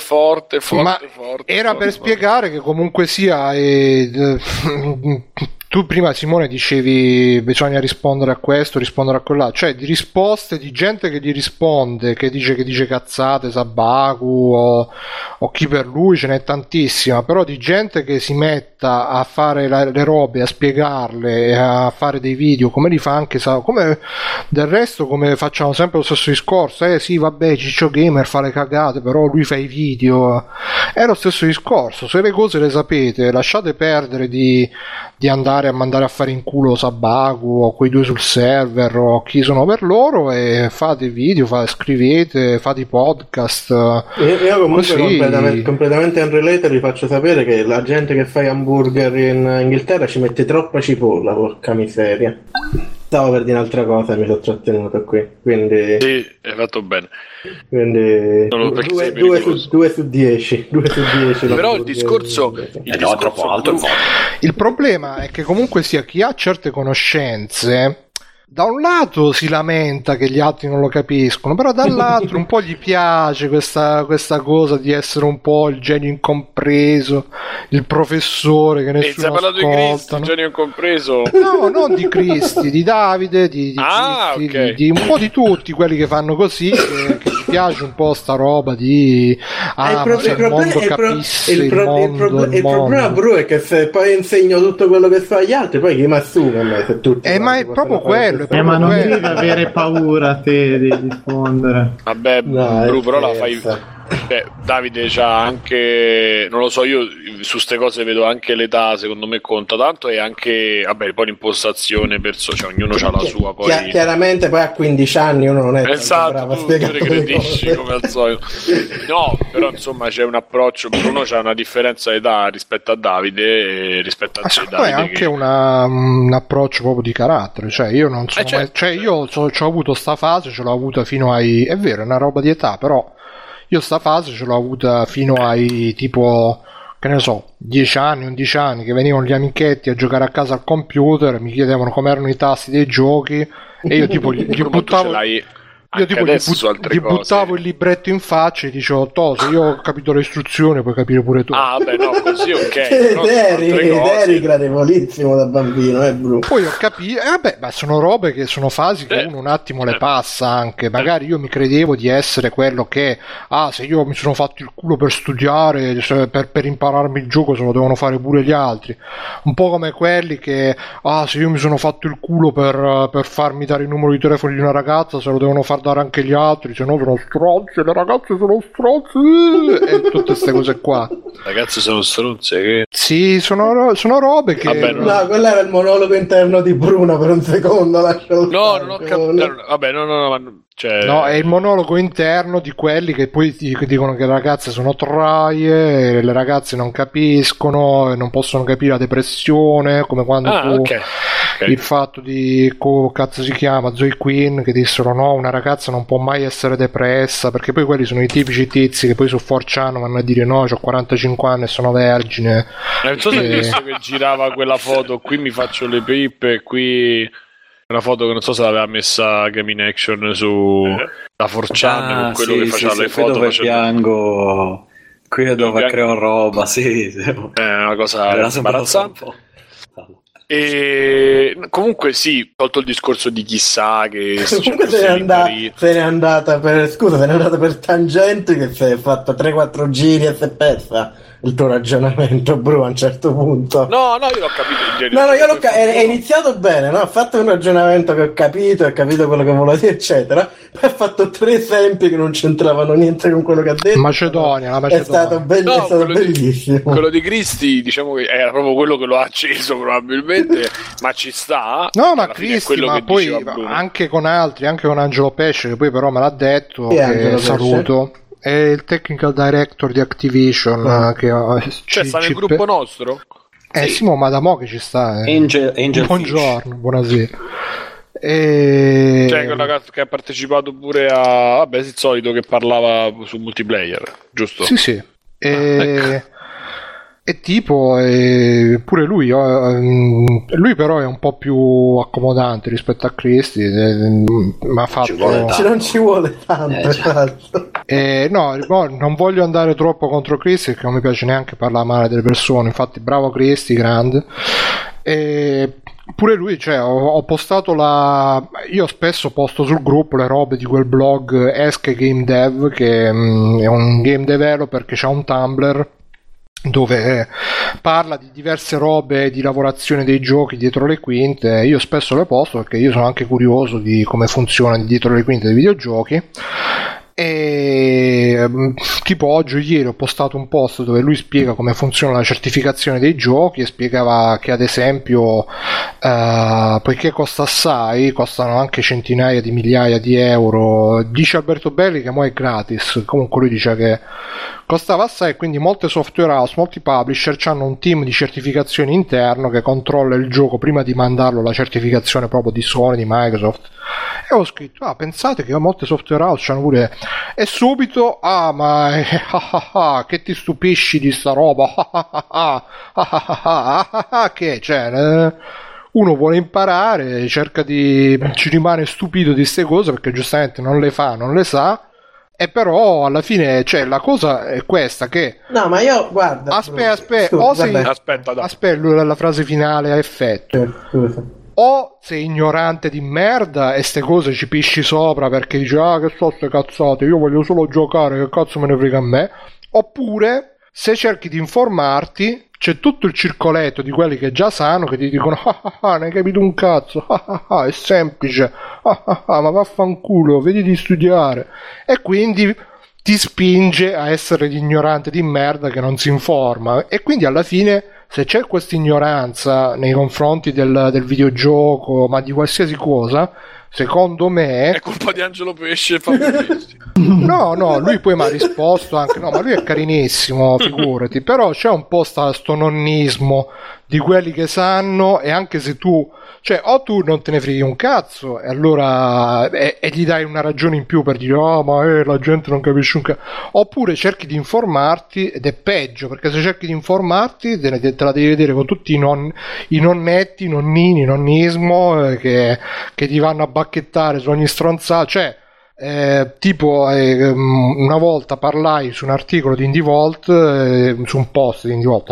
Era per spiegare che comunque sia tu prima, Simone, dicevi bisogna rispondere a questo, rispondere a quella, cioè di risposte di gente che gli risponde, che dice cazzate, Sabaku o chi per lui, ce n'è tantissima, però di gente che si metta a fare le robe, a spiegarle, a fare dei video, come li fa anche come del resto, come facciamo sempre lo stesso discorso, sì vabbè, Ciccio Gamer fa le cagate, però lui fa i video, è lo stesso discorso. Se le cose le sapete, lasciate perdere di andare a mandare a fare in culo Sabaku o quei due sul server o chi sono per loro, e fate video, scrivete, fate i podcast. Io comunque completamente unrelated vi faccio sapere che la gente che fa hamburger in Inghilterra ci mette troppa cipolla, porca miseria. Stavo per dire un'altra cosa, mi sono trattenuto qui, quindi sì, hai fatto bene, quindi 2 su 10 però il discorso no, troppo alto. Il problema è che comunque sia chi ha certe conoscenze, da un lato si lamenta che gli altri non lo capiscono, però dall'altro un po' gli piace questa cosa di essere un po' il genio incompreso, il professore che nessuno ascolta. Di Cristi, il genio incompreso? No, non di Cristi, di Davide, di Cristi, okay. di un po' di tutti quelli che fanno così, che ci piace un po' sta roba di il mondo capisse il problema, Bru, è che se poi insegno tutto quello che so agli altri, poi chi mi assume a me, se tutti ma è proprio quello. Ma non devi avere paura te di rispondere. Vabbè, Bru, però la fai. Davide c'ha anche, non lo so, io su ste cose vedo anche l'età, secondo me conta tanto, e anche poi l'impostazione cioè ognuno c'ha la sua, poi chiaramente poi a 15 anni uno non è bravo a spiegare come al solito. No, però insomma c'è un approccio, Bruno c'ha una differenza d'età rispetto a Davide e rispetto a te, Davide, è anche un approccio proprio di carattere, cioè io non sono cioè io c'ho avuto sta fase, ce l'ho avuta fino ai, è vero, è una roba di età, però io sta fase ce l'ho avuta fino ai tipo, che ne so, 10 anni, 11 anni, che venivano gli amichetti a giocare a casa al computer, mi chiedevano come erano i tasti dei giochi e io tipo gli buttavo... Io tipo gli buttavo il libretto in faccia e dicevo: se io ho capito le istruzioni, puoi capire pure tu. Beh, no, così ok. Eri gradevolissimo da bambino, Bru. Poi ho capito, ma sono robe che sono fasi che uno un attimo le passa anche. Magari io mi credevo di essere quello che, se io mi sono fatto il culo per studiare, per impararmi il gioco, se lo devono fare pure gli altri. Un po' come quelli che, se io mi sono fatto il culo per farmi dare il numero di telefono di una ragazza, se lo devono far dare anche gli altri, se no sono stronzi, le ragazze sono stronzi e tutte queste cose qua. Ragazze sono stronze che... Sì, sono robe che... Vabbè, no, quello era il monologo interno di Bruno per un secondo. No, non ho capito. Vabbè, no. Cioè... No, è il monologo interno di quelli che poi dicono che le ragazze sono troie, le ragazze non capiscono, non possono capire la depressione, come quando okay. Il fatto di cazzo si chiama Zoe Quinn, che dissero no, una ragazza non può mai essere depressa, perché poi quelli sono i tipici tizi che poi su 4chan vanno a dire no, ho 45 anni e sono vergine. Non so se hai visto che girava quella foto, qui mi faccio le pippe, qui una foto che non so se l'aveva messa Game in Action su la 4chan, con quello che faceva le foto, dove piango, qui dove creo roba, è una cosa imbarazzante. E comunque tolto il discorso di chissà che comunque se n'è andata per tangenti, che si è fatto 3-4 giri e si è persa il tuo ragionamento, Bru, a un certo punto. No, io l'ho capito in genere. No, è iniziato bene, no? Ha fatto un ragionamento che ho capito quello che voleva dire, eccetera. Poi ha fatto 3 esempi che non c'entravano niente con quello che ha detto. Macedonia. È stato bellissimo. Quello di Cristi, diciamo che era proprio quello che lo ha acceso probabilmente, ma ci sta. No, ma Cristi, ma poi anche con altri, anche con Angelo Pesce, che poi però me l'ha detto, che saluto. È il technical director di Activision, che sta nel gruppo nostro? Sì. Simo, ma da mo' che ci sta. Angel buongiorno, Fish. Buonasera. C'è quel ragazzo che ha partecipato pure a il solito che parlava su multiplayer, giusto? Sì. E tipo pure lui però è un po' più accomodante rispetto a Cristi, ma ha fatto non ci vuole tanto. No, non voglio andare troppo contro Cristi, perché non mi piace neanche parlare male delle persone, infatti bravo Cristi, grande. Pure lui, cioè, ho postato io spesso posto sul gruppo le robe di quel blog Esche Game Dev, che è un game developer che c'ha un Tumblr dove parla di diverse robe di lavorazione dei giochi dietro le quinte. Io spesso le posto perché io sono anche curioso di come funziona dietro le quinte dei videogiochi. E tipo oggi o ieri ho postato un post dove lui spiega come funziona la certificazione dei giochi e spiegava che ad esempio poiché costa assai, costano anche centinaia di migliaia di euro, dice Alberto Belli che mo è gratis, comunque lui dice che costava assai, quindi molte software house, molti publisher hanno un team di certificazione interno che controlla il gioco prima di mandarlo alla certificazione proprio di Sony, di Microsoft. E ho scritto, pensate che molte software house hanno pure, e subito, che ti stupisci di sta roba, che cioè, uno vuole imparare, ci rimane stupito di ste cose perché giustamente non le fa, non le sa. E però alla fine, cioè, la cosa è questa che no, ma io guarda, aspetta, la frase finale a effetto. Scusa. O sei ignorante di merda e ste cose ci pisci sopra perché dici che so ste cazzate, io voglio solo giocare, che cazzo me ne frega a me. Oppure se cerchi di informarti c'è tutto il circoletto di quelli che già sanno, che ti dicono non hai capito un cazzo, è semplice, ma vaffanculo, vedi di studiare, e quindi ti spinge a essere l'ignorante di merda che non si informa. E quindi alla fine, se c'è questa ignoranza nei confronti del videogioco, ma di qualsiasi cosa, secondo me è colpa di Angelo Pesce e Fabio Pesci. No, lui poi mi ha risposto anche, no, ma lui è carinissimo, figurati, però c'è un po' sto nonnismo di quelli che sanno, e anche se tu, cioè, o tu non te ne freghi un cazzo e allora e gli dai una ragione in più per dire ma la gente non capisce un cazzo, oppure cerchi di informarti, ed è peggio, perché se cerchi di informarti te la devi vedere con tutti i nonnetti, nonnini, nonnismo che ti vanno a bacchettare su ogni stronzata, cioè una volta parlai su un articolo di Indie Vault, su un post di Indie Vault,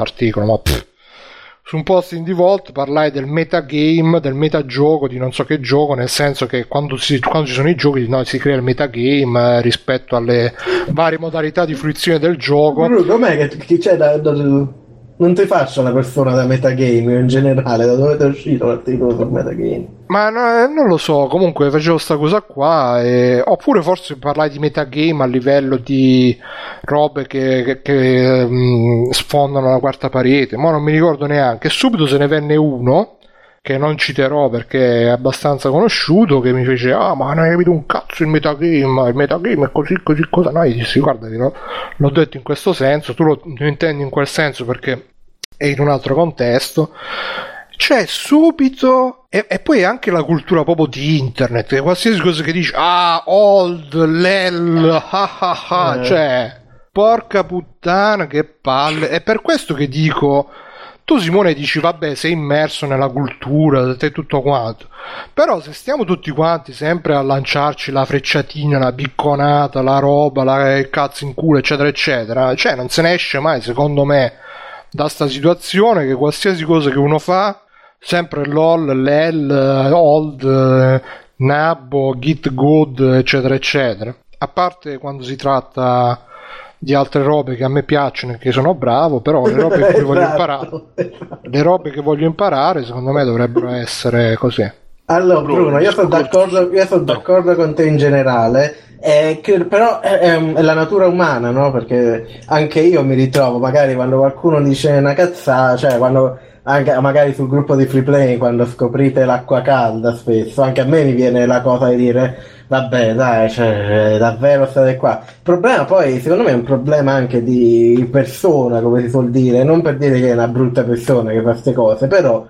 su un post di Indie Vault parlai del metagame, del metagioco, di non so che gioco, nel senso che quando ci sono i giochi si crea il metagame rispetto alle varie modalità di fruizione del gioco. Com'è che c'è non ti faccio una persona da metagame in generale, da dove è uscito l'articolo sul metagame? Ma non lo so, comunque facevo sta cosa qua, oppure forse parlai di metagame a livello di robe che sfondano la quarta parete, ma non mi ricordo neanche. Subito se ne venne uno che non citerò perché è abbastanza conosciuto, che mi fece ma non hai capito un cazzo il metagame è così cosa. No, io dissi guarda, l'ho detto in questo senso, tu lo intendi in quel senso perché è in un altro contesto. Cioè subito, e poi anche la cultura proprio di internet, che qualsiasi cosa che dici old, lel, cioè porca puttana, che palle. È per questo che dico, tu Simone dici vabbè, sei immerso nella cultura, sei tutto quanto, però se stiamo tutti quanti sempre a lanciarci la frecciatina, la picconata, la roba, il cazzo in culo, eccetera eccetera, cioè non se ne esce mai, secondo me, da sta situazione che qualsiasi cosa che uno fa, sempre lol, lel, old, nabbo, git good, eccetera eccetera, a parte quando si tratta di altre robe che a me piacciono e che sono bravo, però le robe che voglio imparare secondo me dovrebbero essere così. Allora Bruno, io sono d'accordo con te in generale, però è la natura umana, no? Perché anche io mi ritrovo magari quando qualcuno dice una cazzata, cioè quando anche magari sul gruppo di Free Play, quando scoprite l'acqua calda, spesso anche a me mi viene la cosa di dire vabbè dai, cioè davvero state qua. Il problema poi secondo me è un problema anche di persona, come si suol dire, non per dire che è una brutta persona che fa queste cose, però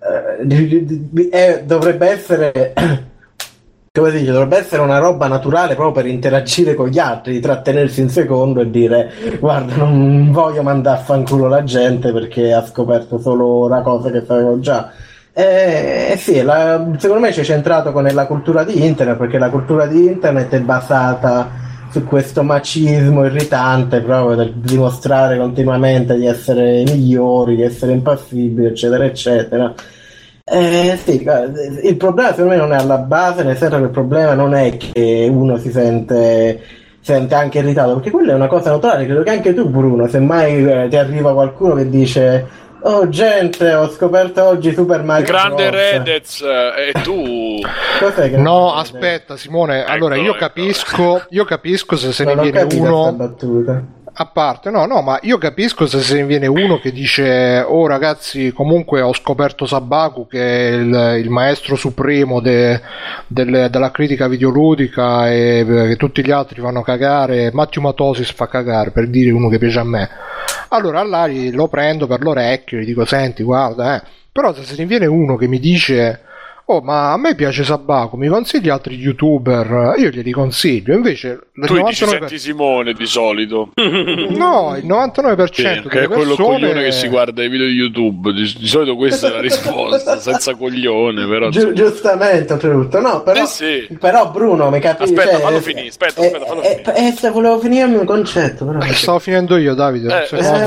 dovrebbe essere come si dice, dovrebbe essere una roba naturale proprio per interagire con gli altri, di trattenersi un secondo e dire guarda, non voglio mandare a fanculo la gente perché ha scoperto solo una cosa che sapevo già. Sì, secondo me c'è centrato con la cultura di internet, perché la cultura di internet è basata su questo macismo irritante proprio del dimostrare continuamente di essere migliori, di essere impassibili, eccetera eccetera. Sì, il problema secondo me non è alla base, nel senso che il problema non è che uno si sente anche irritato, perché quella è una cosa naturale. Credo che anche tu, Bruno, se mai ti arriva qualcuno che dice: oh gente, ho scoperto oggi Super Mario grande Bros. Redez, e tu cos'è che no, aspetta Simone, allora io capisco se ne viene uno a parte, no, ma io capisco se ne viene uno che dice: oh ragazzi, comunque ho scoperto Sabaku che è il maestro supremo della critica videoludica e che tutti gli altri fanno cagare, Matteo Matosis fa cagare, per dire uno che piace a me. Allora là lo prendo per l'orecchio e gli dico: senti, guarda, però se ne viene uno che mi dice: oh, ma a me piace Sabaku, mi consigli altri youtuber? Io glieli consiglio. Invece tu dici senti Simone di solito. No, il 99% che delle è quello persone... coglione che si guarda i video di YouTube. Di solito questa è la risposta, senza coglione, però. Giustamente, oltretutto. No, però, sì. Però Bruno, mi capisci? Aspetta, fallo finire. Fallo finire. Volevo finirmi un concetto. Però. Stavo finendo io, Davide.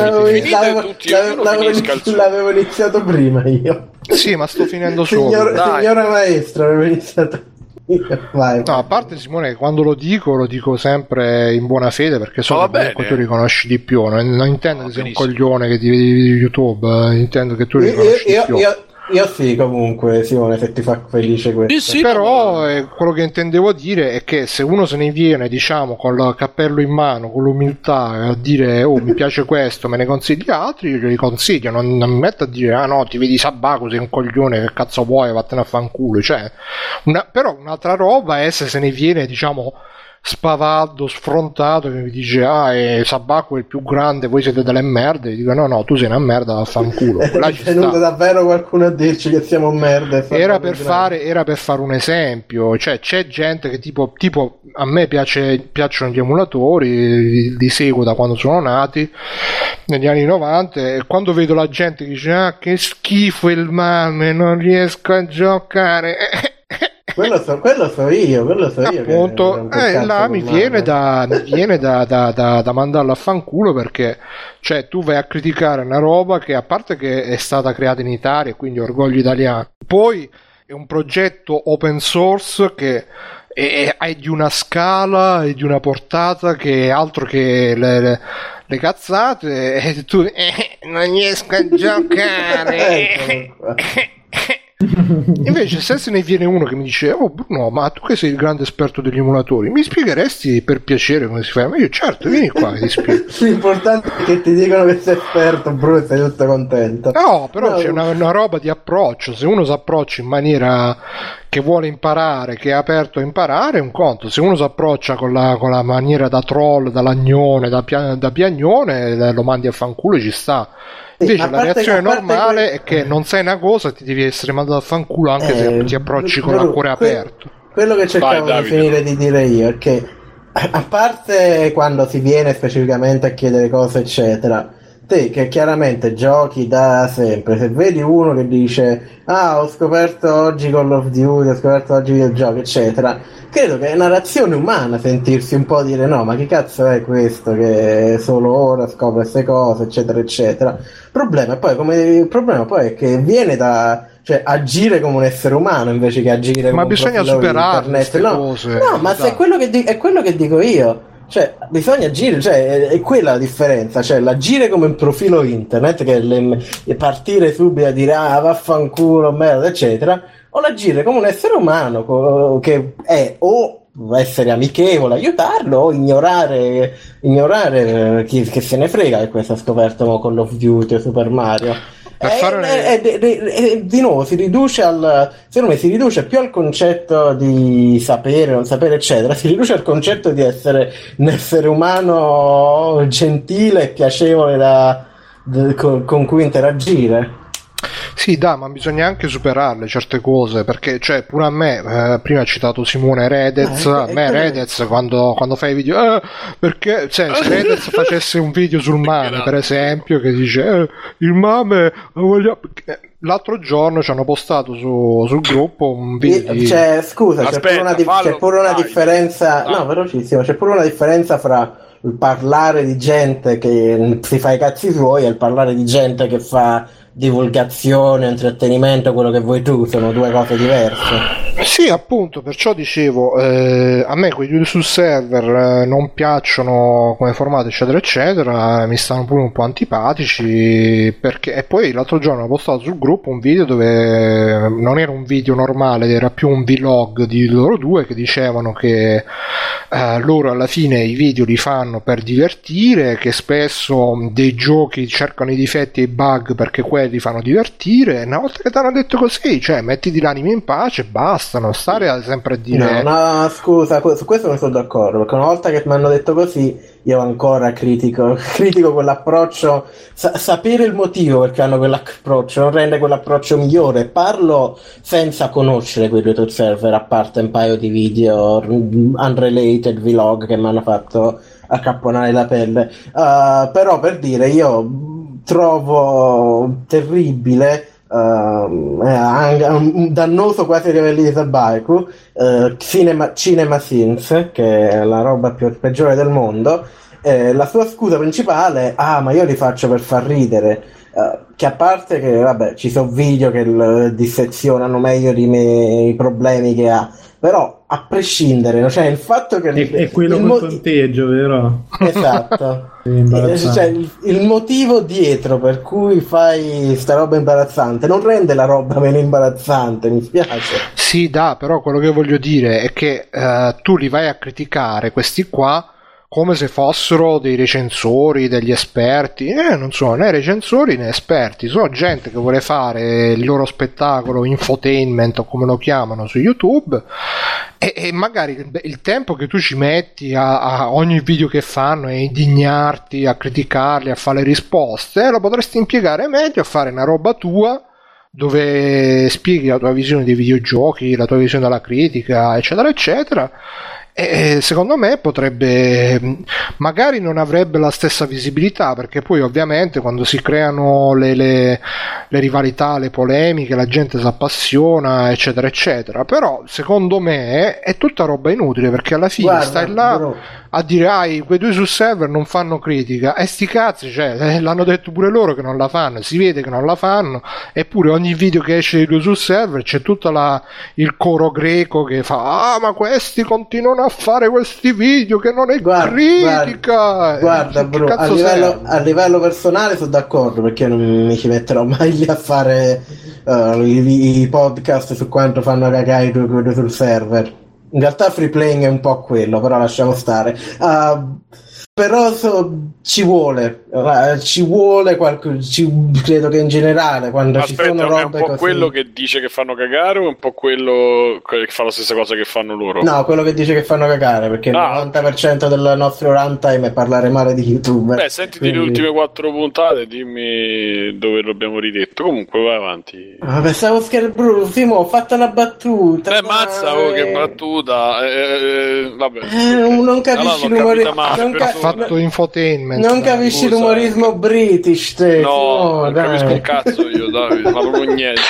L'avevo iniziato prima io. Sì, ma sto finendo solo. Signora maestra, avevo iniziato. Vai. No, a parte Simone, quando lo dico sempre in buona fede, perché so che tu riconosci di più. Non intendo che sei un coglione che ti vedi di YouTube, intendo che tu riconosci di più. Io sì, comunque, Simone, se ti fa felice questo. Sì, però quello che intendevo dire è che se uno se ne viene, diciamo, con il cappello in mano, con l'umiltà, a dire: oh, mi piace questo, me ne consigli altri, io glieli consiglio. Non mi metto a dire: ah no, ti vedi Sabaku, sei un coglione, che cazzo vuoi, vattene a fanculo. Cioè, però un'altra roba è se ne viene, diciamo, spavaldo, sfrontato, che mi dice: Sabaku è il più grande, voi siete delle merde. E dico: no, tu sei una merda, vaffanculo. È venuto davvero qualcuno a dirci che siamo merde. Era per fare un esempio. Cioè, c'è gente che tipo a me piacciono gli emulatori, li seguo da quando sono nati, negli anni 90, e quando vedo la gente che dice: ah, che schifo il MAME, non riesco a giocare. Quello so io appunto, là mi viene da mandarlo a fanculo, perché cioè tu vai a criticare una roba che, a parte che è stata creata in Italia, quindi orgoglio italiano, poi è un progetto open source che è di una scala e di una portata che è altro che le cazzate, e tu non riesco a giocare. Invece se ne viene uno che mi dice: oh Bruno, ma tu che sei il grande esperto degli emulatori, mi spiegheresti per piacere come si fa? Ma io certo, vieni qua che ti spiego. L'importante è che ti dicono che sei esperto, Bruno, sei tutto contento. No, però c'è una roba di approccio. Se uno si approccia in maniera che vuole imparare, che è aperto a imparare, è un conto. Se uno si approccia con la maniera da troll, da lagnone, da piagnone, lo mandi a fanculo, ci sta. Invece la reazione normale è che non sai una cosa e ti devi essere mandato a fanculo, anche se ti approcci con il cuore aperto. Quello che cercavo di finire di dire io è che, a parte quando si viene specificamente a chiedere cose eccetera, te che chiaramente giochi da sempre, se vedi uno che dice: ah, ho scoperto oggi Call of Duty, ho scoperto oggi videogiochi eccetera, credo che è una reazione umana sentirsi un po' dire: no, ma che cazzo è questo che solo ora scopre queste cose eccetera eccetera. Il problema poi è che viene da, cioè, agire come un essere umano invece che agire come un profilo internet. Ma bisogna superare queste cose. No, ma se è quello che dico io. Cioè, bisogna agire, cioè, è quella la differenza, cioè l'agire come un profilo internet, che partire subito a dire: ah, vaffanculo, merda, eccetera, o l'agire come un essere umano che è o essere amichevole, aiutarlo, o ignorare chi che se ne frega che questo ha scoperto Call of Duty o Super Mario. Di nuovo si riduce secondo me si riduce più al concetto di sapere, non sapere eccetera, si riduce al concetto di essere un essere umano gentile e piacevole con cui interagire. Sì, ma bisogna anche superarle certe cose, perché cioè pure a me, prima ha citato Simone Redez, a me Redez quando fai video, perché se Redez facesse un video sul MAME per esempio, che dice il MAME l'altro giorno ci hanno postato sul gruppo un video scusa, c'è pure una differenza no, velocissimo, c'è pure una differenza fra il parlare di gente che si fa i cazzi suoi e il parlare di gente che fa divulgazione, intrattenimento, quello che vuoi tu, sono due cose diverse. Sì, appunto, perciò dicevo, a me quei due sul server non piacciono come formato, eccetera eccetera, mi stanno pure un po' antipatici, perché e poi l'altro giorno ho postato sul gruppo un video dove non era un video normale, era più un vlog di loro due che dicevano che loro alla fine i video li fanno per divertire, che spesso dei giochi cercano i difetti e i bug perché quelli fanno divertire. Una volta che ti hanno detto così, cioè mettiti l'anima in pace e basta, non stare sempre a dire no, scusa, su questo non sono d'accordo, perché una volta che mi hanno detto così io ancora critico quell'approccio, sapere il motivo perché hanno quell'approccio non rende quell'approccio migliore. Parlo senza conoscere quei due server, a parte un paio di video unrelated vlog che mi hanno fatto accapponare la pelle, però per dire, io trovo terribile, dannoso quasi ai livelli di Sabaiku, Cinema Sins, che è la roba più peggiore del mondo. La sua scusa principale, ma io li faccio per far ridere, che a parte che vabbè ci sono video che dissezionano meglio di me i problemi che ha, però a prescindere, cioè il fatto che è quello col conteggio, vero? Esatto. Cioè, il motivo dietro per cui fai sta roba imbarazzante non rende la roba meno imbarazzante, mi spiace. Sì, però quello che voglio dire è che tu li vai a criticare questi qua come se fossero dei recensori, degli esperti. Non sono né recensori né esperti, sono gente che vuole fare il loro spettacolo, infotainment o come lo chiamano su YouTube, e magari il tempo che tu ci metti a ogni video che fanno e indignarti, a criticarli, a fare le risposte, lo potresti impiegare meglio a fare una roba tua dove spieghi la tua visione dei videogiochi, la tua visione della critica, eccetera eccetera. E secondo me potrebbe, magari non avrebbe la stessa visibilità, perché poi ovviamente quando si creano le rivalità, le polemiche, la gente si appassiona, eccetera eccetera, però secondo me è tutta roba inutile, perché alla fine stai là a dire quei due sul server non fanno critica, e sti cazzi, cioè l'hanno detto pure loro che non la fanno, si vede che non la fanno, eppure ogni video che esce dei due sul server c'è tutto il coro greco che fa ma questi continuano a fare questi video che non è critica. Guarda bro, a livello personale sono d'accordo, perché non mi ci metterò mai lì a fare i podcast su quanto fanno cagare i due sul server. In realtà free playing è un po' quello, però lasciamo stare. Però ci vuole credo che in generale quando ci sono robe è un po' così... quello che dice che fanno cagare o è un po' quello che fa la stessa cosa che fanno loro? No, quello che dice che fanno cagare, perché il 90% del nostro runtime è parlare male di YouTube. Sentiti le ultime 4 puntate, dimmi dove l'abbiamo ridetto. Comunque vai avanti. Pensavo scherzando, Simo, ho fatto una battuta. Mazza, che battuta. Vabbè. Non capisci l'umorismo. Fatto infotainment. Non capisci l'umorismo british, te. No, non capisco un cazzo io, Davide, ma proprio niente.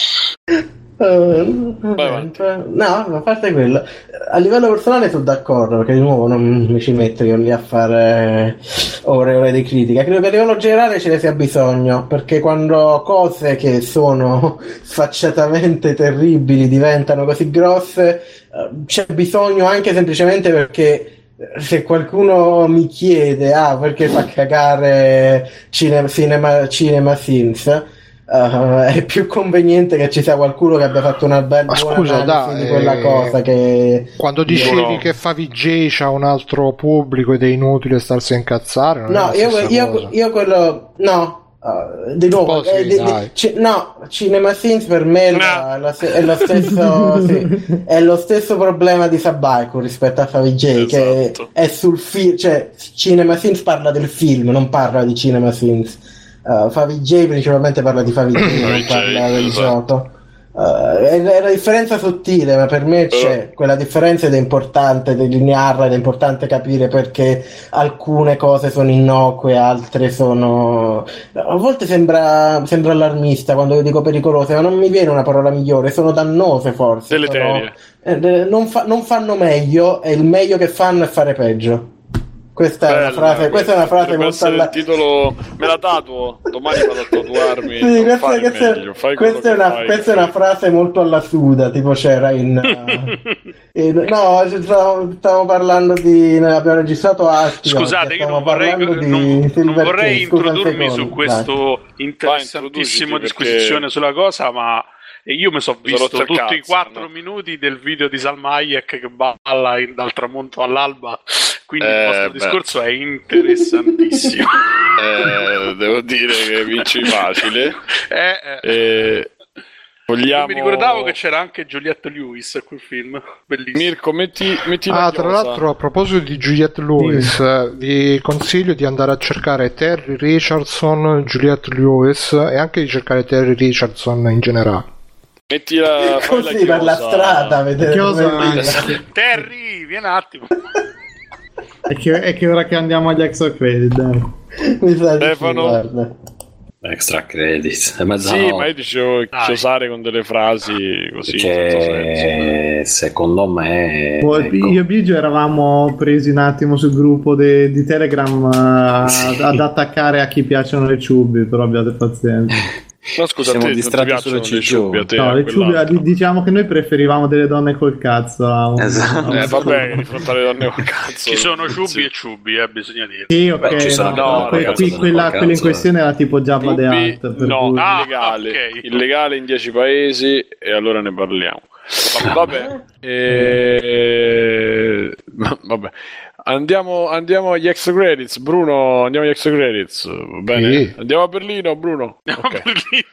No, a parte quello, a livello personale sono d'accordo, perché di nuovo non mi ci metto io lì a fare ore di critica. Credo che a livello generale ce ne sia bisogno, perché quando cose che sono sfacciatamente terribili diventano così grosse, c'è bisogno anche semplicemente perché se qualcuno mi chiede perché fa cagare Cinema Sins, è più conveniente che ci sia qualcuno che abbia fatto una bella analisi di quella cosa. Che quando dicevi che Favij c'ha un altro pubblico ed è inutile starsi a incazzare, io quello di nuovo Cinema Sins per me è lo stesso è lo stesso problema di Sabaiku rispetto a Favij, esatto. Che è sul film, cioè Cinema Sins parla del film, non parla di Cinema Sins. Favij principalmente parla di Favij, non parla del gioco. è una differenza sottile, ma per me c'è quella differenza ed è importante delinearla, ed è importante capire perché alcune cose sono innocue, altre sono... A volte sembra allarmista quando io dico pericolose, ma non mi viene una parola migliore, sono dannose forse. Non fanno meglio, e il meglio che fanno è fare peggio. Questa è una frase molto il titolo me la tatuo, domani vado a tatuarmi. Sì, questa è una frase molto alla Suda, tipo c'era in stavo parlando abbiamo registrato Astica. Scusate, io non vorrei introdurmi su questo interessantissimo disquisizione sulla cosa, ma io mi sono visto tutti i 4 minuti del video di Salma Hayek che balla dal tramonto all'alba. Quindi il vostro discorso è interessantissimo. Devo dire che vinci facile. Non mi ricordavo che c'era anche Juliette Lewis a quel film. Bellissimo. Mirko, metti la tra l'altro, a proposito di Juliette Lewis, vi consiglio di andare a cercare Terry Richardson, Juliette Lewis, e anche di cercare Terry Richardson in generale. Mettila così per la strada, vedere Terry, vieni un attimo. È che ora che andiamo agli extra credit, dai. Mi sa Stefano. Extra credit. Sì, ma io dicevo che usare con delle frasi così. Che secondo me. Io e Biggio eravamo presi un attimo sul gruppo di Telegram ad attaccare a chi piacciono le ciubi, però abbiate pazienza. No, scusa, siamo distratti sulle ciubi. No, le ciubi, diciamo che noi preferivamo delle donne col cazzo. Esatto. Vabbè, di fronte alle donne col cazzo. Ci sono ciubi e ciubi, bisogna dire. Sì, ok. Quella in questione era tipo Jabba the Hutt. No, illegale in 10 paesi, e allora ne parliamo. Vabbè. Vabbè. Andiamo agli extra credits. Bruno, andiamo agli extra credits. Bene? Sì. Andiamo a Berlino, Bruno. Andiamo a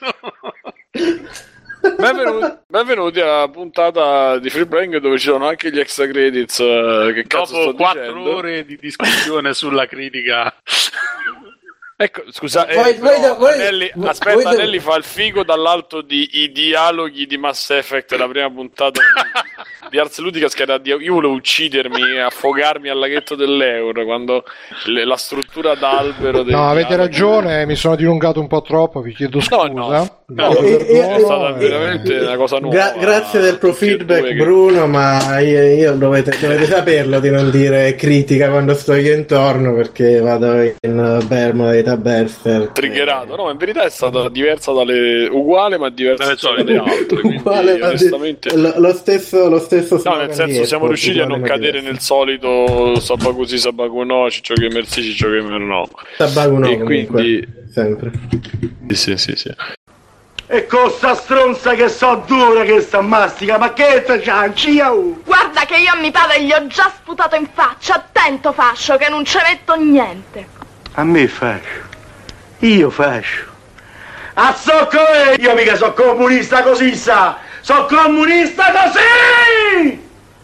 Berlino. Benvenuti alla puntata di Free Playing, dove ci sono anche gli extra credits. Che cazzo sto dicendo? Dopo 4 ore di discussione sulla critica. Ecco, scusa, Anelli fa il figo dall'alto di i dialoghi di Mass Effect, la prima puntata di Ars Ludica, io volevo uccidermi e affogarmi al laghetto dell'Euro quando la struttura d'albero no, avete ragione, mi sono dilungato un po' troppo, vi chiedo scusa. È stata veramente una cosa nuova. Grazie del pro feedback, Bruno, ma io dovete saperlo di non dire critica quando sto io intorno, perché vado in Bermuda da Berserk. Triggerato, no, in verità è stata diversa uguale ma diversa dalle altre, uguale, onestamente lo stesso no, nel senso siamo riusciti a non cadere nel solito Sabaku sì, Sabaku no, Ciccio Gamer sì, Ciccio Gamer no, Sabaku no, e quindi sempre sì. E con sta stronza che so dura che sta mastica, ma che facciamo? Guarda che io a mio padre gli ho già sputato in faccia, attento fascio che non ci metto niente. A me fascio? Io fascio? A socco io mica so comunista così sa! So comunista così!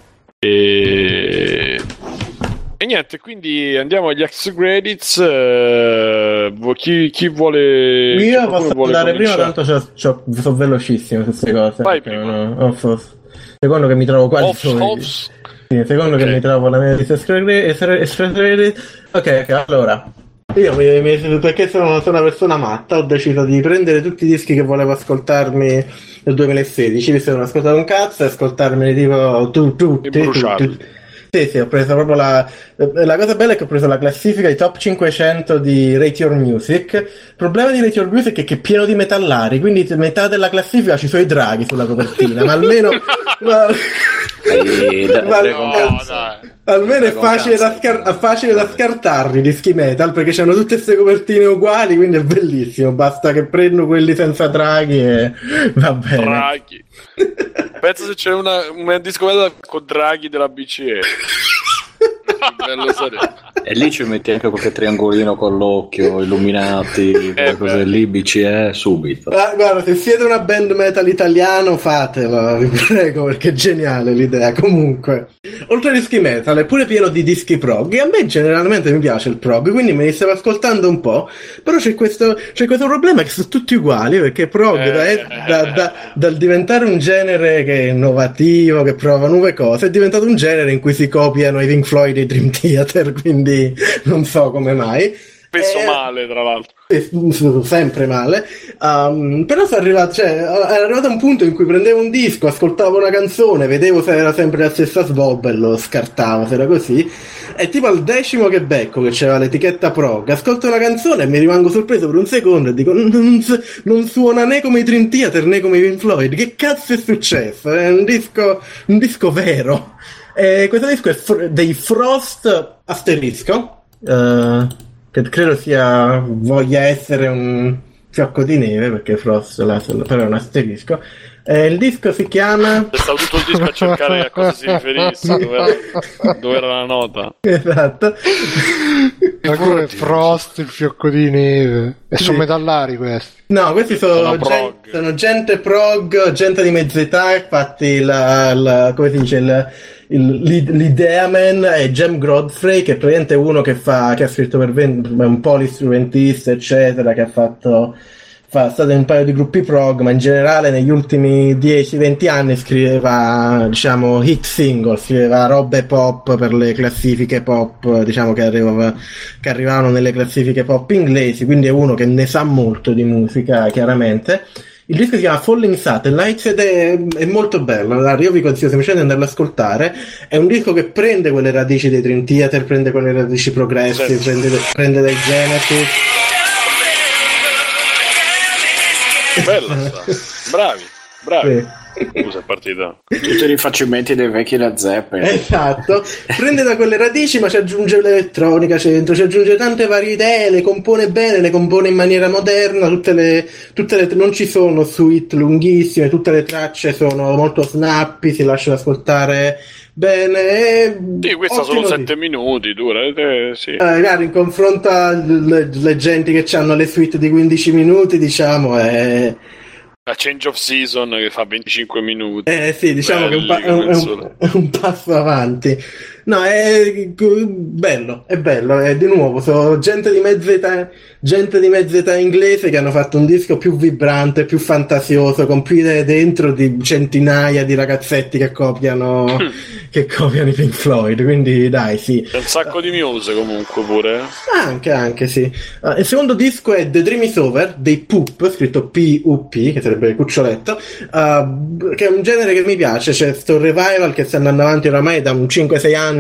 E niente, quindi andiamo agli ex credits. Chi vuole? Io posso andare prima, tanto sono velocissimo su queste cose. Vai prima. Secondo che mi trovo quasi secondo che mi trovo la mia lista extra credit. Ok, allora io perché sono una persona matta, ho deciso di prendere tutti i dischi che volevo ascoltarmi nel 2016, visto che non ho ascoltato un cazzo, e ascoltarmeli tipo tutti. Sì, ho preso proprio la cosa bella è che ho preso la classifica i top 500 di Rate Your Music. Il problema di Rate Your Music è che è pieno di metallari, quindi metà della classifica ci sono i draghi sulla copertina, ma almeno almeno è facile da scartarli i dischi metal, perché hanno tutte queste copertine uguali, quindi è bellissimo, basta che prendo quelli senza draghi e va bene. Draghi. Penso se c'è un disco metal con draghi della BCE. Bello sarebbe. E lì ci metti anche qualche triangolino con l'occhio, illuminati, quelle cose lì, BCE, subito. Guarda, se siete una band metal italiano, fatelo, vi prego, perché è geniale l'idea. Comunque, oltre ai dischi metal, è pure pieno di dischi prog, e a me generalmente mi piace il prog, quindi me li stavo ascoltando un po', però c'è questo problema che sono tutti uguali, perché prog dal diventare un genere che è innovativo, che prova nuove cose, è diventato un genere in cui si copiano i Pink Floyd e i Dream Theater, quindi non so come mai. Spesso male, tra l'altro. Sempre male. Però era arrivato a un punto in cui prendevo un disco, ascoltavo una canzone, vedevo se era sempre la stessa svob e lo scartavo, se era così. E tipo al 10° che becco, che c'era l'etichetta prog, ascolto una canzone e mi rimango sorpreso per un secondo e dico non suona né come i Dream Theater né come i Pink Floyd. Che cazzo è successo? È un disco vero. Questo disco è dei Frost asterisco, che credo voglia essere un fiocco di neve, perché Frost però è un asterisco. Il disco si chiama... È stato tutto il disco a cercare a cosa si riferisse, dove era la nota. Esatto. Ma come Frost, il fiocco di neve? E sono metallari questi? No, questi sono gente prog, gente di mezza età, infatti come si dice, l'ideaman è Jem Godfrey, che è praticamente uno che ha scritto per un polistrumentista, eccetera, che è stato in un paio di gruppi prog, ma in generale negli ultimi 10-20 anni scriveva, diciamo, hit single, scriveva robe pop per le classifiche pop, diciamo, che arrivavano nelle classifiche pop inglesi, quindi è uno che ne sa molto di musica, chiaramente. Il disco si chiama Falling Satellites ed è molto bello. Allora, io vi consiglio semplicemente di andarlo ad ascoltare. È un disco che prende quelle radici dei Dream Theater, prende quelle radici progressive, prende dai Genesis. Bella, bravi. Sì. Scusa, è partita. Tutti i rifacimenti dei vecchi Led Zeppelin. Esatto. Prende da quelle radici, ma ci aggiunge l'elettronica centro, ci aggiunge tante varie idee, le compone bene, le compone in maniera moderna, tutte le non ci sono suite lunghissime, tutte le tracce sono molto snappy, si lasciano ascoltare bene. Sì, questa sono 7 minuti, dura. Sì. Magari in confronto alle genti che hanno le suite di 15 minuti, diciamo, è a Change of Season che fa 25 minuti. Sì, diciamo che è un passo avanti. No, è bello, è di nuovo, sono gente di mezza età inglese che hanno fatto un disco più vibrante, più fantasioso, con più idee dentro di centinaia di ragazzetti che copiano i Pink Floyd, quindi dai, sì. C'è un sacco di Muse comunque pure. Anche sì. Il secondo disco è The Dream Is Over dei Poop, scritto P-U-P, che sarebbe il cuccioletto, che è un genere che mi piace. C'è sto revival che sta andando avanti oramai da un 5-6 anni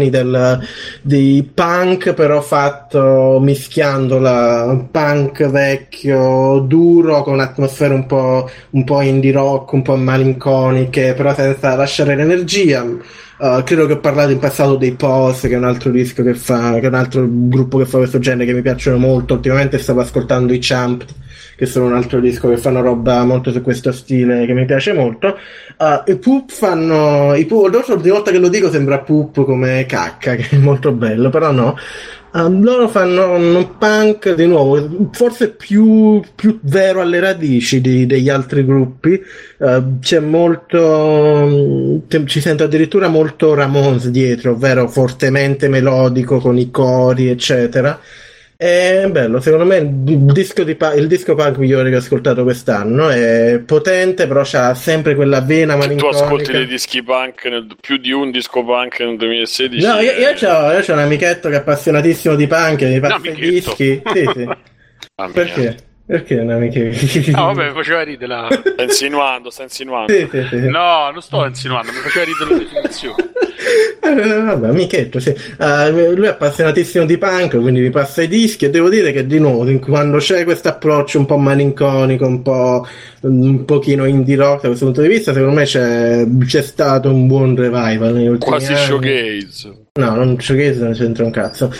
di punk, però fatto mischiando la punk vecchio duro con atmosfere un po' indie rock, un po' malinconiche, però senza lasciare l'energia. Credo che ho parlato in passato dei Pose, che è un altro disco che è un altro gruppo che fa questo genere che mi piacciono molto. Ultimamente stavo ascoltando i Champ, che sono un altro disco che fanno roba molto su questo stile che mi piace molto. I Poop l'ultima volta che lo dico sembra Poop come cacca, che è molto bello, però no. Loro fanno un punk di nuovo, forse più vero alle radici degli altri gruppi. C'è molto, ci sento addirittura molto Ramones dietro, ovvero fortemente melodico con i cori, eccetera. È bello, secondo me il disco punk migliore che ho ascoltato quest'anno. È potente, però c'ha sempre quella vena malinconica. Tu ascolti dei dischi punk, più di un disco punk nel 2016? No, io c'ho un amichetto che è appassionatissimo di punk, mi passa i dischi. Sì. Perché? Perché un amichetto? No, vabbè, mi faceva ridere Sta insinuando. Sì. No, non sto insinuando, mi faceva ridere la definizione. Vabbè, amichetto, sì. Lui è appassionatissimo di punk, quindi mi passa i dischi, e devo dire che di nuovo, quando c'è questo approccio un po' malinconico, un pochino indie rock da questo punto di vista, secondo me c'è stato un buon revival negli ultimi anni. Quasi showcase. No, non showcase, non c'entra un cazzo.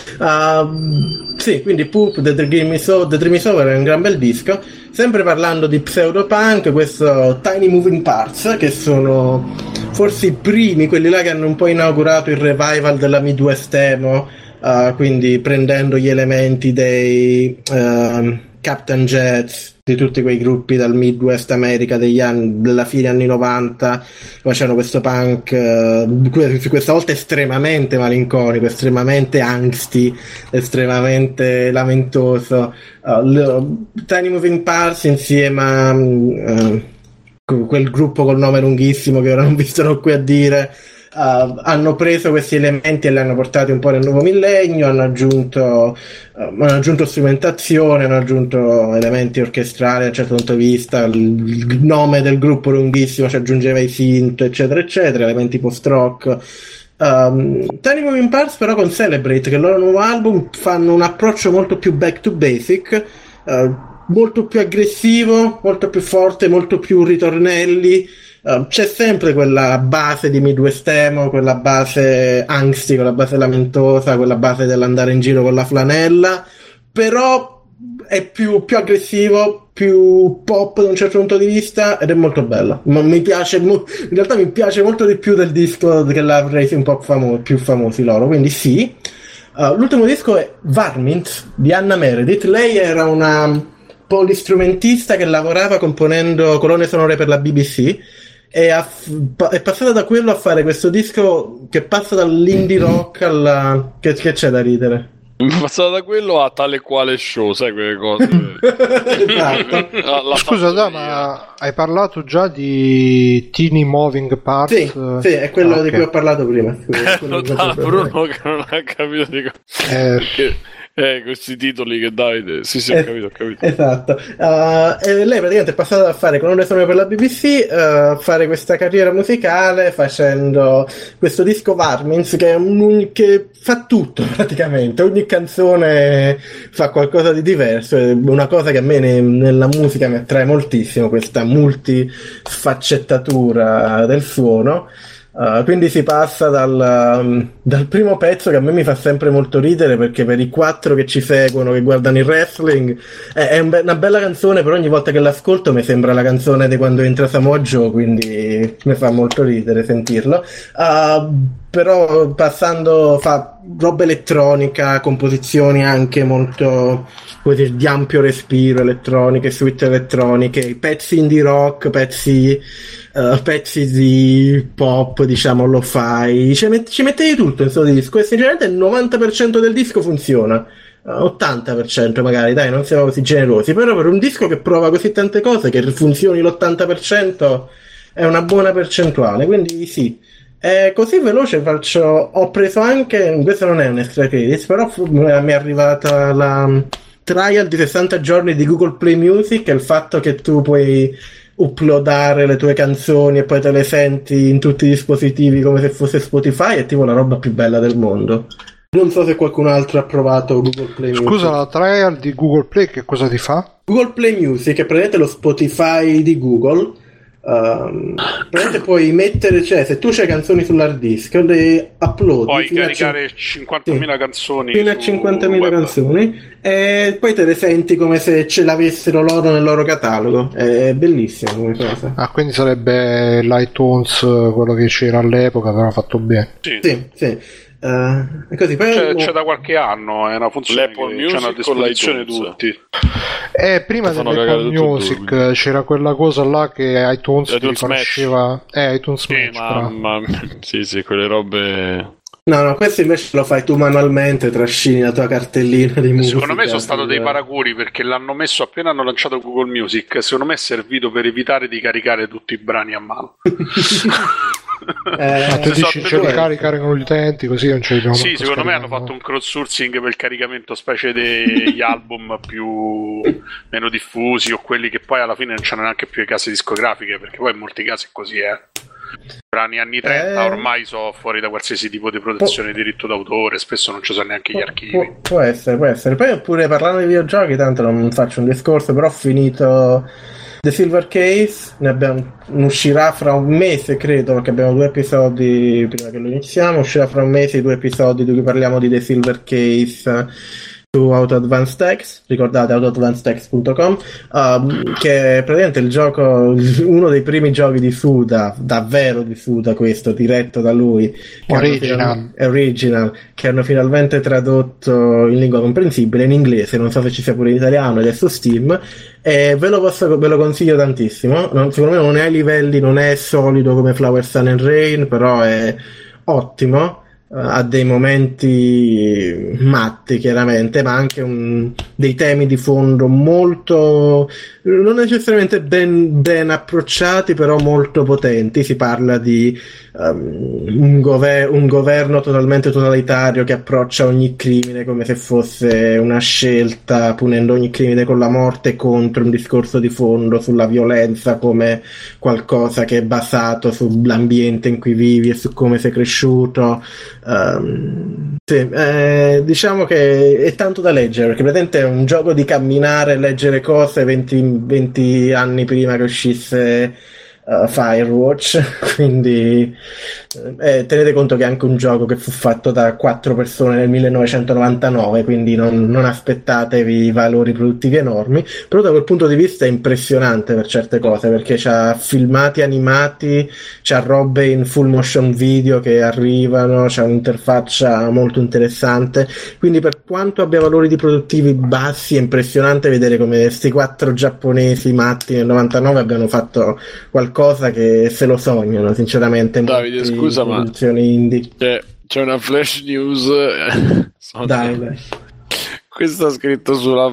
Sì, quindi Poop, The Dream Is Over è un gran bel disco. Sempre parlando di pseudopunk, questo Tiny Moving Parts, che sono forse i primi, quelli là che hanno un po' inaugurato il revival della Midwest emo, quindi prendendo gli elementi dei Captain Jets, di tutti quei gruppi dal Midwest America della fine anni 90, facevano questo punk questa volta estremamente malinconico, estremamente angsty, estremamente lamentoso. Tiny Moving Parts insieme a quel gruppo col nome lunghissimo che ora non vi sono qui a dire, hanno preso questi elementi e li hanno portati un po' nel nuovo millennio, hanno aggiunto strumentazione, hanno aggiunto elementi orchestrali da un certo punto di vista, il nome del gruppo lunghissimo ci aggiungeva i synth eccetera eccetera, elementi post-rock. Tiny Moving Parts però con Celebrate, che il loro nuovo album, fanno un approccio molto più back to basic, molto più aggressivo, molto più forte, molto più ritornelli. C'è sempre quella base di Midwest emo, quella base angsty, quella base lamentosa, quella base dell'andare in giro con la flanella, però è più aggressivo, più pop da un certo punto di vista, ed è molto bello. Mi piace, in realtà mi piace molto di più del disco che l'ha resi un po' più famosi loro, quindi sì. L'ultimo disco è Varmints di Anna Meredith. Lei era una polistrumentista che lavorava componendo colonne sonore per la BBC e è passata da quello a fare questo disco che passa dall'indie rock alla... che c'è da ridere? È passato da quello a tale quale show, sai quelle cose. Esatto. Scusa, ma hai parlato già di Tiny Moving Parts? Sì, è quello di cui ho parlato prima. Bruno che non ha capito di cosa. Questi titoli che dai, sì, ho capito. Esatto. E lei praticamente è passata da fare colonne sonore per la BBC a fare questa carriera musicale facendo questo disco Varmints che fa tutto praticamente, ogni canzone fa qualcosa di diverso, è una cosa che a me nella musica mi attrae moltissimo, questa multifaccettatura del suono. Quindi si passa dal primo pezzo, che a me mi fa sempre molto ridere, perché per i 4 che ci seguono, che guardano il wrestling, è una bella canzone, però ogni volta che l'ascolto mi sembra la canzone di quando entra Samoa Joe, quindi mi fa molto ridere sentirlo. Però passando, fa roba elettronica, composizioni anche molto così di ampio respiro, elettroniche, suite elettroniche, pezzi indie rock, pezzi di pop, diciamo lo-fi, ci mette di tutto in questo disco, e sinceramente il 90% del disco funziona, 80% magari, dai, non siamo così generosi, però per un disco che prova così tante cose, che funzioni l'80% è una buona percentuale, quindi sì. Così veloce ho preso anche, questo non è un extra credits, però mi è arrivata la trial di 60 giorni di Google Play Music, e il fatto che tu puoi uploadare le tue canzoni e poi te le senti in tutti i dispositivi come se fosse Spotify è tipo la roba più bella del mondo. Non so se qualcun altro ha provato Google Play Music. Scusa, la trial di Google Play che cosa ti fa? Google Play Music è praticamente lo Spotify di Google. Praticamente puoi mettere, cioè se tu c'hai canzoni sull'hard disk, le upload, puoi caricare 50.000 canzoni fino a 50.000 canzoni, e poi te le senti come se ce l'avessero loro nel loro catalogo. È bellissimo come cosa. Quindi sarebbe l'iTunes, quello che c'era all'epoca, però fatto bene. Sì. Così, poi c'è da qualche anno, è una funzione l'Apple che c'è a disposizione tutti. Prima dell'Apple Music c'era quella cosa là che iTunes riconosceva, iTunes Match, sì, quelle robe. No, questo invece lo fai tu manualmente, trascini la tua cartellina di musica. Secondo me sono stato dei paracuri, perché l'hanno messo appena hanno lanciato Google Music. Secondo me è servito per evitare di caricare tutti i brani a mano. Tu dici ce li caricare con gli utenti così non ce li dobbiamo. Sì, secondo me hanno fatto un crowdsourcing per il caricamento specie degli album meno diffusi, o quelli che poi alla fine non c'hanno neanche più le case discografiche, perché poi in molti casi è così, brani anni 30 ormai sono fuori da qualsiasi tipo di protezione di diritto d'autore, spesso non ci sono neanche gli archivi. Può essere. Poi oppure parlando di videogiochi, tanto non faccio un discorso, però ho finito The Silver Case, ne uscirà fra un mese credo, perché abbiamo 2 episodi prima che lo iniziamo, uscirà fra un mese i 2 episodi di cui parliamo di The Silver Case, su Auto Advanced Text, ricordate autoadvancedtext.com, che è praticamente il gioco, uno dei primi giochi di Suda, davvero di Suda questo, diretto da lui, original, che hanno finalmente tradotto in lingua comprensibile, in inglese, non so se ci sia pure in italiano, ed è su Steam, e ve lo consiglio tantissimo. Secondo me non è ai livelli, non è solido come Flower, Sun and Rain, però è ottimo. Ha dei momenti matti chiaramente, ma anche dei temi di fondo molto, non necessariamente ben approcciati, però molto potenti. Si parla di un governo totalmente totalitario che approccia ogni crimine come se fosse una scelta, punendo ogni crimine con la morte, contro un discorso di fondo sulla violenza come qualcosa che è basato sull'ambiente in cui vivi e su come sei cresciuto. Diciamo che è tanto da leggere, perché praticamente è un gioco di camminare e leggere cose 20 anni prima che uscisse Firewatch, quindi tenete conto che è anche un gioco che fu fatto da 4 persone nel 1999, quindi non aspettatevi valori produttivi enormi, però da quel punto di vista è impressionante per certe cose, perché c'ha filmati animati, c'ha robe in full motion video che arrivano, c'ha un'interfaccia molto interessante, quindi per quanto abbia valori di produttivi bassi è impressionante vedere come questi 4 giapponesi matti nel 99 abbiano fatto qualcosa che se lo sognano sinceramente. Davide, scusa, ma indie. C'è una flash news. Dai. Questo ha scritto sulla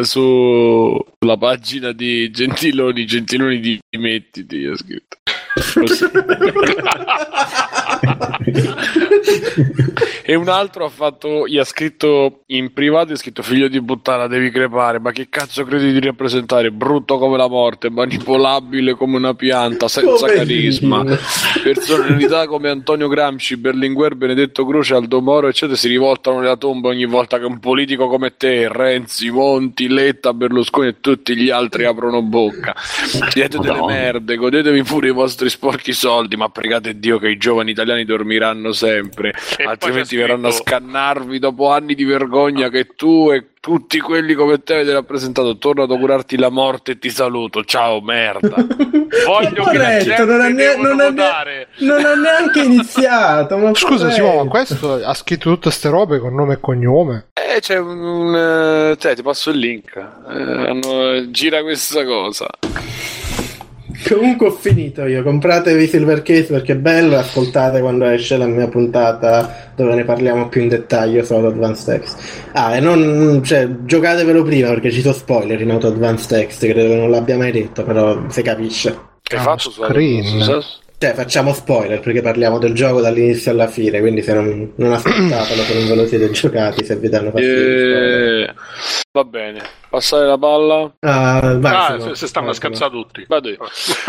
pagina di Gentiloni dimettiti, ha scritto. E un altro gli ha scritto in privato, ha scritto: figlio di puttana, devi crepare, ma che cazzo credi di rappresentare? Brutto come la morte, manipolabile come una pianta, senza carisma, personalità come Antonio Gramsci, Berlinguer, Benedetto Croce, Aldo Moro eccetera si rivoltano nella tomba ogni volta che un politico come te, Renzi, Monti, Letta, Berlusconi e tutti gli altri aprono bocca. Siete delle merde, godetevi pure i vostri sporchi soldi, ma pregate Dio che i giovani italiani dormiranno sempre, altrimenti verranno a scannarvi dopo anni di vergogna che tu e tutti quelli come te avete rappresentato. Torno ad augurarti la morte e ti saluto, ciao merda. Voglio che la gente non ha neanche iniziato. Ma scusa Simone, ma questo ha scritto tutte ste robe con nome e cognome? C'è ti passo il link, gira questa cosa. Comunque ho finito io, compratevi Silver Case perché è bello, ascoltate quando esce la mia puntata dove ne parliamo più in dettaglio su Auto Advanced Text. Giocatevelo prima perché ci sono spoiler in Auto Advanced Text, credo che non l'abbia mai detto, però si capisce. Che hai fatto su facciamo spoiler perché parliamo del gioco dall'inizio alla fine, quindi se non aspettatelo, se non ve lo siete giocati, se vi danno fastidio. Va bene, passare la palla. Se stanno a scansare tutti. Vado io.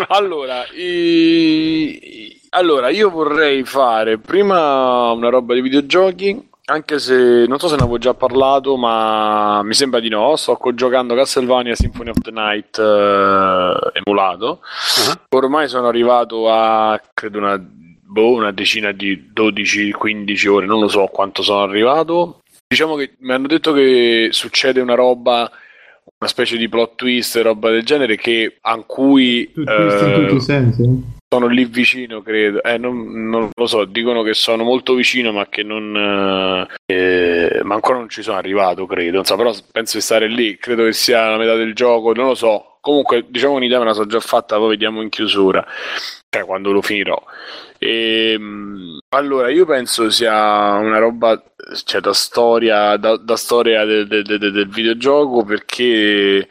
Allora, io vorrei fare prima una roba di videogiochi, anche se non so se ne avevo già parlato, ma mi sembra di no. Sto giocando Castlevania Symphony of the Night emulato. Ormai sono arrivato a credo una decina di 12-15 ore, non lo so quanto sono arrivato. Diciamo che mi hanno detto che succede una roba, una specie di plot twist, roba del genere, in cui in tutti i sensi. Sono lì vicino, credo. Non lo so, dicono che sono molto vicino, ma che ma ancora non ci sono arrivato, credo. Non so, però penso di stare lì. Credo che sia la metà del gioco, non lo so. Comunque, diciamo un'idea me la so già fatta, poi vediamo in chiusura, cioè quando lo finirò. Allora, io penso sia una roba, cioè da storia del videogioco, perché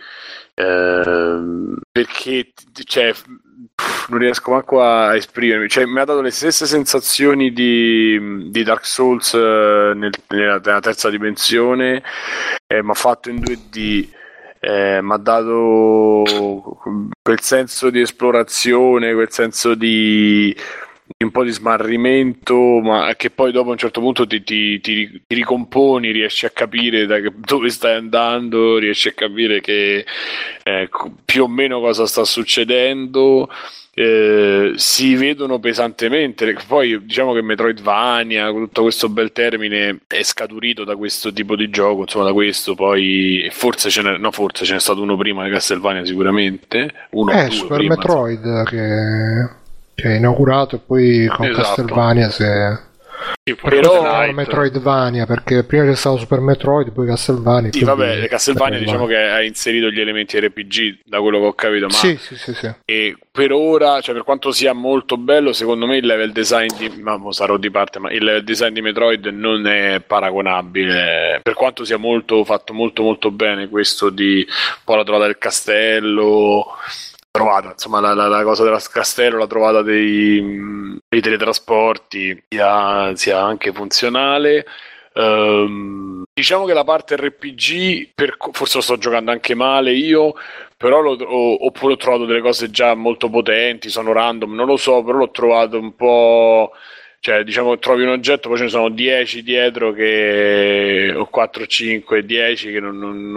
cioè non riesco manco a esprimermi, cioè mi ha dato le stesse sensazioni di Dark Souls nella terza dimensione, mi ha fatto in 2D, mi ha dato quel senso di esplorazione, quel senso di un po' di smarrimento, ma che poi dopo a un certo punto ti ricomponi, riesci a capire dove stai andando, riesci a capire che più o meno cosa sta succedendo, si vedono pesantemente. Poi diciamo che Metroidvania, tutto questo bel termine, è scaturito da questo tipo di gioco, insomma da questo, poi forse ce n'è stato uno prima di Castlevania sicuramente, Super prima, Metroid che è inaugurato e poi con Castlevania però Metroidvania, perché prima c'è stato Super Metroid, poi Castlevania. Sì, vabbè, Castlevania diciamo che ha inserito gli elementi RPG, da quello che ho capito, ma sì. E per ora, cioè per quanto sia molto bello, secondo me il level design sarò di parte, ma il level design di Metroid non è paragonabile, per quanto sia fatto molto molto bene questo di poi la trovata del castello. Trovata, insomma, la cosa del castello, la trovata dei teletrasporti sia anche funzionale. Diciamo che la parte RPG, forse lo sto giocando anche male io, però oppure ho trovato delle cose già molto potenti, sono random, non lo so, però l'ho trovato un po'. Cioè, diciamo che trovi un oggetto, poi ce ne sono 10 dietro o 4, 5, 10 che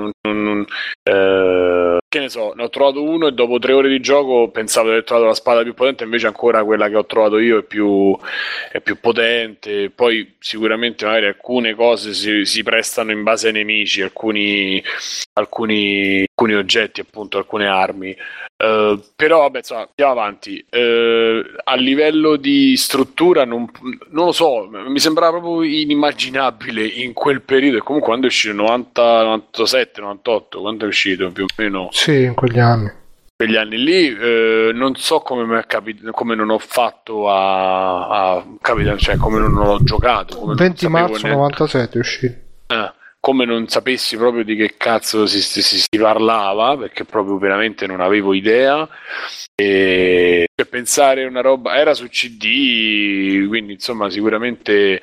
che ne so, ne ho trovato uno e dopo 3 ore di gioco pensavo di aver trovato la spada più potente, invece ancora quella che ho trovato io è più potente. Poi sicuramente magari alcune cose si prestano in base ai nemici, alcuni oggetti, appunto, alcune armi. Però vabbè, insomma, andiamo avanti. A livello di struttura non lo so, mi sembrava proprio inimmaginabile in quel periodo. E comunque quando è uscito 90, 97, 98, quando è uscito più o meno? Sì, in quegli anni. Quegli anni lì non so come come non ho fatto a capire, cioè come non ho giocato. Come 20 marzo 97 è uscito. Come non sapessi proprio di che cazzo si parlava, perché proprio veramente non avevo idea. E per pensare una roba era su CD, quindi insomma sicuramente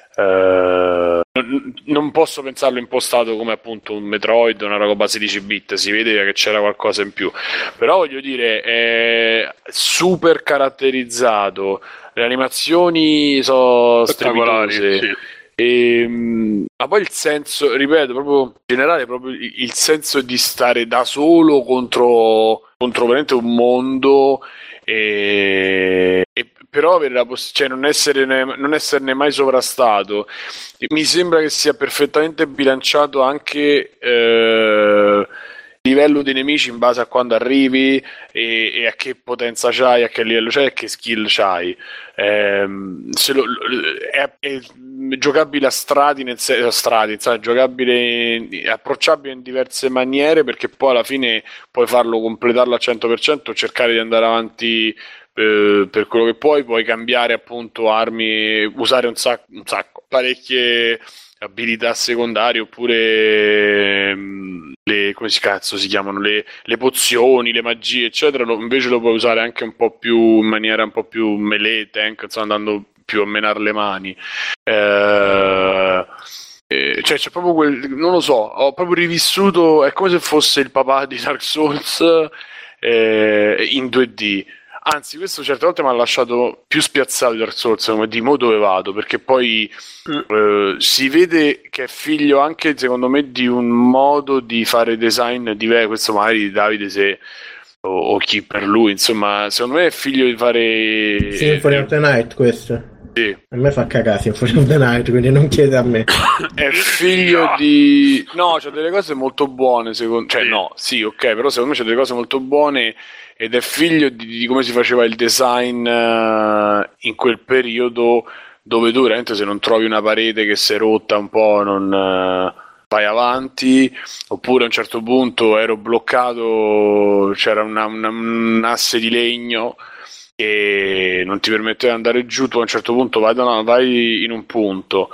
non posso pensarlo impostato come appunto un Metroid, una roba 16 bit, si vedeva che c'era qualcosa in più, però voglio dire è super caratterizzato, le animazioni sono strepitose. Sì. Ma poi il senso, ripeto, proprio in generale, proprio il senso di stare da solo contro veramente un mondo e però avere cioè non esserne mai sovrastato. Mi sembra che sia perfettamente bilanciato anche il livello dei nemici in base a quando arrivi e a che potenza c'hai, a che livello c'hai e che skill c'hai. È giocabile a strati, insomma, giocabile, approcciabile in diverse maniere, perché poi alla fine puoi completarlo al 100%, cercare di andare avanti per quello che puoi cambiare appunto armi, usare un sacco parecchie abilità secondarie, oppure come si chiamano, le pozioni, le magie eccetera, invece lo puoi usare anche un po' più in maniera un po' più melee, tank, insomma, andando più a menare le mani. Cioè c'è proprio non lo so, ho proprio rivissuto, è come se fosse il papà di Dark Souls in 2D. Anzi, questo certe volte mi ha lasciato più spiazzato di Dark Souls, come di mo' dove vado, perché poi si vede che è figlio anche, secondo me, di un modo di fare design diverso. Questo magari Davide o chi per lui, insomma, secondo me è figlio di fare Symphony of the Night, questo. Sì. A me fa cagare Symphony of the Night, quindi non chiede a me. È figlio di... No, c'ha delle cose molto buone, cioè no, sì, ok, però secondo me c'ha delle cose molto buone ed è figlio di come si faceva il design in quel periodo, dove tu veramente se non trovi una parete che si è rotta un po' non vai avanti, oppure a un certo punto ero bloccato, c'era un asse di legno che non ti permetteva di andare giù, tu a un certo punto vai in un punto,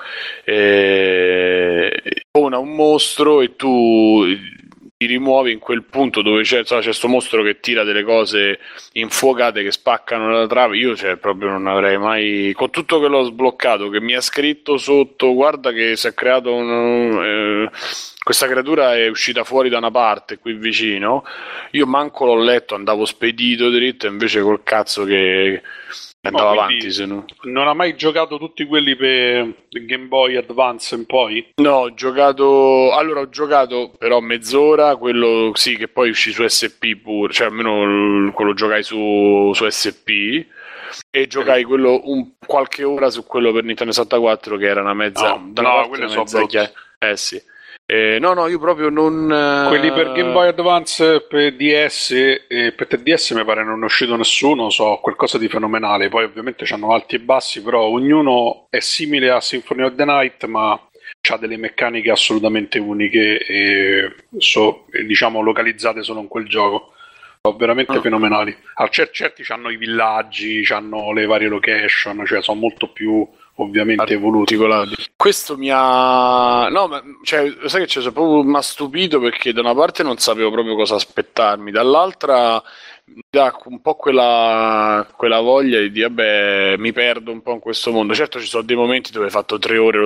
spawna un mostro e tu ti rimuovi in quel punto dove c'è sto mostro che tira delle cose infuocate che spaccano la trave. Io proprio non avrei mai, con tutto che l'ho sbloccato, che mi ha scritto sotto guarda che si è creato questa creatura è uscita fuori da una parte qui vicino, io manco l'ho letto, andavo spedito dritto, invece col cazzo che andava avanti, se no. Non ha mai giocato tutti quelli per Game Boy Advance in poi? No, ho giocato però mezz'ora, quello sì, che poi uscì su SP pure, cioè almeno quello giocai su SP, e giocai quello qualche ora su quello per Nintendo 64, che era una mezza, quello so brutto. Sì. No, io proprio non... Quelli per Game Boy Advance, per DS e per 3DS mi pare non è uscito nessuno, so qualcosa di fenomenale. Poi ovviamente c'hanno alti e bassi, però ognuno è simile a Symphony of the Night, ma ha delle meccaniche assolutamente uniche e diciamo localizzate solo in quel gioco. Sono veramente fenomenali. Certi hanno i villaggi, hanno le varie location, cioè sono molto più ovviamente evoluti. Questo mi ha... No, ma cioè, sai che proprio mi ha stupito, perché da una parte non sapevo proprio cosa aspettarmi, dall'altra mi dà un po' quella voglia di dire, vabbè, mi perdo un po' in questo mondo. Certo, ci sono dei momenti dove hai fatto 3 ore lo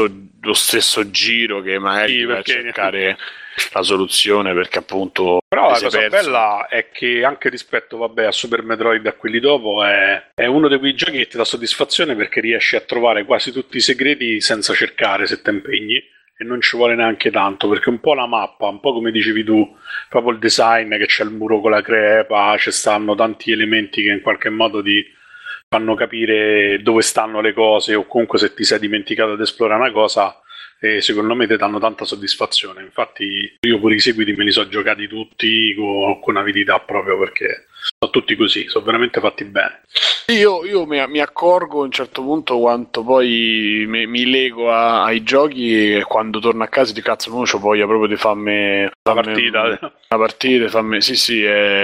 stesso giro, che magari vai a cercare la soluzione, perché appunto... Però la cosa bella è che anche rispetto a Super Metroid, a quelli dopo, è uno di quei giochi che ti dà soddisfazione, perché riesci a trovare quasi tutti i segreti senza cercare, se ti impegni, e non ci vuole neanche tanto, perché un po' la mappa, un po' come dicevi tu, proprio il design, che c'è il muro con la crepa, ci stanno tanti elementi che in qualche modo ti fanno capire dove stanno le cose, o comunque se ti sei dimenticato di esplorare una cosa, e secondo me ti danno tanta soddisfazione. Infatti io pure i seguiti me li so giocati tutti con avidità, proprio perché sono tutti così, sono veramente fatti bene. Io mi accorgo a un certo punto quanto poi mi lego ai giochi, e quando torno a casa di cazzo non c'ho voglia proprio di farmi una partita, sì,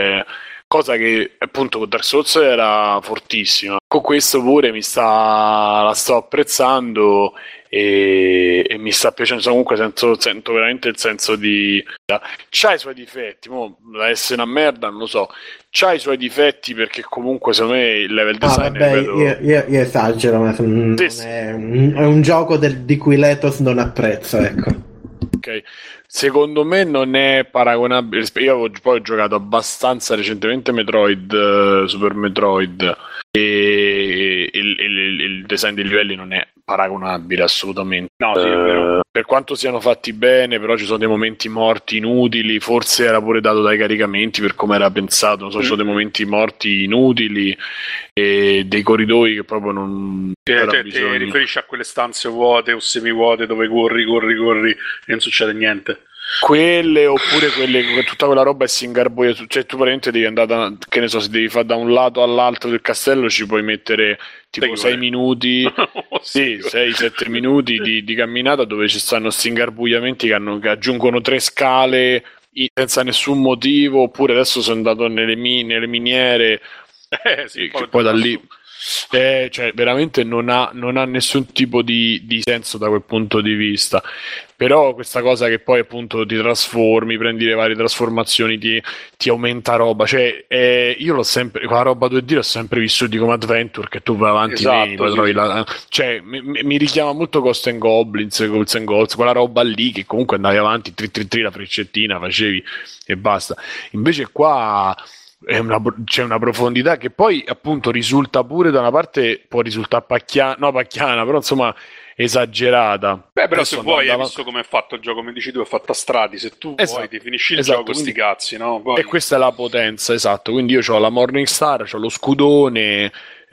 cosa che appunto con Dark Souls era fortissima. Con questo pure la sto apprezzando e mi sta piacendo. Comunque sento veramente il senso di... C'ha i suoi difetti, da essere una merda non lo so, c'ha i suoi difetti, perché comunque secondo me il level design io esagero, ma è un gioco di cui l'ethos non apprezza, ecco. Ok, secondo me non è paragonabile. Io poi ho giocato abbastanza recentemente Super Metroid, e il design dei livelli non è paragonabile assolutamente. No, sì, è vero. Per quanto siano fatti bene, però ci sono dei momenti morti inutili, forse era pure dato dai caricamenti per come era pensato, non so, ci sono dei momenti morti inutili e dei corridoi che proprio non... Ti riferisci a quelle stanze vuote o semivuote dove corri e non succede niente? Quelle, oppure quelle, tutta quella roba è si ingarbuia, cioè tu praticamente devi andare che ne so, se devi fare da un lato all'altro del castello ci puoi mettere tipo 6 minuti, sì, 6-7 minuti di camminata, dove ci stanno sti ingarbugliamenti che aggiungono 3 scale senza nessun motivo. Oppure adesso sono andato nelle miniere, sì, che poi da lì cioè veramente non ha nessun tipo di senso da quel punto di vista. Però questa cosa che poi appunto ti trasformi, prendi le varie trasformazioni, ti aumenta roba, cioè io l'ho sempre, con la roba 2D l'ho sempre vissuto come adventure, che tu vai avanti, esatto, poi trovi cioè mi richiama molto Ghosts and Goblins, quella roba lì, che comunque andavi avanti, la freccettina facevi e basta. Invece qua c'è una profondità che poi appunto risulta pure, da una parte può risultare pacchiana, però insomma esagerata. Beh, però adesso se vuoi, hai visto come è fatto il gioco, come dici tu, è fatto a strati, se tu vuoi ti finisci il gioco, sti cazzi, no? Poi... E questa è la potenza, esatto. Quindi io ho la Morning Star, ho lo scudone,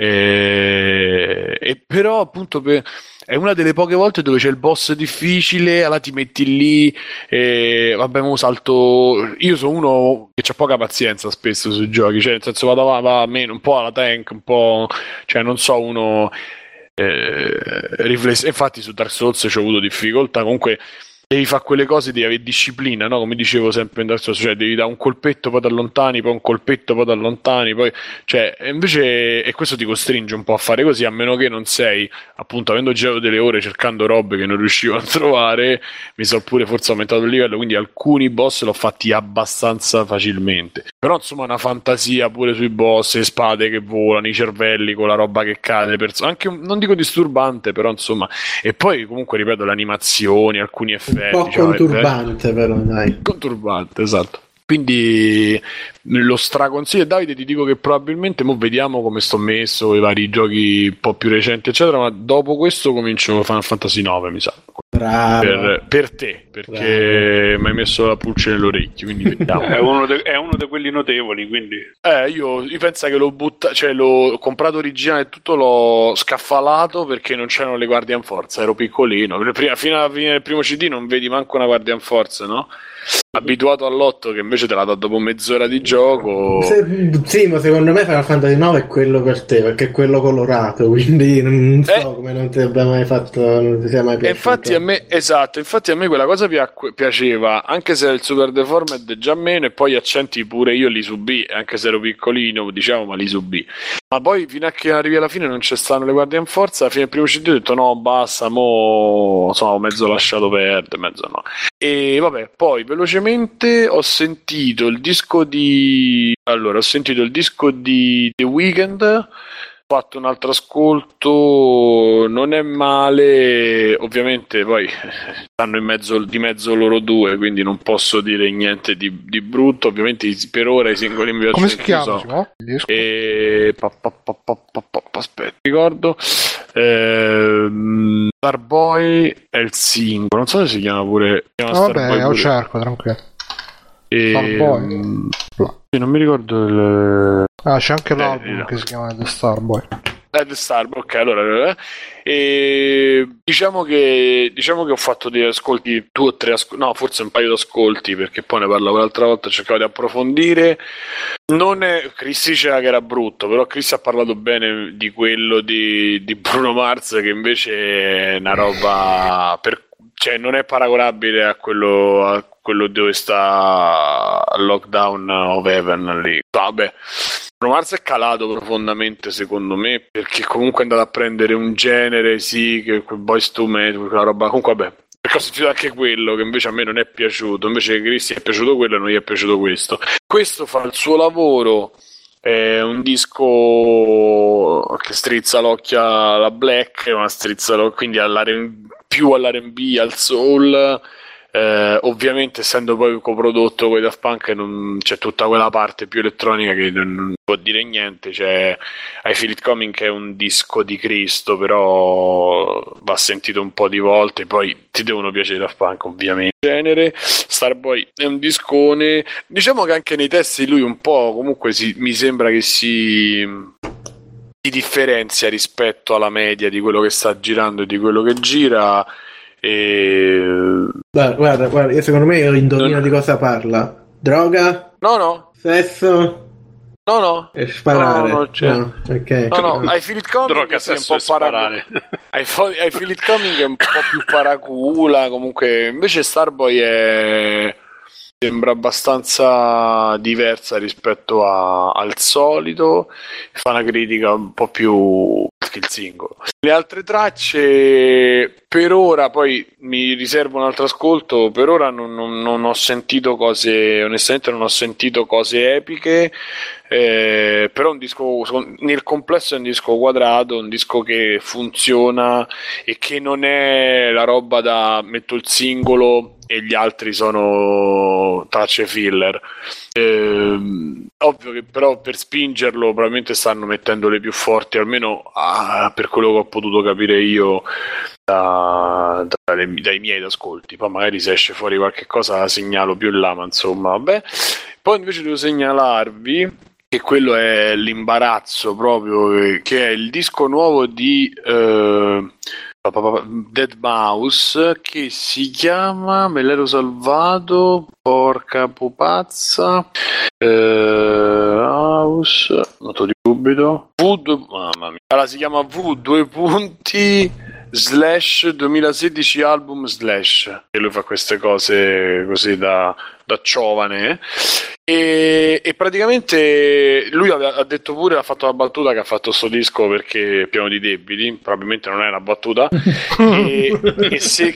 e però appunto è una delle poche volte dove c'è il boss difficile, allora ti metti lì e vabbè, mo salto. Io sono uno che c'ha poca pazienza spesso sui giochi, cioè nel senso vado meno, un po' alla tank, un po', cioè non so, uno riflesso. Infatti su Dark Souls ci ho avuto difficoltà. Comunque devi fare quelle cose, devi avere disciplina, no? Come dicevo sempre in Dark Souls, cioè devi dare un colpetto, poi ti allontani, poi un colpetto, poi ti allontani, poi... cioè, invece, e questo ti costringe un po' a fare così, a meno che non sei, appunto, avendo girato delle ore cercando robe che non riuscivo a trovare, mi sono pure forse aumentato il livello, quindi alcuni boss l'ho fatti abbastanza facilmente. Però insomma una fantasia pure sui boss, le spade che volano, i cervelli con la roba che cade, anche non dico disturbante, però insomma. E poi comunque ripeto, le animazioni, alcuni effetti, un po' conturbante, però dai. Conturbante, esatto. Quindi lo straconsiglio. Davide, ti dico che probabilmente mo vediamo come sto messo, i vari giochi un po' più recenti eccetera, ma dopo questo comincio Final Fantasy 9, mi sa. Per te, perché mi hai messo la pulce nell'orecchio, quindi vediamo. È uno di quelli notevoli, quindi io penso che l'ho comprato originale e tutto, l'ho scaffalato perché non c'erano le Guardian Force, ero piccolino, fino alla fine del primo CD non vedi manco una Guardian Force, no? Abituato all'8 che invece te la do dopo mezz'ora di gioco. Sì, ma secondo me Final Fantasy 9 è quello per te, perché è quello colorato, quindi non so come non ti abbia mai fatto, non ti sia mai piaciuto. Infatti a me quella cosa piaceva, anche se il Super Deformed già meno, e poi gli accenti pure io li subì, anche se ero piccolino, diciamo, ma li subì. Ma poi fino a che arrivi alla fine non c'è stanno le Guardian Force, alla fine del primo CD ho detto no, basta, mo insomma, ho mezzo lasciato perdere, mezzo no. E vabbè, poi velocemente ho sentito il disco di The Weeknd, ho fatto un altro ascolto, non è male, ovviamente poi stanno di mezzo loro due, quindi non posso dire niente di brutto, ovviamente per ora i singoli mi piacciono. Come si chiama? Aspetta, ricordo. Starboy è il singolo, non so se si chiama pure. Vabbè, lo cerco, tranquillo. Starboy. Non mi ricordo c'è anche l'album che si chiama The Starboy. The Starboy, ok, allora diciamo che ho fatto degli ascolti, 2 o 3 no, forse un paio di ascolti, perché poi ne parlavo l'altra volta, cercavo di approfondire. Chris diceva che era brutto, però Chris ha parlato bene di quello di Bruno Mars, che invece è una roba cioè non è paragonabile a quello dove sta Lockdown of Heaven lì. Vabbè, Bruno Mars è calato profondamente secondo me, perché comunque è andato a prendere un genere, sì, che quel Boyz II Men, quella roba, comunque vabbè, perché ho sentito anche quello che invece a me non è piaciuto, invece a Chris è piaciuto quello e non gli è piaciuto questo fa il suo lavoro. È un disco che strizza l'occhio alla black, ma strizza quindi più all'R&B, al soul. Ovviamente essendo poi coprodotto con i Daft Punk non c'è tutta quella parte più elettronica che non può dire niente. C'è I Feel It Coming, che è un disco di Cristo, però va sentito un po' di volte, poi ti devono piacere i Daft Punk ovviamente. Genere Starboy è un discone, diciamo che anche nei testi lui un po' comunque mi sembra che si differenzia rispetto alla media di quello che sta girando e di quello che gira. Guarda, secondo me indovina di cosa parla. Droga? No. Sesso? No. E sparare? No, okay. No. I Feel It Coming droga, è un po' sparare. I Feel It Coming è un po' più paracula, comunque invece Starboy sembra abbastanza diversa rispetto al solito, fa una critica un po' più che il singolo. Le altre tracce per ora, poi mi riservo un altro ascolto, per ora non ho sentito cose, onestamente non ho sentito cose epiche, però un disco nel complesso è un disco quadrato, un disco che funziona e che non è la roba da metto il singolo e gli altri sono tracce filler. Ovvio che però per spingerlo probabilmente stanno mettendo le più forti, almeno per quello che ho potuto capire io dai miei ascolti. Poi magari se esce fuori qualche cosa la segnalo più in là, ma insomma vabbè. Poi invece devo segnalarvi che quello è l'imbarazzo proprio, che è il disco nuovo di Deadmau5, che si chiama, me l'ero salvato, porca pupazza, House, noto di subito, mamma mia, allora si chiama V:/2016 album / e lui fa queste cose così da giovane, e praticamente lui ha detto pure, ha fatto la battuta che ha fatto sto disco perché è pieno di debiti, probabilmente non è una battuta, e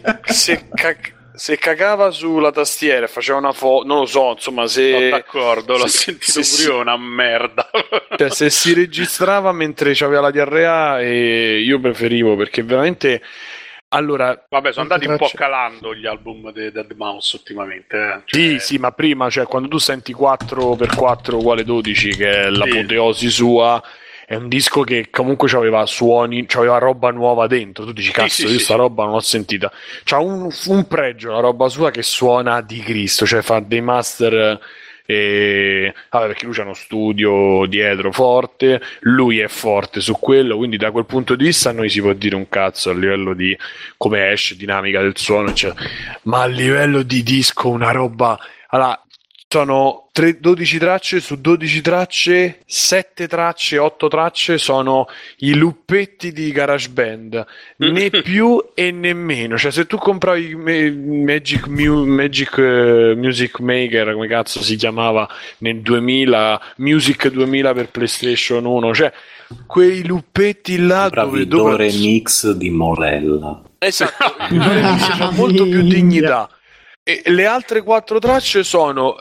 se cagava sulla tastiera e faceva una foto, non lo so, insomma, se d'accordo, l'ho sentito pure io, una merda. Cioè, se si registrava mentre c'aveva la diarrea, e io preferivo, perché veramente Allora, vabbè, sono andati un po' calando gli album di Deadmau5 ultimamente. Sì, ma prima, cioè, quando tu senti 4x4 uguale 12, che è l'apoteosi sua, è un disco che comunque c'aveva suoni, c'aveva roba nuova dentro. Tu dici, cazzo, io sta roba non l'ho sentita. C'ha un pregio la roba sua, che suona di Cristo, cioè fa dei master. Perché lui c'ha uno studio dietro forte, lui è forte su quello, quindi da quel punto di vista a noi si può dire un cazzo a livello di come esce, dinamica del suono, eccetera. Ma a livello di disco una roba, allora sono 12 tracce, su 12 tracce 7 tracce, 8 tracce sono i luppetti di GarageBand, né più e né meno. Cioè, se tu compravi Magic Music Maker, come cazzo si chiamava nel 2000, Music 2000 per PlayStation 1, cioè quei luppetti là dove remix di Morella, esatto, il remix c'ha molto più dignità. E le altre 4 tracce sono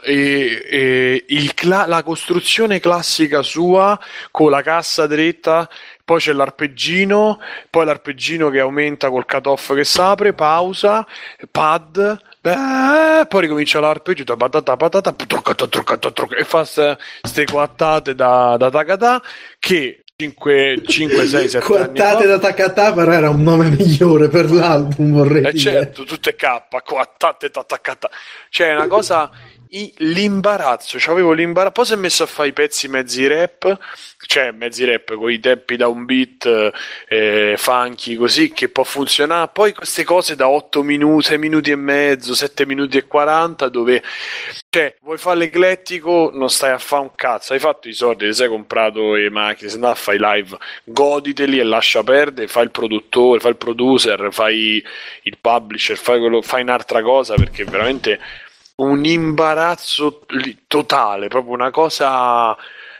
la costruzione classica sua con la cassa dritta, poi c'è l'arpeggino, poi l'arpeggino che aumenta col cut-off che si apre, pausa, pad, poi ricomincia l'arpeggio e fa ste quattate da Takata che 5, 6, 7 Quattate da Takata, però era un nome migliore per l'album, vorrei dire. Certo, tutte K, Quattate da Takata. Cioè, è una cosa, l'imbarazzo, c'avevo l'imbarazzo. Poi si è messo a fare i pezzi mezzi rap con i tempi da un beat funky così, che può funzionare. Poi queste cose da 8 minuti, 6 minuti e mezzo, 7 minuti e 40, dove cioè vuoi fare l'eclettico, non stai a fare un cazzo, hai fatto i soldi, ti sei comprato le macchine, se no fai live, goditeli e lascia perdere, fai il produttore, fai il producer, fai il publisher, fai un'altra cosa, perché è veramente un imbarazzo totale, proprio una cosa.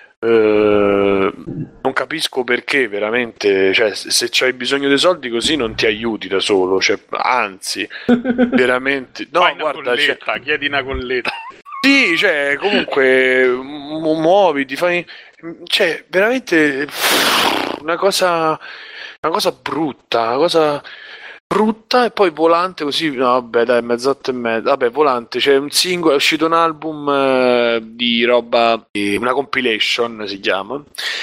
Non capisco perché, veramente, cioè, se c'hai bisogno dei soldi così non ti aiuti da solo, cioè, anzi, veramente no, fai guarda, una colletta, chiedi una colletta. Sì, cioè, comunque muoviti, fai, cioè, veramente una cosa brutta, e poi Volante così, no, vabbè dai, mezz'otto e mezza, vabbè, Volante, c'è un singolo, è uscito un album di roba, una compilation si chiama,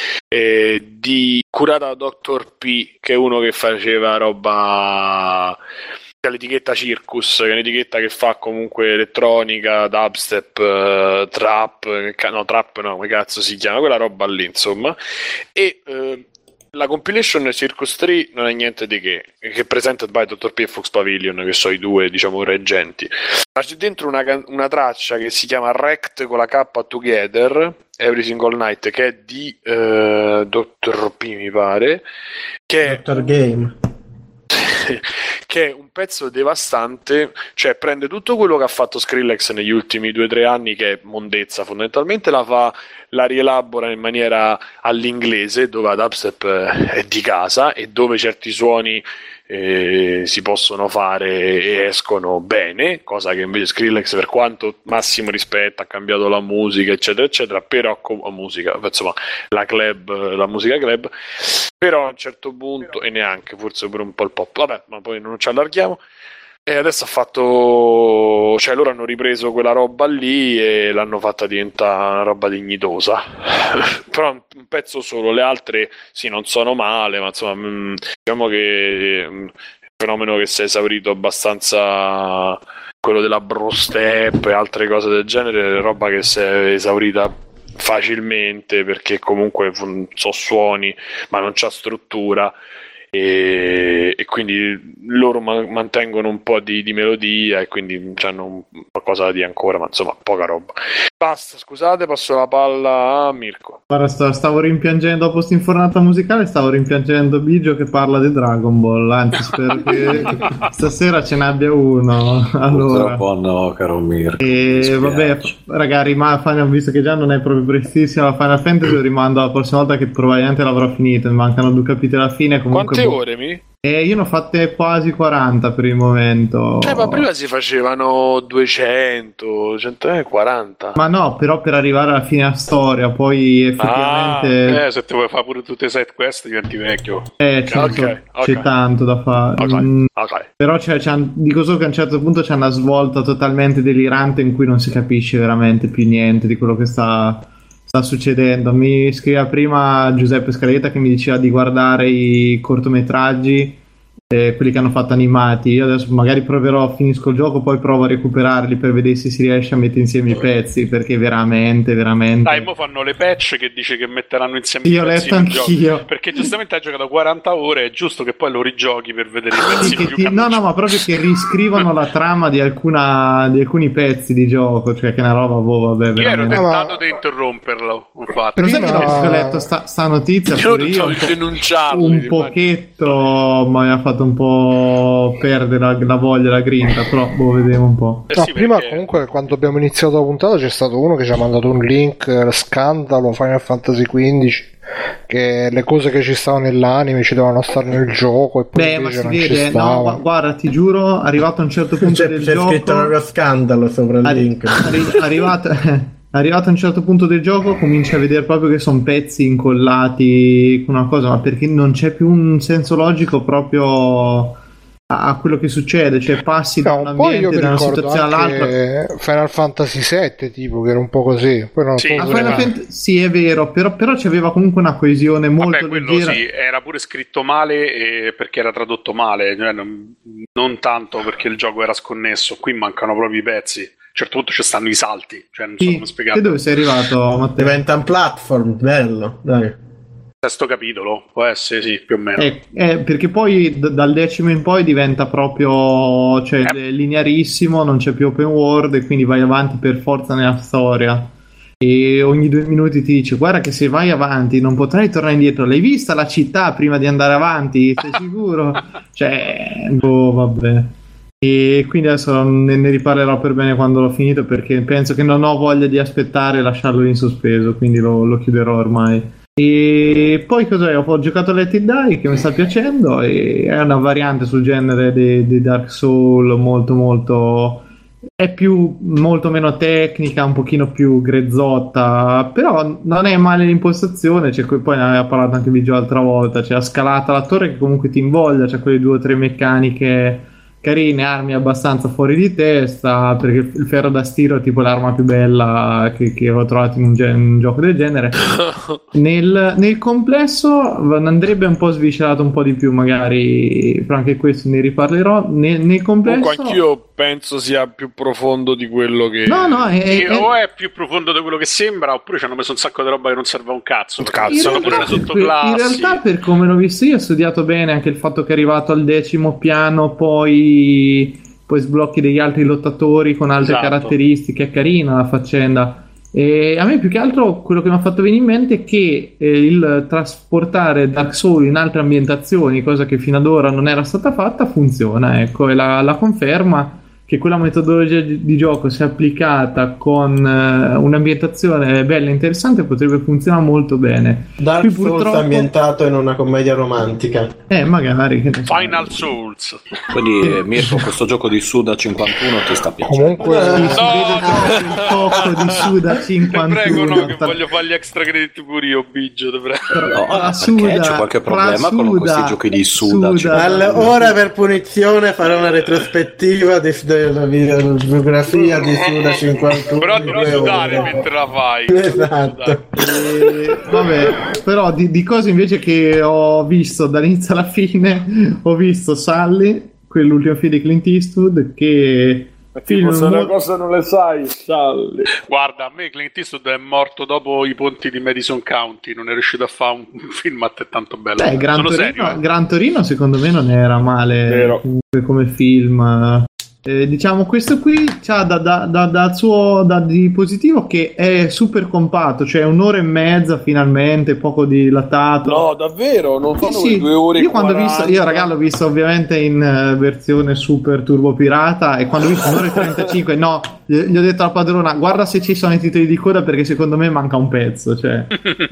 curata da Dr. P, che è uno che faceva roba, l'etichetta Circus, che è un'etichetta che fa comunque elettronica, dubstep, trap no, come cazzo si chiama, quella roba lì, insomma, e la compilation Circus 3 non è niente di che presented by Dr. P e Fox Pavilion, che sono i due, diciamo, reggenti. Ma c'è dentro una traccia che si chiama Wrecked con la K Together Every Single Night, che è di Dr. P, mi pare, che Dr. Game, che è un pezzo devastante, cioè prende tutto quello che ha fatto Skrillex negli ultimi 2-3 anni, che è mondezza fondamentalmente, la rielabora in maniera all'inglese, dove la dubstep è di casa e dove certi suoni si possono fare e escono bene, cosa che invece Skrillex, per quanto massimo rispetto, ha cambiato la musica eccetera eccetera, però insomma la musica club, però a un certo punto, e neanche forse pure un po' il pop, vabbè, ma poi non ci allarghiamo. E adesso cioè loro hanno ripreso quella roba lì e l'hanno fatta diventare una roba dignitosa. Però un pezzo solo, le altre sì, non sono male, ma insomma, diciamo che è un fenomeno che si è esaurito abbastanza, quello della bro step e altre cose del genere, roba che si è esaurita facilmente, perché comunque sono suoni ma non c'ha struttura. E quindi loro mantengono un po' di melodia e quindi hanno qualcosa da dire ancora, ma insomma poca roba. Basta, scusate, passo la palla a Mirko. Guarda, stavo rimpiangendo, dopo quest'infornata musicale stavo rimpiangendo Bigio che parla di Dragon Ball, anzi spero che stasera ce n'abbia uno. Allora, no, caro Mirko, e vabbè, ragazzi, visto che già non è proprio prestissima Final Fantasy, lo rimando alla prossima volta, che probabilmente l'avrò finito, mi mancano 2 capitoli alla fine. Comunque quante ore mi? Io ne ho fatte quasi 40 per il momento. Ma prima si facevano 200, 140. Ma no, però per arrivare alla fine della storia, poi effettivamente... se ti vuoi fare pure tutte le side quest diventi vecchio. C'è tanto da fare. Okay. Però dico solo che a un certo punto c'è una svolta totalmente delirante in cui non si capisce veramente più niente di quello che sta succedendo. Mi scriveva prima Giuseppe Scaletta che mi diceva di guardare i cortometraggi, quelli che hanno fatto animati. Io adesso magari finisco il gioco, poi provo a recuperarli per vedere se si riesce a mettere insieme i pezzi, perché veramente dai, mo fanno le patch che dice che metteranno insieme i pezzi. Io ho letto anch'io, perché giustamente hai giocato 40 ore, è giusto che poi lo rigiochi per vedere i pezzi più no, ma proprio che riscrivono la trama di alcuni pezzi di gioco, cioè che è una roba vabbè, io ero tentato di interromperlo, infatti. Però sai che ho letto sta notizia, un pochetto mi ha fatto un po' perdere la voglia, la grinta, però vediamo un po'. Prima comunque quando abbiamo iniziato la puntata c'è stato uno che ci ha mandato un link, scandalo Final Fantasy XV, che le cose che ci stavano nell'anime ci dovevano stare nel gioco e poi ma si vede, no, guarda, ti giuro, arrivato a un certo punto del gioco c'è scritto proprio scandalo sopra il link. Arrivato a un certo punto del gioco cominci a vedere proprio che sono pezzi incollati con una cosa, ma perché non c'è più un senso logico proprio a quello che succede, cioè passi da un ambiente, da una situazione all'altra. Final Fantasy VII tipo, che era un po' così. Poi non sì, è vero, però c'aveva comunque una coesione molto leggera. Sì, era pure scritto male perché era tradotto male, cioè non tanto perché il gioco era sconnesso. Qui mancano proprio i pezzi. A un certo punto ci stanno i salti, cioè non so come spiegare. E dove sei arrivato, Matteo? Diventa un platform, bello, dai. Sesto capitolo, può essere, sì, più o meno. Perché poi dal 10° in poi diventa proprio linearissimo, non c'è più open world e quindi vai avanti per forza nella storia. E ogni 2 minuti ti dice: guarda che se vai avanti non potrai tornare indietro. L'hai vista la città prima di andare avanti? Sei sicuro? Vabbè. E quindi adesso ne riparlerò per bene quando l'ho finito, perché penso che non ho voglia di aspettare e lasciarlo in sospeso, quindi lo chiuderò ormai. E poi cos'è? Ho giocato a Let It Die, che mi sta piacendo, e è una variante sul genere di Dark Souls, molto è molto meno tecnica, un pochino più grezzotta, però non è male l'impostazione. Poi ne aveva parlato anche Vigio l'altra volta, c'è la scalata alla torre che comunque ti invoglia, c'è quelle 2 o 3 meccaniche carine, armi abbastanza fuori di testa, perché il ferro da stiro è tipo l'arma più bella che ho trovato in un gioco del genere. Nel complesso andrebbe un po' sviscerato un po' di più magari, però anche questo ne riparlerò. Nel complesso comunque anch'io penso sia più profondo di quello che o è più profondo di quello che sembra, oppure ci hanno messo un sacco di roba che non serve a un cazzo. Sono pure le sottoclassi. In realtà, per come l'ho visto io, ho studiato bene anche il fatto che è arrivato al 10° piano, poi sblocchi degli altri lottatori con altre caratteristiche. È carina la faccenda. E a me più che altro quello che mi ha fatto venire in mente è che il trasportare Dark Souls in altre ambientazioni, cosa che fino ad ora non era stata fatta, funziona, ecco, e la conferma che quella metodologia di gioco, se applicata con un'ambientazione bella e interessante, potrebbe funzionare molto bene. Dark Souls ambientato in una commedia romantica. Magari. Final Souls. Quindi Mirko, questo gioco di Suda 51 ti sta piacendo? Comunque il tocco di Suda 51. Ti prego, no, che voglio fare gli extra credit pure io, Biggio. Perché c'è qualche problema con questi giochi di Suda? Ora per punizione farò una retrospettiva della biografia di Suda 51. Però devi sudare mentre la fai. Esatto. Vabbè, però di cose invece che ho visto dall'inizio alla fine, ho visto Sully, quell'ultimo film di Clint Eastwood, che una cosa non le sai, Sully. Guarda, a me Clint Eastwood è morto dopo i ponti di Madison County, non è riuscito a fare un film altrettanto bello. Gran Torino secondo me non era male come film. diciamo questo qui c'ha di positivo che è super compatto, cioè 1 ora e mezza finalmente, poco dilatato. No, davvero? Non fanno sì. 2 ore e io quando ho visto, io raga l'ho visto ovviamente in versione super turbo pirata, e quando ho visto 1 ora e 35 no, gli ho detto alla padrona guarda se ci sono i titoli di coda, perché secondo me manca un pezzo, cioè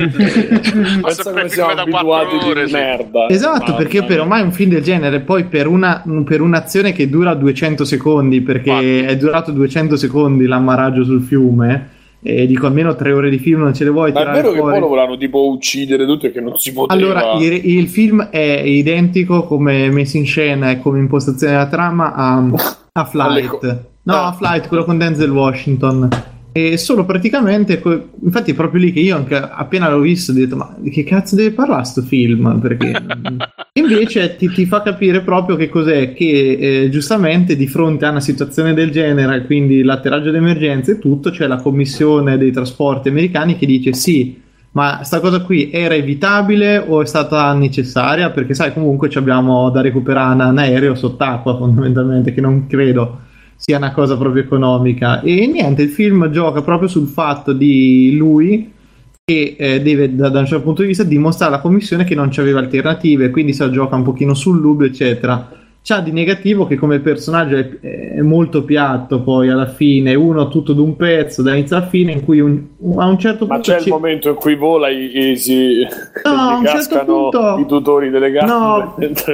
pensa come siamo abituati di merda. Esatto, perché per ormai un film del genere, poi per un'azione che dura 200 secondi, perché è durato 200 secondi l'ammaraggio sul fiume, e dico almeno 3 ore di film non ce le vuoi ma tirare è vero fuori. Che poi lo volevano tipo uccidere tutto e che non si poteva. Allora il film è identico come messo in scena e come impostazione della trama a Flight, a Flight, quello con Denzel Washington. E solo praticamente, infatti è proprio lì che io anche appena l'ho visto ho detto ma di che cazzo deve parlare sto film, perché invece ti fa capire proprio che cos'è, che giustamente di fronte a una situazione del genere, quindi l'atterraggio d'emergenza e tutto, c'è la commissione dei trasporti americani che dice sì, ma sta cosa qui era evitabile o è stata necessaria, perché sai comunque ci abbiamo da recuperare un aereo sott'acqua fondamentalmente, che non credo sia una cosa proprio economica. E niente, il film gioca proprio sul fatto di lui che deve da un certo punto di vista dimostrare alla commissione che non c'aveva alternative, quindi si gioca un pochino sul dubbio eccetera. C'ha di negativo che come personaggio è molto piatto, poi alla fine uno tutto d'un pezzo da inizio a fine, in cui a un certo punto ma c'è il momento in cui vola e si a un certo punto i tutori delle gambe a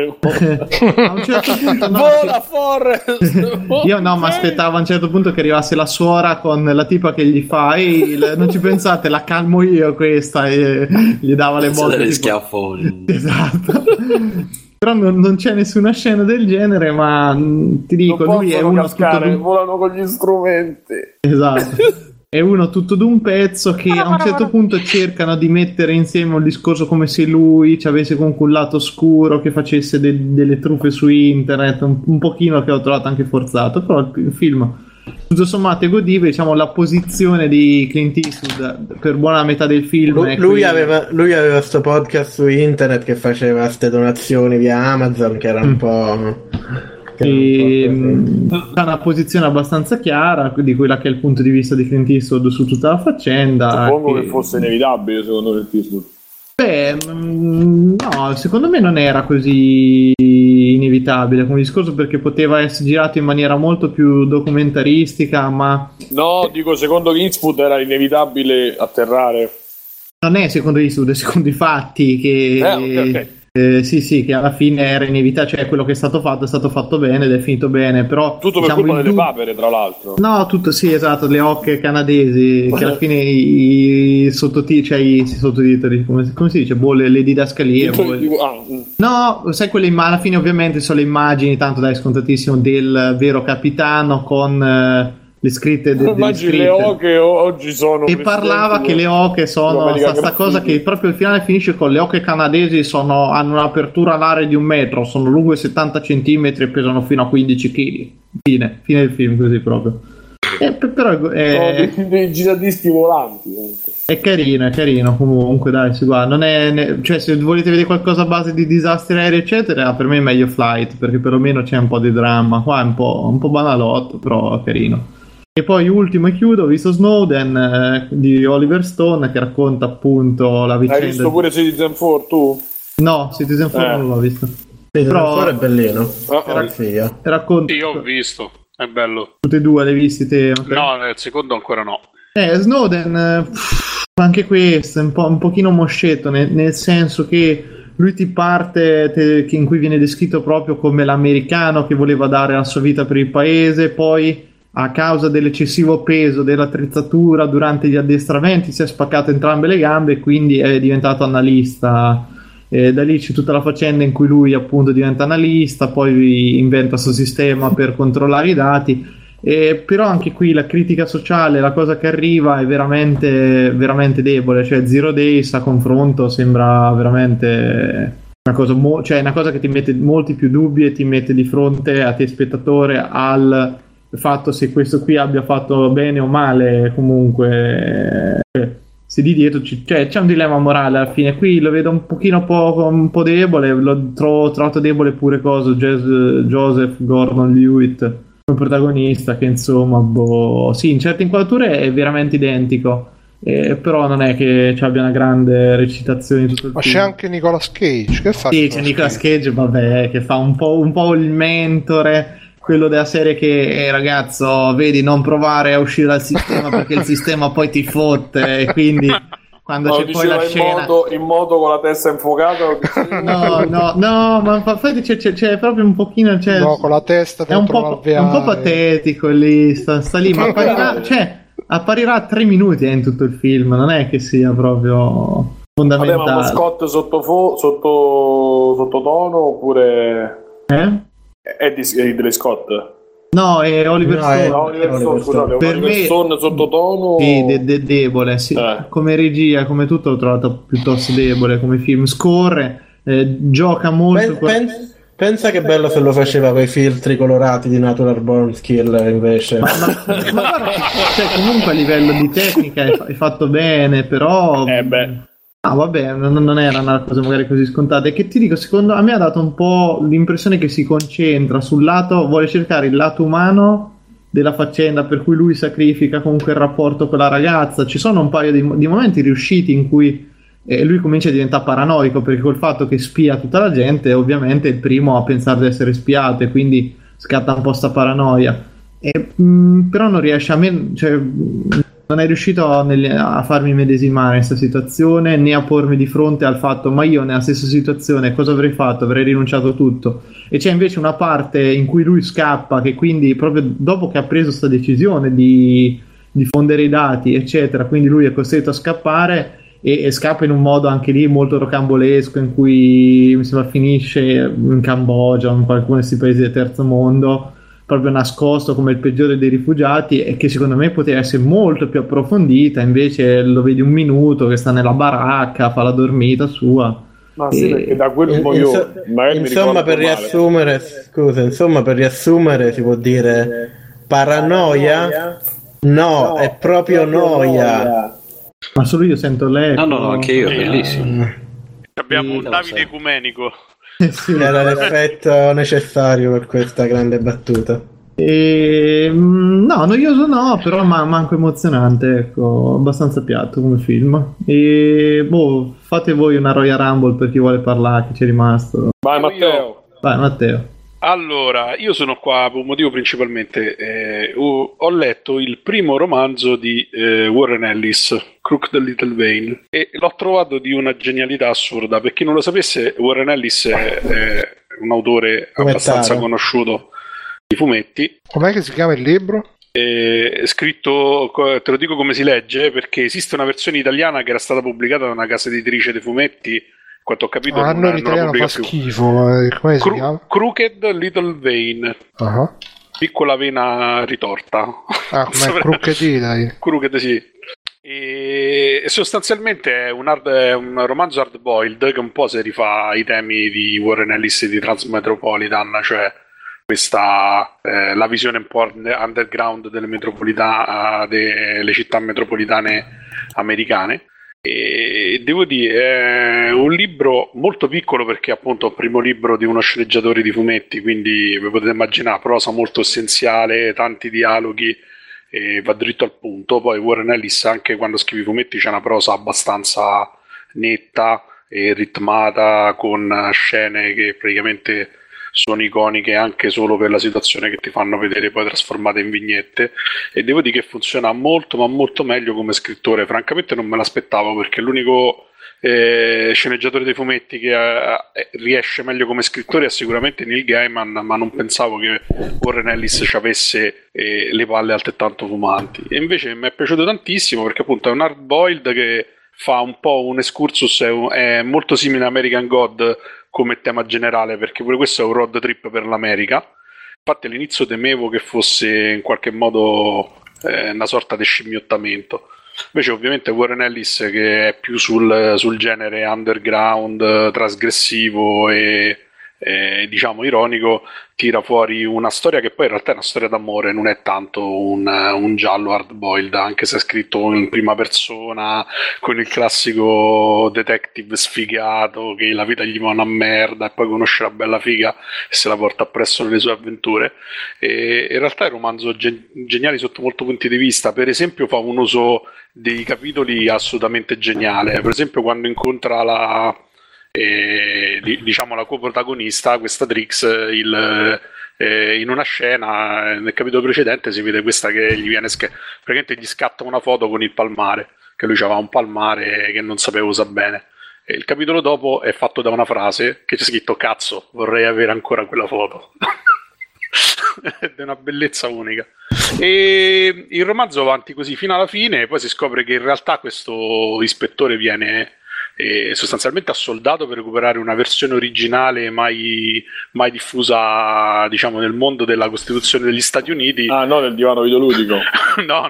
un certo punto vola Forrest io ma aspettavo a un certo punto che arrivasse la suora con la tipa che gli fa non ci pensate, la calmo io questa, e gli dava le botte degli schiaffoni. Esatto. Però non c'è nessuna scena del genere, ma ti dico, non lui è uno cascare, volano con gli strumenti. Esatto. È uno tutto d'un pezzo che a un certo punto cercano di mettere insieme un discorso come se lui ci avesse comunque un lato oscuro, che facesse delle truffe su internet, un pochino che ho trovato anche forzato, però il film tutto sommato è godibile, diciamo. La posizione di Clint Eastwood per buona metà del film lui aveva sto podcast su internet che faceva ste donazioni via Amazon che era un po' ha una posizione abbastanza chiara di quella che è il punto di vista di Clint Eastwood su tutta la faccenda. Suppongo che fosse inevitabile secondo Clint Eastwood. Beh, no, secondo me non era così inevitabile come discorso, perché poteva essere girato in maniera molto più documentaristica, ma no, dico secondo Eastwood era inevitabile atterrare. Non è secondo Eastwood, è secondo i fatti che okay. Sì, che alla fine era inevitabile, cioè quello che è stato fatto bene ed è finito bene, però tutto per colpa delle papere, tra l'altro. No, tutto sì, esatto, le ocche canadesi che alla fine i sottotitoli, come si dice, le didascalie. No, sai quelle alla fine ovviamente sono le immagini, tanto dai, scontatissimo, del vero capitano con le scritte le oche oggi sono, e parlava che le oche sono sta cosa che proprio il finale finisce con le oche canadesi hanno un'apertura all'area di 1 metro, sono lunghe 70 centimetri e pesano fino a 15 kg. Fine del film, così proprio. Però dei jihadisti volanti. È carino comunque, dai, si guarda. Non è cioè, se volete vedere qualcosa a base di disastri aerei eccetera, per me è meglio Flight, perché perlomeno c'è un po' di dramma. Qua è un po' banalotto, però carino. E poi ultimo e chiudo, ho visto Snowden di Oliver Stone, che racconta appunto la vicenda. Hai visto pure Citizen 4 tu? No, Citizen 4 non l'ho visto. Però è bellino. Racconta. Io ho visto, è bello. Tutte e due le hai visti te? Okay. No, nel secondo ancora no. Snowden, anche questo è un pochino moscetto, nel senso che lui ti parte in cui viene descritto proprio come l'americano che voleva dare la sua vita per il paese, poi a causa dell'eccessivo peso dell'attrezzatura durante gli addestramenti si è spaccato entrambe le gambe e quindi è diventato analista. Da lì c'è tutta la faccenda in cui lui appunto diventa analista, poi inventa questo sistema per controllare i dati, però anche qui la critica sociale, la cosa che arriva è veramente, veramente debole, cioè Zero Days a confronto sembra veramente una cosa, cioè una cosa che ti mette molti più dubbi e ti mette di fronte a te spettatore al fatto se questo qui abbia fatto bene o male. Comunque se di dietro c'è un dilemma morale alla fine. Qui lo vedo un po' debole, l'ho trovato debole pure Joseph Gordon-Levitt, come protagonista, che insomma, sì, in certe inquadrature è veramente identico. Però non è che abbia una grande recitazione in tutto il film. Ma c'è anche Nicolas Cage, che fa? Sì, c'è Nicolas Cage, vabbè, che fa un po' il mentore, quello della serie che ragazzo, vedi, non provare a uscire dal sistema perché il sistema poi ti fotte, e quindi quando c'è poi la scena in modo con la testa infuocata no, ma infatti c'è proprio un pochino, no, con la testa è un po' patetico lì, sta lì, ma apparirà 3 minuti in tutto il film, non è che sia proprio fondamentale. Vabbè, ma Scott sottotono oppure è di Ridley Scott? No, è Oliver Stone. Oliver Stone, scusate, per Oliver Stone sottotono. Sì, debole, sì. Come regia, come tutto l'ho trovato piuttosto debole come film. Scorre, gioca molto. Pensa che bello se lo faceva con i filtri colorati di Natural Born Skill invece. Ma guarda, comunque a livello di tecnica è fatto bene, però vabbè, non era una cosa magari così scontata. E che ti dico, secondo a me ha dato un po' l'impressione che si concentra sul lato, vuole cercare il lato umano della faccenda, per cui lui sacrifica comunque il rapporto con la ragazza. Ci sono un paio di momenti riusciti in cui lui comincia a diventare paranoico, perché col fatto che spia tutta la gente ovviamente è il primo a pensare di essere spiato, e quindi scatta un po' sta paranoia, però non riesce non è riuscito a farmi medesimare in questa situazione, né a pormi di fronte al fatto ma io nella stessa situazione cosa avrei fatto? Avrei rinunciato tutto. E c'è invece una parte in cui lui scappa, che quindi proprio dopo che ha preso questa decisione di diffondere i dati eccetera, quindi lui è costretto a scappare e scappa in un modo anche lì molto rocambolesco, in cui mi sembra finisce in Cambogia o in qualcuno di questi paesi del terzo mondo, proprio nascosto come il peggiore dei rifugiati, e che secondo me poteva essere molto più approfondita. Invece lo vedi un minuto che sta nella baracca, fa la dormita sua. Ma sì, perché da quel insomma, per riassumere si può dire paranoia? No, è proprio noia. Ma solo io sento lei. No, anche io, bellissimo. Abbiamo un Davide ecumenico. Sì, era l'effetto necessario per questa grande battuta. No, noioso no, però manco emozionante, ecco, abbastanza piatto come film. E fate voi una Royal Rumble per chi vuole parlare, che c'è rimasto. Vai Matteo. Allora, io sono qua per un motivo principalmente. Ho letto il primo romanzo di Warren Ellis, Crook the Little Vein, e l'ho trovato di una genialità assurda. Per chi non lo sapesse, Warren Ellis è un autore abbastanza conosciuto di fumetti. Com'è che si chiama il libro? È scritto, te lo dico come si legge, perché esiste una versione italiana che era stata pubblicata da una casa editrice di fumetti. Quanto ho capito, non l'italiano fa schifo. Come si chiama? Crooked Little Vein. Piccola vena ritorta. Come Crooked, dai. Crooked, sì. E sostanzialmente è un romanzo hard-boiled che un po' si rifà ai temi di Warren Ellis e di Transmetropolitan, cioè questa la visione un po' underground delle città metropolitane americane. E devo dire, è un libro molto piccolo, perché appunto è il primo libro di uno sceneggiatore di fumetti, quindi vi potete immaginare, prosa molto essenziale, tanti dialoghi, e va dritto al punto. Poi Warren Ellis, anche quando scrive i fumetti, c'è una prosa abbastanza netta e ritmata, con scene che praticamente sono iconiche anche solo per la situazione che ti fanno vedere, poi trasformate in vignette. E devo dire che funziona molto, ma molto meglio come scrittore. Francamente non me l'aspettavo, perché l'unico sceneggiatore dei fumetti che riesce meglio come scrittore è sicuramente Neil Gaiman, ma non pensavo che Warren Ellis ci avesse le palle altrettanto fumanti. E invece mi è piaciuto tantissimo, perché appunto è un hard boiled che fa un po' un excursus, è molto simile a American God come tema generale, perché pure questo è un road trip per l'America. Infatti all'inizio temevo che fosse in qualche modo una sorta di scimmiottamento. Invece ovviamente Warren Ellis, che è più sul genere underground, trasgressivo e diciamo ironico, tira fuori una storia che poi in realtà è una storia d'amore, non è tanto un giallo hard boiled, anche se è scritto in prima persona con il classico detective sfigato che la vita gli va una merda e poi conosce la bella figa e se la porta appresso nelle sue avventure. E in realtà è un romanzo geniale sotto molti punti di vista. Per esempio fa un uso dei capitoli assolutamente geniale, per esempio quando incontra la coprotagonista, questa Trix, in una scena nel capitolo precedente si vede questa che gli viene praticamente gli scatta una foto con il palmare, che lui aveva un palmare che non sapeva usare bene, e il capitolo dopo è fatto da una frase che c'è scritto "cazzo, vorrei avere ancora quella foto". Ed è una bellezza unica. E il romanzo va avanti così fino alla fine, poi si scopre che in realtà questo ispettore viene sostanzialmente assoldato per recuperare una versione originale mai diffusa, diciamo, nel mondo della Costituzione degli Stati Uniti. Ah, no, nel divano videoludico. no.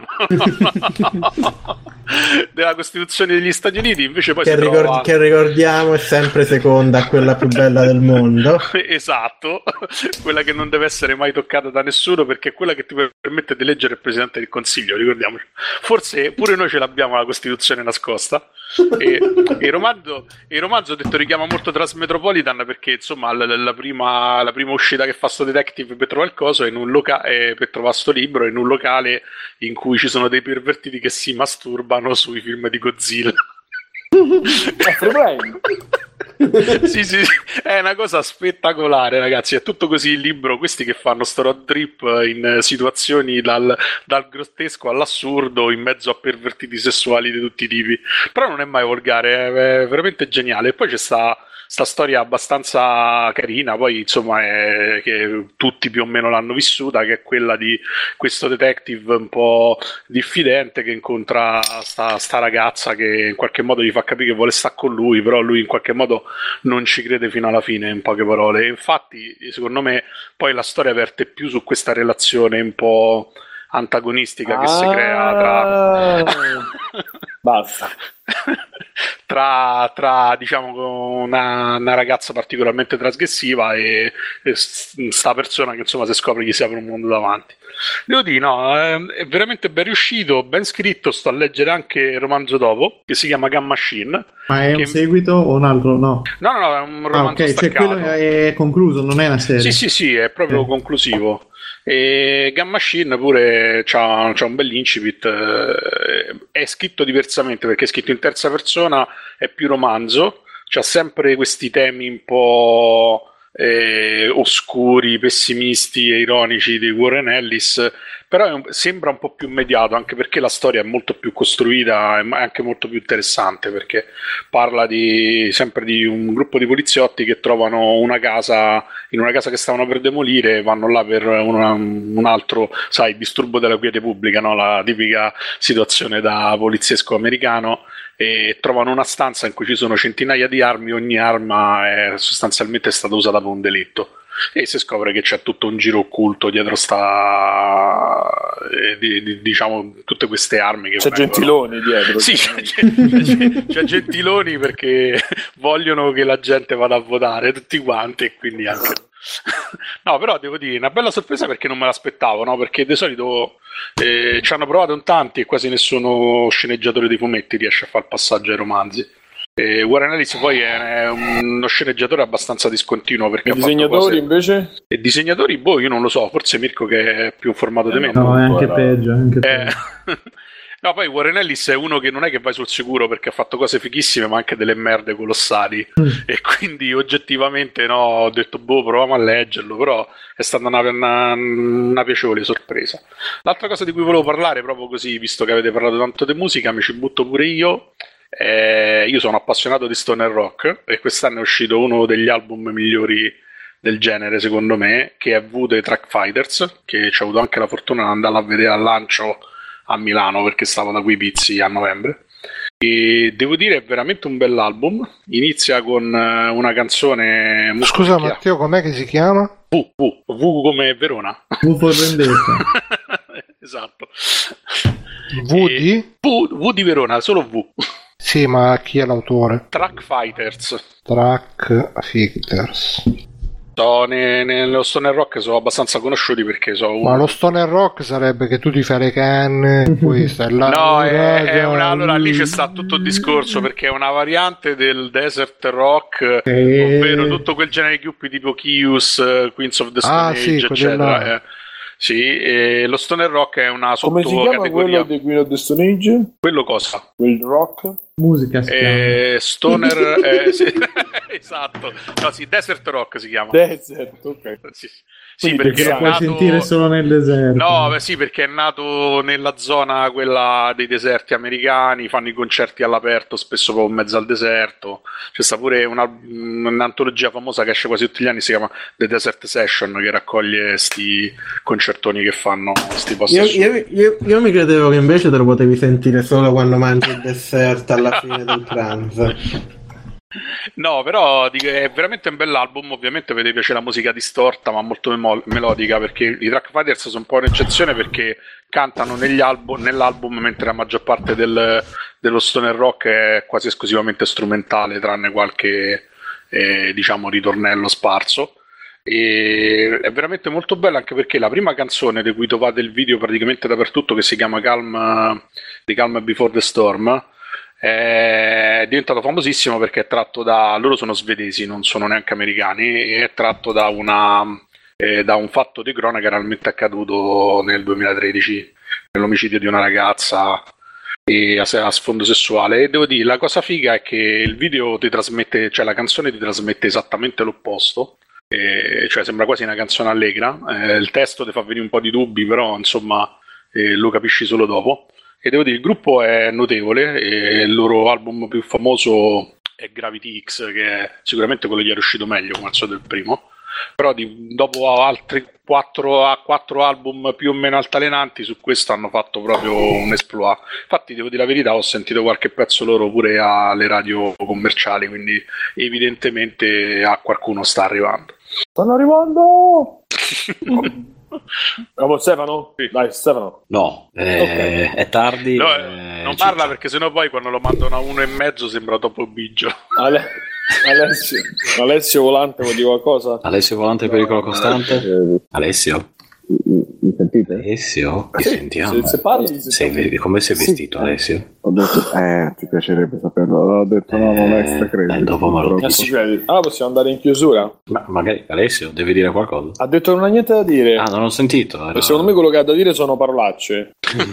Della Costituzione degli Stati Uniti, invece poi che ricordiamo è sempre seconda a quella più bella del mondo. Esatto, quella che non deve essere mai toccata da nessuno, perché è quella che ti permette di eleggere il Presidente del Consiglio, ricordiamoci. Forse pure noi ce l'abbiamo la Costituzione nascosta. E il romanzo ho detto richiama molto Transmetropolitan, perché insomma la prima uscita che fa sto detective per trovare il coso è in un per trovare sto libro in un locale in cui ci sono dei pervertiti che si masturbano sui film di Godzilla. Sì, è una cosa spettacolare, ragazzi. È tutto così il libro, questi che fanno sto road trip in situazioni dal grottesco all'assurdo in mezzo a pervertiti sessuali di tutti i tipi. Però non è mai volgare, è veramente geniale. E poi c'è sta storia abbastanza carina, poi insomma che tutti più o meno l'hanno vissuta, che è quella di questo detective un po' diffidente che incontra sta ragazza che in qualche modo gli fa capire che vuole stare con lui, però lui in qualche modo non ci crede fino alla fine, in poche parole. E infatti secondo me poi la storia verte più su questa relazione un po' antagonistica che si crea basta tra diciamo una ragazza particolarmente trasgressiva e sta persona che insomma si scopre che si apre un mondo davanti. Devo dire, no, è veramente ben riuscito, ben scritto. Sto a leggere anche il romanzo dopo, che si chiama Gun Machine. Ma è un seguito o un altro? No, è un romanzo staccato. Cioè quello è concluso, non è una serie. Sì, è proprio conclusivo. E Gun Machine pure c'ha un bel incipit, è scritto diversamente perché è scritto in terza persona, è più romanzo, c'ha sempre questi temi un po' oscuri, pessimisti e ironici di Warren Ellis, però sembra un po' più mediato, anche perché la storia è molto più costruita e anche molto più interessante, perché parla sempre di un gruppo di poliziotti che trovano una casa che stavano per demolire, vanno là per un altro, sai, disturbo della quiete pubblica, no? La tipica situazione da poliziesco americano, e trovano una stanza in cui ci sono centinaia di armi, ogni arma è sostanzialmente stata usata per un delitto, e si scopre che c'è tutto un giro occulto dietro diciamo tutte queste armi che c'è Gentiloni dietro. Sì, c'è Gentiloni perché vogliono che la gente vada a votare tutti quanti, e quindi anche no, però devo dire una bella sorpresa, perché non me l'aspettavo, no? Perché di solito ci hanno provato in tanti e quasi nessuno sceneggiatore di fumetti riesce a fare il passaggio ai romanzi. Warren Ellis poi è uno sceneggiatore abbastanza discontinuo, perché i disegnatori invece? E disegnatori, io non lo so, forse Mirko che è più informato di me. No, è anche peggio. No, poi Warren Ellis è uno che non è che vai sul sicuro, perché ha fatto cose fighissime ma anche delle merde colossali, e quindi oggettivamente ho detto proviamo a leggerlo, però è stata una piacevole sorpresa. L'altra cosa di cui volevo parlare, proprio così, visto che avete parlato tanto di musica, mi ci butto pure io. Io sono appassionato di stoner rock e quest'anno è uscito uno degli album migliori del genere secondo me, che è V dei Track Fighters, che ci ho avuto anche la fortuna di andare a vedere al lancio a Milano, perché stavo da quei pizzi a novembre, e devo dire è veramente un bell'album. Inizia con una canzone scusa Matteo, com'è che si chiama? V come Verona. V for Vendetta. Esatto. V di Verona, solo V. Sì, ma chi è l'autore? Track Fighters. Nello stoner rock sono abbastanza conosciuti perché Ma lo stoner rock sarebbe che tu ti fai le canne, poi stai là. No, allora lì c'è stato tutto il discorso, perché è una variante del desert rock, ovvero tutto quel genere di gruppi tipo Kius, Queens of the Stone Age, eccetera. Sì, e lo stoner rock è una sottocategoria. Come si chiama quello di Queen of the Stone Age? Quello cosa? Il rock? Musica stoner sì, esatto. No, sì, desert rock si chiama. Desert, ok. Sì, perché lo puoi sentire solo nel deserto. No, sì, perché è nato nella zona quella dei deserti americani, fanno i concerti all'aperto, spesso proprio in mezzo al deserto. C'è sta pure un'antologia famosa che esce quasi tutti gli anni, si chiama The Desert Session, che raccoglie sti concertoni che fanno sti posti. Io mi credevo che invece te lo potevi sentire solo quando mangi il dessert alla fine del pranzo. No, però è veramente un bell'album. Ovviamente vede piace la musica distorta ma molto melodica, perché i Track Fighters sono un po' un'eccezione perché cantano nell'album, mentre la maggior parte dello stoner rock è quasi esclusivamente strumentale, tranne qualche diciamo ritornello sparso. E è veramente molto bella, anche perché la prima canzone di cui trovate il video praticamente dappertutto, che si chiama Calm Before the Storm, è diventato famosissimo perché è tratto loro sono svedesi, non sono neanche americani, e è tratto da un fatto di cronaca realmente accaduto nel 2013, nell'omicidio di una ragazza a sfondo sessuale. E devo dire, la cosa figa è che il video ti trasmette, cioè la canzone ti trasmette esattamente l'opposto, cioè sembra quasi una canzone allegra, il testo ti fa venire un po' di dubbi, però insomma lo capisci solo dopo. E devo dire, il gruppo è notevole, e il loro album più famoso è Gravity X, che è sicuramente quello che gli è riuscito meglio, come al solito del primo. Però dopo altri 4 album più o meno altalenanti, su questo hanno fatto proprio un exploit. Infatti, devo dire la verità, ho sentito qualche pezzo loro pure alle radio commerciali, quindi evidentemente a qualcuno sta arrivando. Stanno arrivando! Bravo Stefano? Sì. Dai Stefano. No, okay. È tardi. No, non parla perché sennò poi quando lo mandano a 1,5 sembra troppo bigio. Alessio Volante vuol dire qualcosa? Alessio Volante, pericolo costante? Alessio? Mi sentite? Alessio? Ti sentiamo. Se parli, come sei vestito, Alessio? Ho detto, ti piacerebbe saperlo. Ho detto no, non è secreto. Dopo me lo possiamo andare in chiusura. Ma magari Alessio devi dire qualcosa. Ha detto che non ha niente da dire. Non ho sentito. Secondo me quello che ha da dire sono parolacce.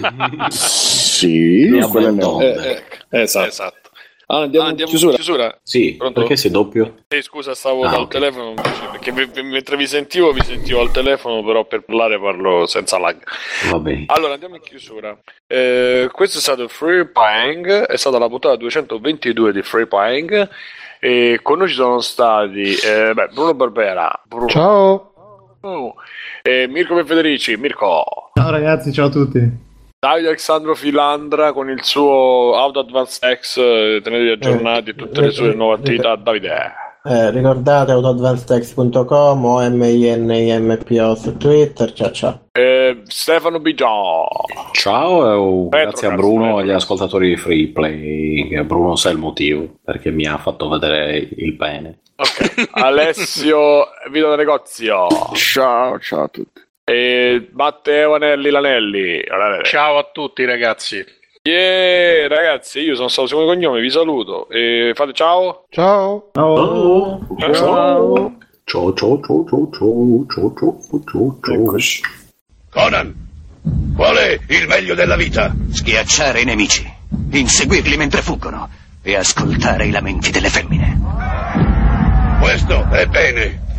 Sì, esatto. Andiamo in chiusura. Sì. Pronto? Perché sei doppio? Scusa, stavo dal telefono perché mentre vi sentivo al telefono, però per parlare parlo senza lag. Va bene. Allora andiamo in chiusura. Questo è stato Free Playing, è stata la puntata 222 di Free Playing, e con noi ci sono stati Bruno Barbera. Ciao. Mirko Federici. Mirko. Ciao ragazzi, ciao a tutti. Davide Alessandro Filandra con il suo Auto Advanced X, tenetevi aggiornati e tutte le sue nuove attività. Davide. Ricordate autoadvancedx.com o MINIMPO su Twitter. Ciao. Stefano Bigiò. Ciao, grazie a Bruno e agli ascoltatori di Free Play. Bruno sa il motivo, perché mi ha fatto vedere il pene. Ok. Alessio Vito del Negozio. Ciao a tutti. E Matteo Anelli Lanelli. Ciao a tutti ragazzi. Ragazzi, io sono stato secondo cognome, vi saluto e fate ciao. Ciao. Conan, qual è il meglio della vita? Schiacciare i nemici, inseguirli mentre fuggono e ascoltare i lamenti delle femmine. Questo è bene.